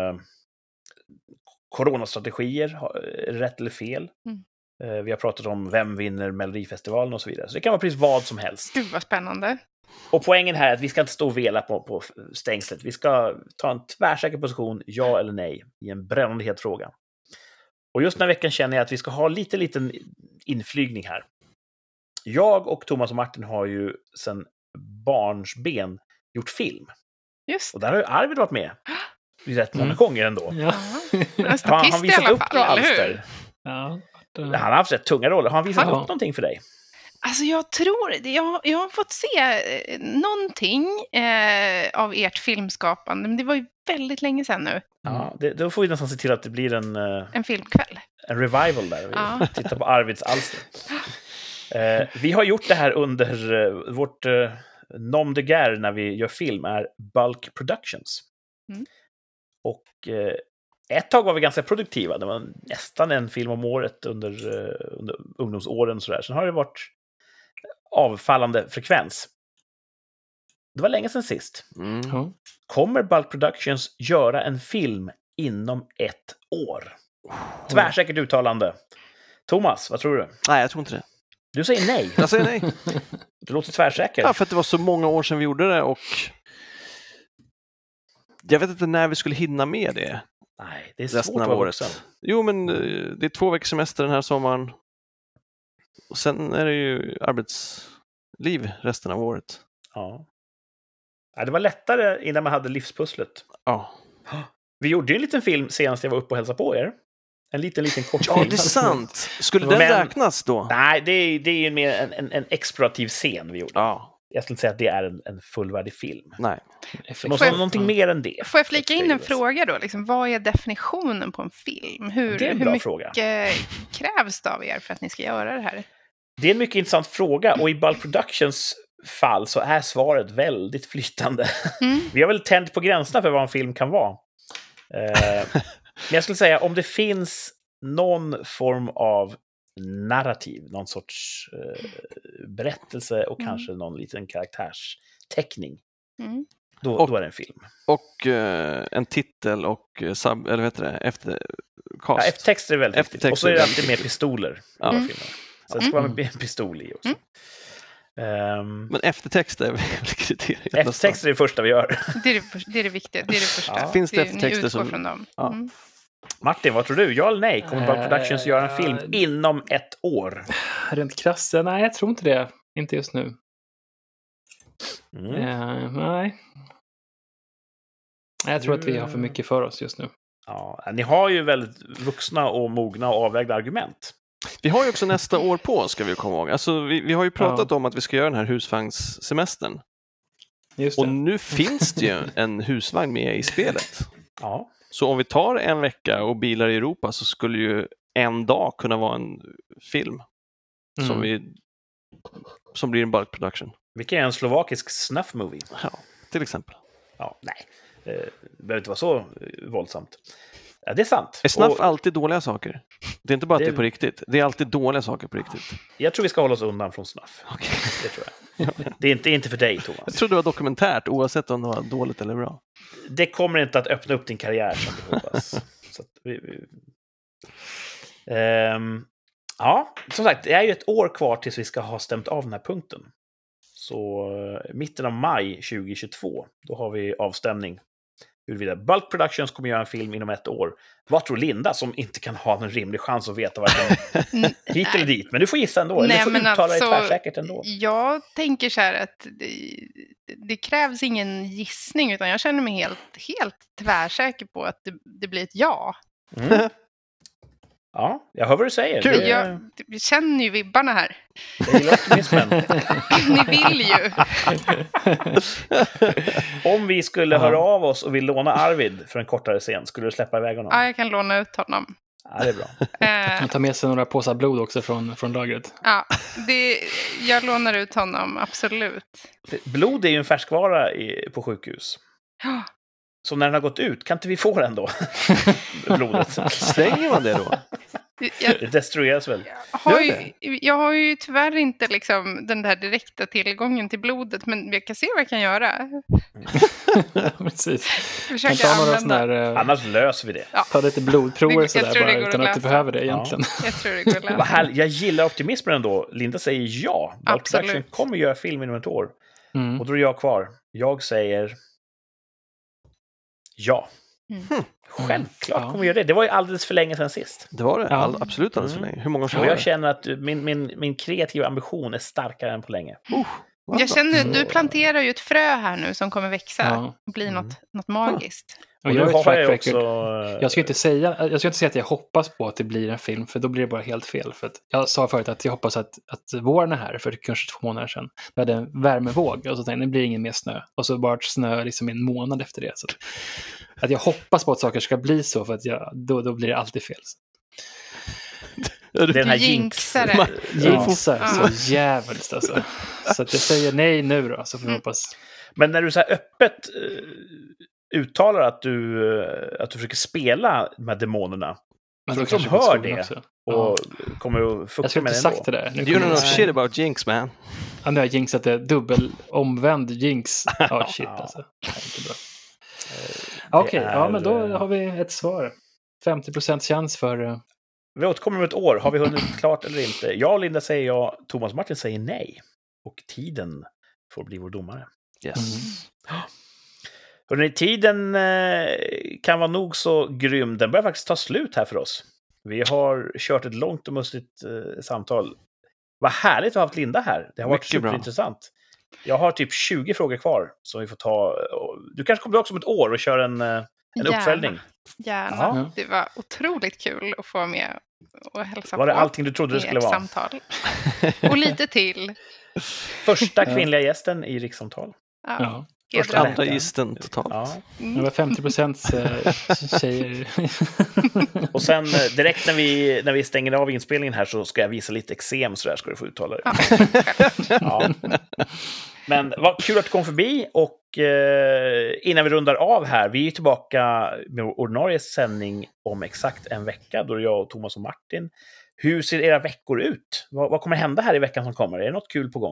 coronastrategier, rätt eller fel. Vi har pratat om vem vinner Melodifestivalen och så vidare. Så det kan vara precis vad som helst. Gud vad spännande. Och poängen här är att vi ska inte stå och vela på stängslet. Vi ska ta en tvärsäker position, ja eller nej, i en brännande het fråga. Och just den här veckan känner jag att vi ska ha liten inflygning här. Jag och Thomas och Martin har ju sedan barnsben gjort film. Just Och där har ju Arvid varit med rätt många gånger ändå. Ja. en Har statist han i visat alla upp fall, några eller hur? alster? Ja. Han har haft rätt tunga roller. Har han visat Ja. upp någonting för dig? Alltså jag tror, jag har fått se någonting av ert filmskapande, men det var ju väldigt länge sedan nu. Ja, då får vi nästan se till att det blir En filmkväll. en revival där. Vi Ja. tittar på Arvids alster. Vi har gjort det här under vårt nom de guerre när vi gör film är Bulk Productions. Och ett tag var vi ganska produktiva. Det var nästan en film om året under ungdomsåren. Så där. Sen har det varit avfallande frekvens. Det var länge sedan sist. Ja. Kommer Bulk Productions göra en film inom 1 år? Tvärsäkert uttalande. Thomas, vad tror du? Nej, jag tror inte det. Du säger nej. Jag säger nej. Du låter tvärsäker. Ja, för att det var så många år sedan vi gjorde det och jag vet inte när vi skulle hinna med det. Nej, det är Resten svårt att av vara året. vuxen. Jo, men det är 2 veckors semester den här sommaren. Och sen är det ju arbetsliv resten av året. Ja. Nej, det var lättare innan man hade livspusslet. Ja, Vi gjorde ju en liten film senast jag var uppe och hälsade på er. En liten kortfilm. ja det är sant. Skulle den Men- räknas då? Nej, det är ju mer en explorativ scen vi gjorde. Ja, Jag skulle inte säga att det är en fullvärdig film. nej. Det måste vara någonting mer än det. Får jag flika in en fråga då? Liksom, vad är definitionen på en film? Det är en hur bra mycket fråga. krävs det av er för att ni ska göra det här? Det är en mycket intressant fråga och i Bulk Productions fall så är svaret väldigt flytande. Vi har väl tänt på gränserna för vad en film kan vara. Men jag skulle säga om det finns någon form av narrativ, någon sorts berättelse och kanske någon liten karaktärsteckning, då är det en film. Och en titel och sub, eller vad heter det? Eftercast. Ja, eftertexter är väldigt viktigt. Eftertexter Och så är det är alltid väldigt med pistoler. Ja. I filmer. Så det ska vara med en pistol i också. Men eftertext är väl kriteriet. Eftertexter är det första vi gör. Det är det viktiga, det är det första. Ja. Finns det Ni eftertexter utgår som- från dem. Ja. Martin, vad tror du? Ja eller nej? Kommer Bulk Productions göra en film inom 1 år? Rent krasst, nej jag tror inte det. Inte just nu. Nej. Jag tror att vi har för mycket för oss just nu. Ja, ni har ju väldigt vuxna och mogna och avvägda argument. Vi har ju också nästa år på oss, ska vi komma ihåg. Alltså, vi har ju pratat om att vi ska göra den här husvagnssemestern. Just Och det. nu finns det ju en husvagn med i spelet. Ja. Så om vi tar en vecka och bilar i Europa så skulle ju en dag kunna vara en film som blir en bulk production. Vilken är en slovakisk snuff movie? Ja, till exempel. Ja, nej. Det behöver inte vara så våldsamt. Ja, det är sant. Är snuff Och alltid dåliga saker? Det är inte bara att Det- det är på riktigt. Det är alltid dåliga saker på riktigt. jag tror vi ska hålla oss undan från snuff. Okej. Det tror jag. Det är inte för dig, Thomas. Jag trodde det var dokumentärt oavsett om det var dåligt eller bra. Det kommer inte att öppna upp din karriär som du hoppas. Så att ja, som sagt, det är ju ett år kvar tills vi ska ha stämt av den här punkten. Så mitten av maj 2022, då har vi avstämning. Huruvida Bulk Productions kommer göra en film inom ett år. Vad tror Linda, som inte kan ha en rimlig chans att veta varken hit eller dit? Men du får gissa ändå, eller du får uttala dig tvärsäkert ändå. Jag tänker så här att det krävs ingen gissning, utan jag känner mig helt tvärsäker på att det blir ett ja. Mm. Ja, jag hör vad du säger. Kul. Jag känner ju vibbarna här. Jag gillar optimismen. Ni vill ju. Om vi skulle höra av oss och vill låna Arvid för en kortare scen, skulle du släppa iväg honom? Ja, jag kan låna ut honom. Ja, det är bra. Eh, Han tar med sig några påsar blod också från lagret. ja, jag lånar ut honom, absolut. Blod är ju en färskvara på sjukhus. Ja, Så när den har gått ut, kan inte vi få den då? Blodet. Slänger man det då? jag, Det destrueras väl? jag har ju tyvärr inte liksom den där direkta tillgången till blodet, men jag kan se vad jag kan göra. Precis. Kan Försöka ta några såna använda. här, Annars löser vi det. ta lite blodprover Jag sådär tror det bara, går utan att att du lösa. behöver det egentligen. Jag tror det går att Vad lösa. härligt. Jag gillar optimismen ändå. Linda säger ja. Bulk Absolut. Production kommer göra film inom ett år. Mm. Och då är jag kvar. Jag säger ja. Mm. Självklart Ja. kommer vi göra det. Det var ju alldeles för länge sedan sist. Det var det. Ja. Absolut alldeles för länge. Hur många år sedan Och var jag det? känner att min kreativa ambition är starkare än på länge. Vad Jag bra. känner att du planterar ju ett frö här nu som kommer växa Ja. och bli något magiskt. Och Och jag nu har ett har jag track också... record. Jag ska inte säga att jag hoppas på att det blir en film, för då blir det bara helt fel. För att jag sa förut att jag hoppas att våren är här, för kanske 2 månader sedan. Vi hade en värmevåg och så tänkte jag, det blir ingen mer snö. Och så bara snö liksom en månad efter det. Så att jag hoppas på att saker ska bli så, för att då blir det alltid fel. Den här Du jinxar det. Jinxar Ja. så jävligt alltså. Så att jag säger nej nu då, så får vi hoppas. Men när du så här öppet uttalar att du försöker spela de här demonerna, Men så då de kanske hör skolan det. också. och kommer att Jag fukta skulle med inte det ändå. sagt det där. Nu You kommer don't know jag- shit about jinx, man. Ja, nu har jag jinxat det. Dubbel omvänd jinx. Ja, shit alltså. Det är inte bra. Okej, ja, men då har vi ett svar. 50% chans för... Vi återkommer om ett år. Har vi hunnit klart eller inte? Jag och Linda säger ja, Thomas Martin säger nej. Och tiden får bli vår domare. Yes. Hörrni, tiden kan vara nog så grym. Den börjar faktiskt ta slut här för oss. Vi har kört ett långt och mustigt samtal. Vad härligt att ha haft Linda här. Det har varit Mycket bra. superintressant. Jag har typ 20 frågor kvar som vi får ta. Du kanske kommer också om ett år och kör en uppföljning. Gärna. Ja. Det var otroligt kul att få med och hälsa Var det på allting du trodde det i skulle ert vara? samtal. Och lite till. Första kvinnliga gästen i rikssamtal. Ja. Ja. Första Hedrar. Andra veckan. gisten totalt. Ja. Det var 50% tjejer. Och sen direkt när vi stänger av inspelningen här så ska jag visa lite eksem, så där ska du få uttala det. Ja, självklart. Ja. Men vad kul att du kom förbi, och innan vi rundar av här, vi är tillbaka med vår ordinarie sändning om exakt en vecka, då är jag och Thomas och Martin. Hur ser era veckor ut? Vad kommer hända här i veckan som kommer? Är det något kul på gång?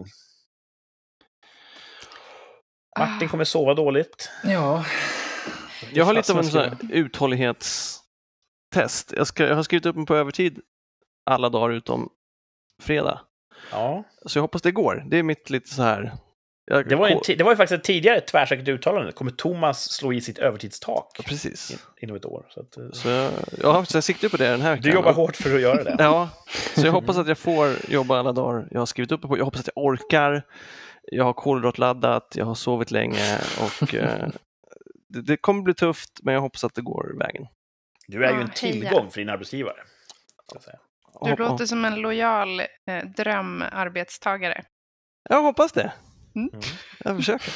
Martin kommer sova dåligt. Ja. Jag har lite av en Fastnar sån här uthållighetstest. Jag har skrivit upp mig på övertid alla dagar utom fredag. Ja. Så jag hoppas det går. Det är mitt lite så här... Det var ju faktiskt ett tidigare tvärsäkert uttalande. Kommer Thomas slå i sitt övertidstak Ja, precis. inom ett år? Så att, Så jag har haft sikte på det den här veckan. du jobbar hårt för att göra det. Ja, så jag hoppas att jag får jobba alla dagar jag har skrivit upp mig på. Jag hoppas att jag orkar. Jag har kolhydratladdat, jag har sovit länge och det kommer bli tufft, men jag hoppas att det går vägen. Du är ju en Ja, heja. tillgång för din arbetsgivare. Ska jag säga. Du låter som en lojal drömarbetstagare. Jag hoppas det. Mm. Jag försöker.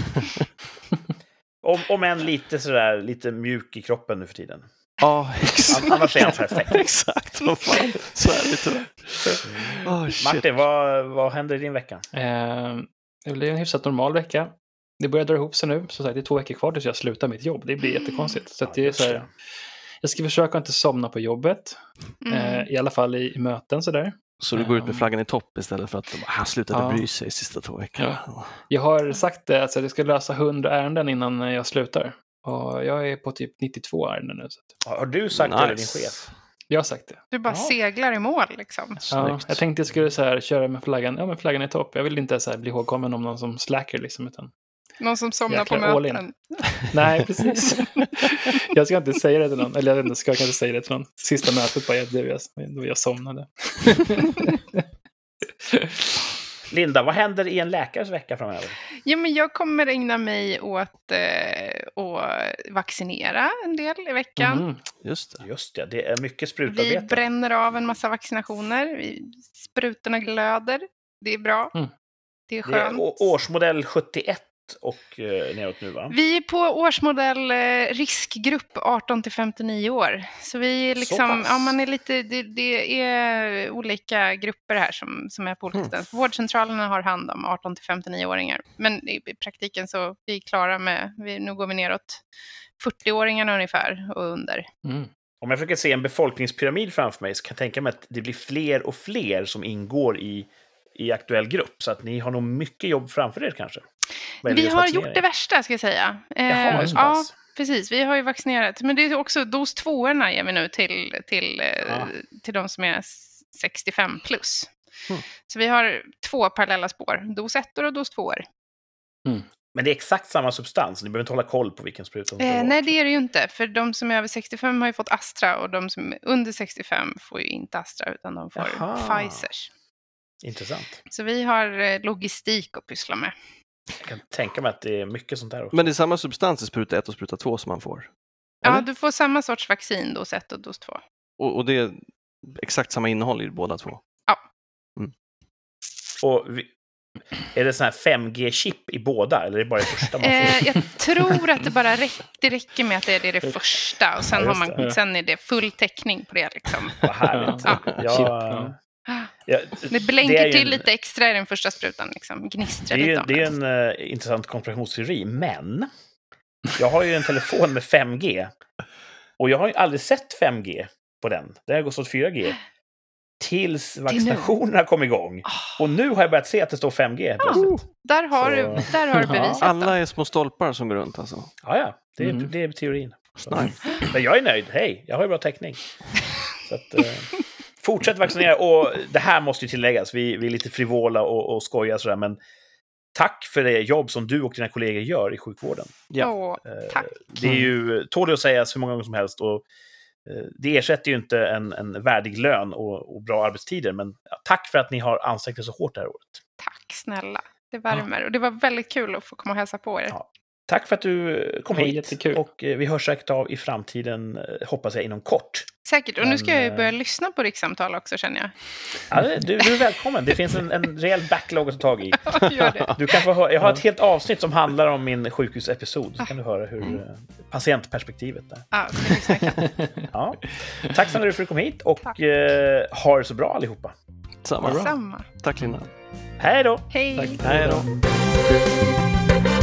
Om än lite mjuk i kroppen nu för tiden. Ja, exakt. Annars är han perfekt. Exakt, vad fan. Så är det tyvärr. Oh, shit. Martin, vad händer i din vecka? Det blir en hyfsat normal vecka. Det börjar dra ihop sig nu. Som sagt, det är 2 veckor kvar tills jag slutar mitt jobb. Det blir jättekonstigt. Så att det är så här, Jag ska försöka inte somna på jobbet. I alla fall i möten sådär. Så du går ut med flaggan i topp istället för att han slutade bry sig sista 2 veckorna. Ja. Jag har sagt det, alltså jag ska lösa 100 ärenden innan jag slutar. Och jag är på typ 92 ärenden nu. Så att... Har du sagt det till din chef? Jag har sagt det. Du bara seglar i mål liksom. Ja, jag tänkte jag skulle så här, köra med flaggan. Ja, men flaggan är topp. Jag vill inte så här bli ihågkommen om någon som slacker liksom. Utan... Någon som somnar på möten. Nej, precis. Jag ska inte säga det till någon. Eller jag ska kanske säga det till någon. Sista mötet bara jag somnade. Linda, vad händer i en läkares vecka framöver? Ja, men jag kommer ägna mig åt att vaccinera en del i veckan. Just det, det är mycket sprutarbete. Vi bränner av en massa vaccinationer. Sprutorna glöder. Det är bra. Det är skönt. Det är årsmodell 71 och neråt nu, va? Vi är på årsmodell riskgrupp 18-59 år. Så vi är liksom, man är lite, det är olika grupper här som är på olika ställen. Vårdcentralerna har hand om 18-59-åringar. Men i praktiken så är vi klara med, nu går vi neråt 40-åringarna ungefär och under. Om jag försöker se en befolkningspyramid framför mig så kan jag tänka mig att det blir fler och fler som ingår i aktuell grupp. Så att ni har nog mycket jobb framför er kanske. Vi har gjort det värsta, ska jag säga. Ja, precis. Vi har ju vaccinerat. Men det är också dos 2:orna ger vi nu till de som är 65 plus. Så vi har 2 parallella spår. Dos 1 och dos 2. Men det är exakt samma substans. Ni behöver inte hålla koll på vilken spruta det nej, det är det ju inte. För de som är över 65 har ju fått Astra. Och de som är under 65 får ju inte Astra, utan de får Pfizers. Intressant. Så vi har logistik att pyssla med. Jag kan tänka mig att det är mycket sånt där också. Men det är samma substans i spruta 1 och spruta 2 som man får? Eller? Ja, du får samma sorts vaccin, dos 1 och dos 2. Och det är exakt samma innehåll i båda 2? Ja. Och är det sån här 5G-chip i båda? Eller är det bara det första man får? Jag tror att det räcker med att det är det första. Och sen, sen är det full täckning på det. Liksom. Vad härligt. Det blänker till lite extra i den första sprutan. Liksom. Gnistrar lite. Det är en intressant konspirationsteori. Men jag har ju en telefon med 5G. Och jag har ju aldrig sett 5G på den. Det har gått åt 4G. Tills vaccinationerna kom igång. Och nu har jag börjat se att det står 5G plötsligt. Där har du beviset. Alla är små stolpar som går runt alltså. Ja. Det är teorin. Men jag är nöjd. Hej, jag har ju bra täckning. Så att, fortsätt vaccinera. Och det här måste ju tilläggas. Vi är lite frivola och skojar sådär. Men tack för det jobb som du och dina kollegor gör i sjukvården. Ja, tack. Det är ju tål att sägas hur många gånger som helst. Och det ersätter ju inte en värdig lön och bra arbetstider. Men tack för att ni har ansträngt er så hårt det här året. Tack snälla. Det värmer. Och det var väldigt kul att få komma och hälsa på er. Ja. Tack för att du kom hit. Jättekul. Och vi hörs säkert av i framtiden, hoppas jag, inom kort. Säkert. Och nu ska jag ju börja lyssna på rikssamtal också, känner jag. Ja, du är välkommen. Det finns en rejäl backlog att ta tag i. Gör det. Du kan få höra, jag har ett helt avsnitt som handlar om min sjukhusepisod. Så kan du höra hur patientperspektivet där. Ja. Tack så mycket för att du kom hit. Och ha det så bra allihopa. Samma. Samma. Tack Linda. Hej då. Hej. Hej då.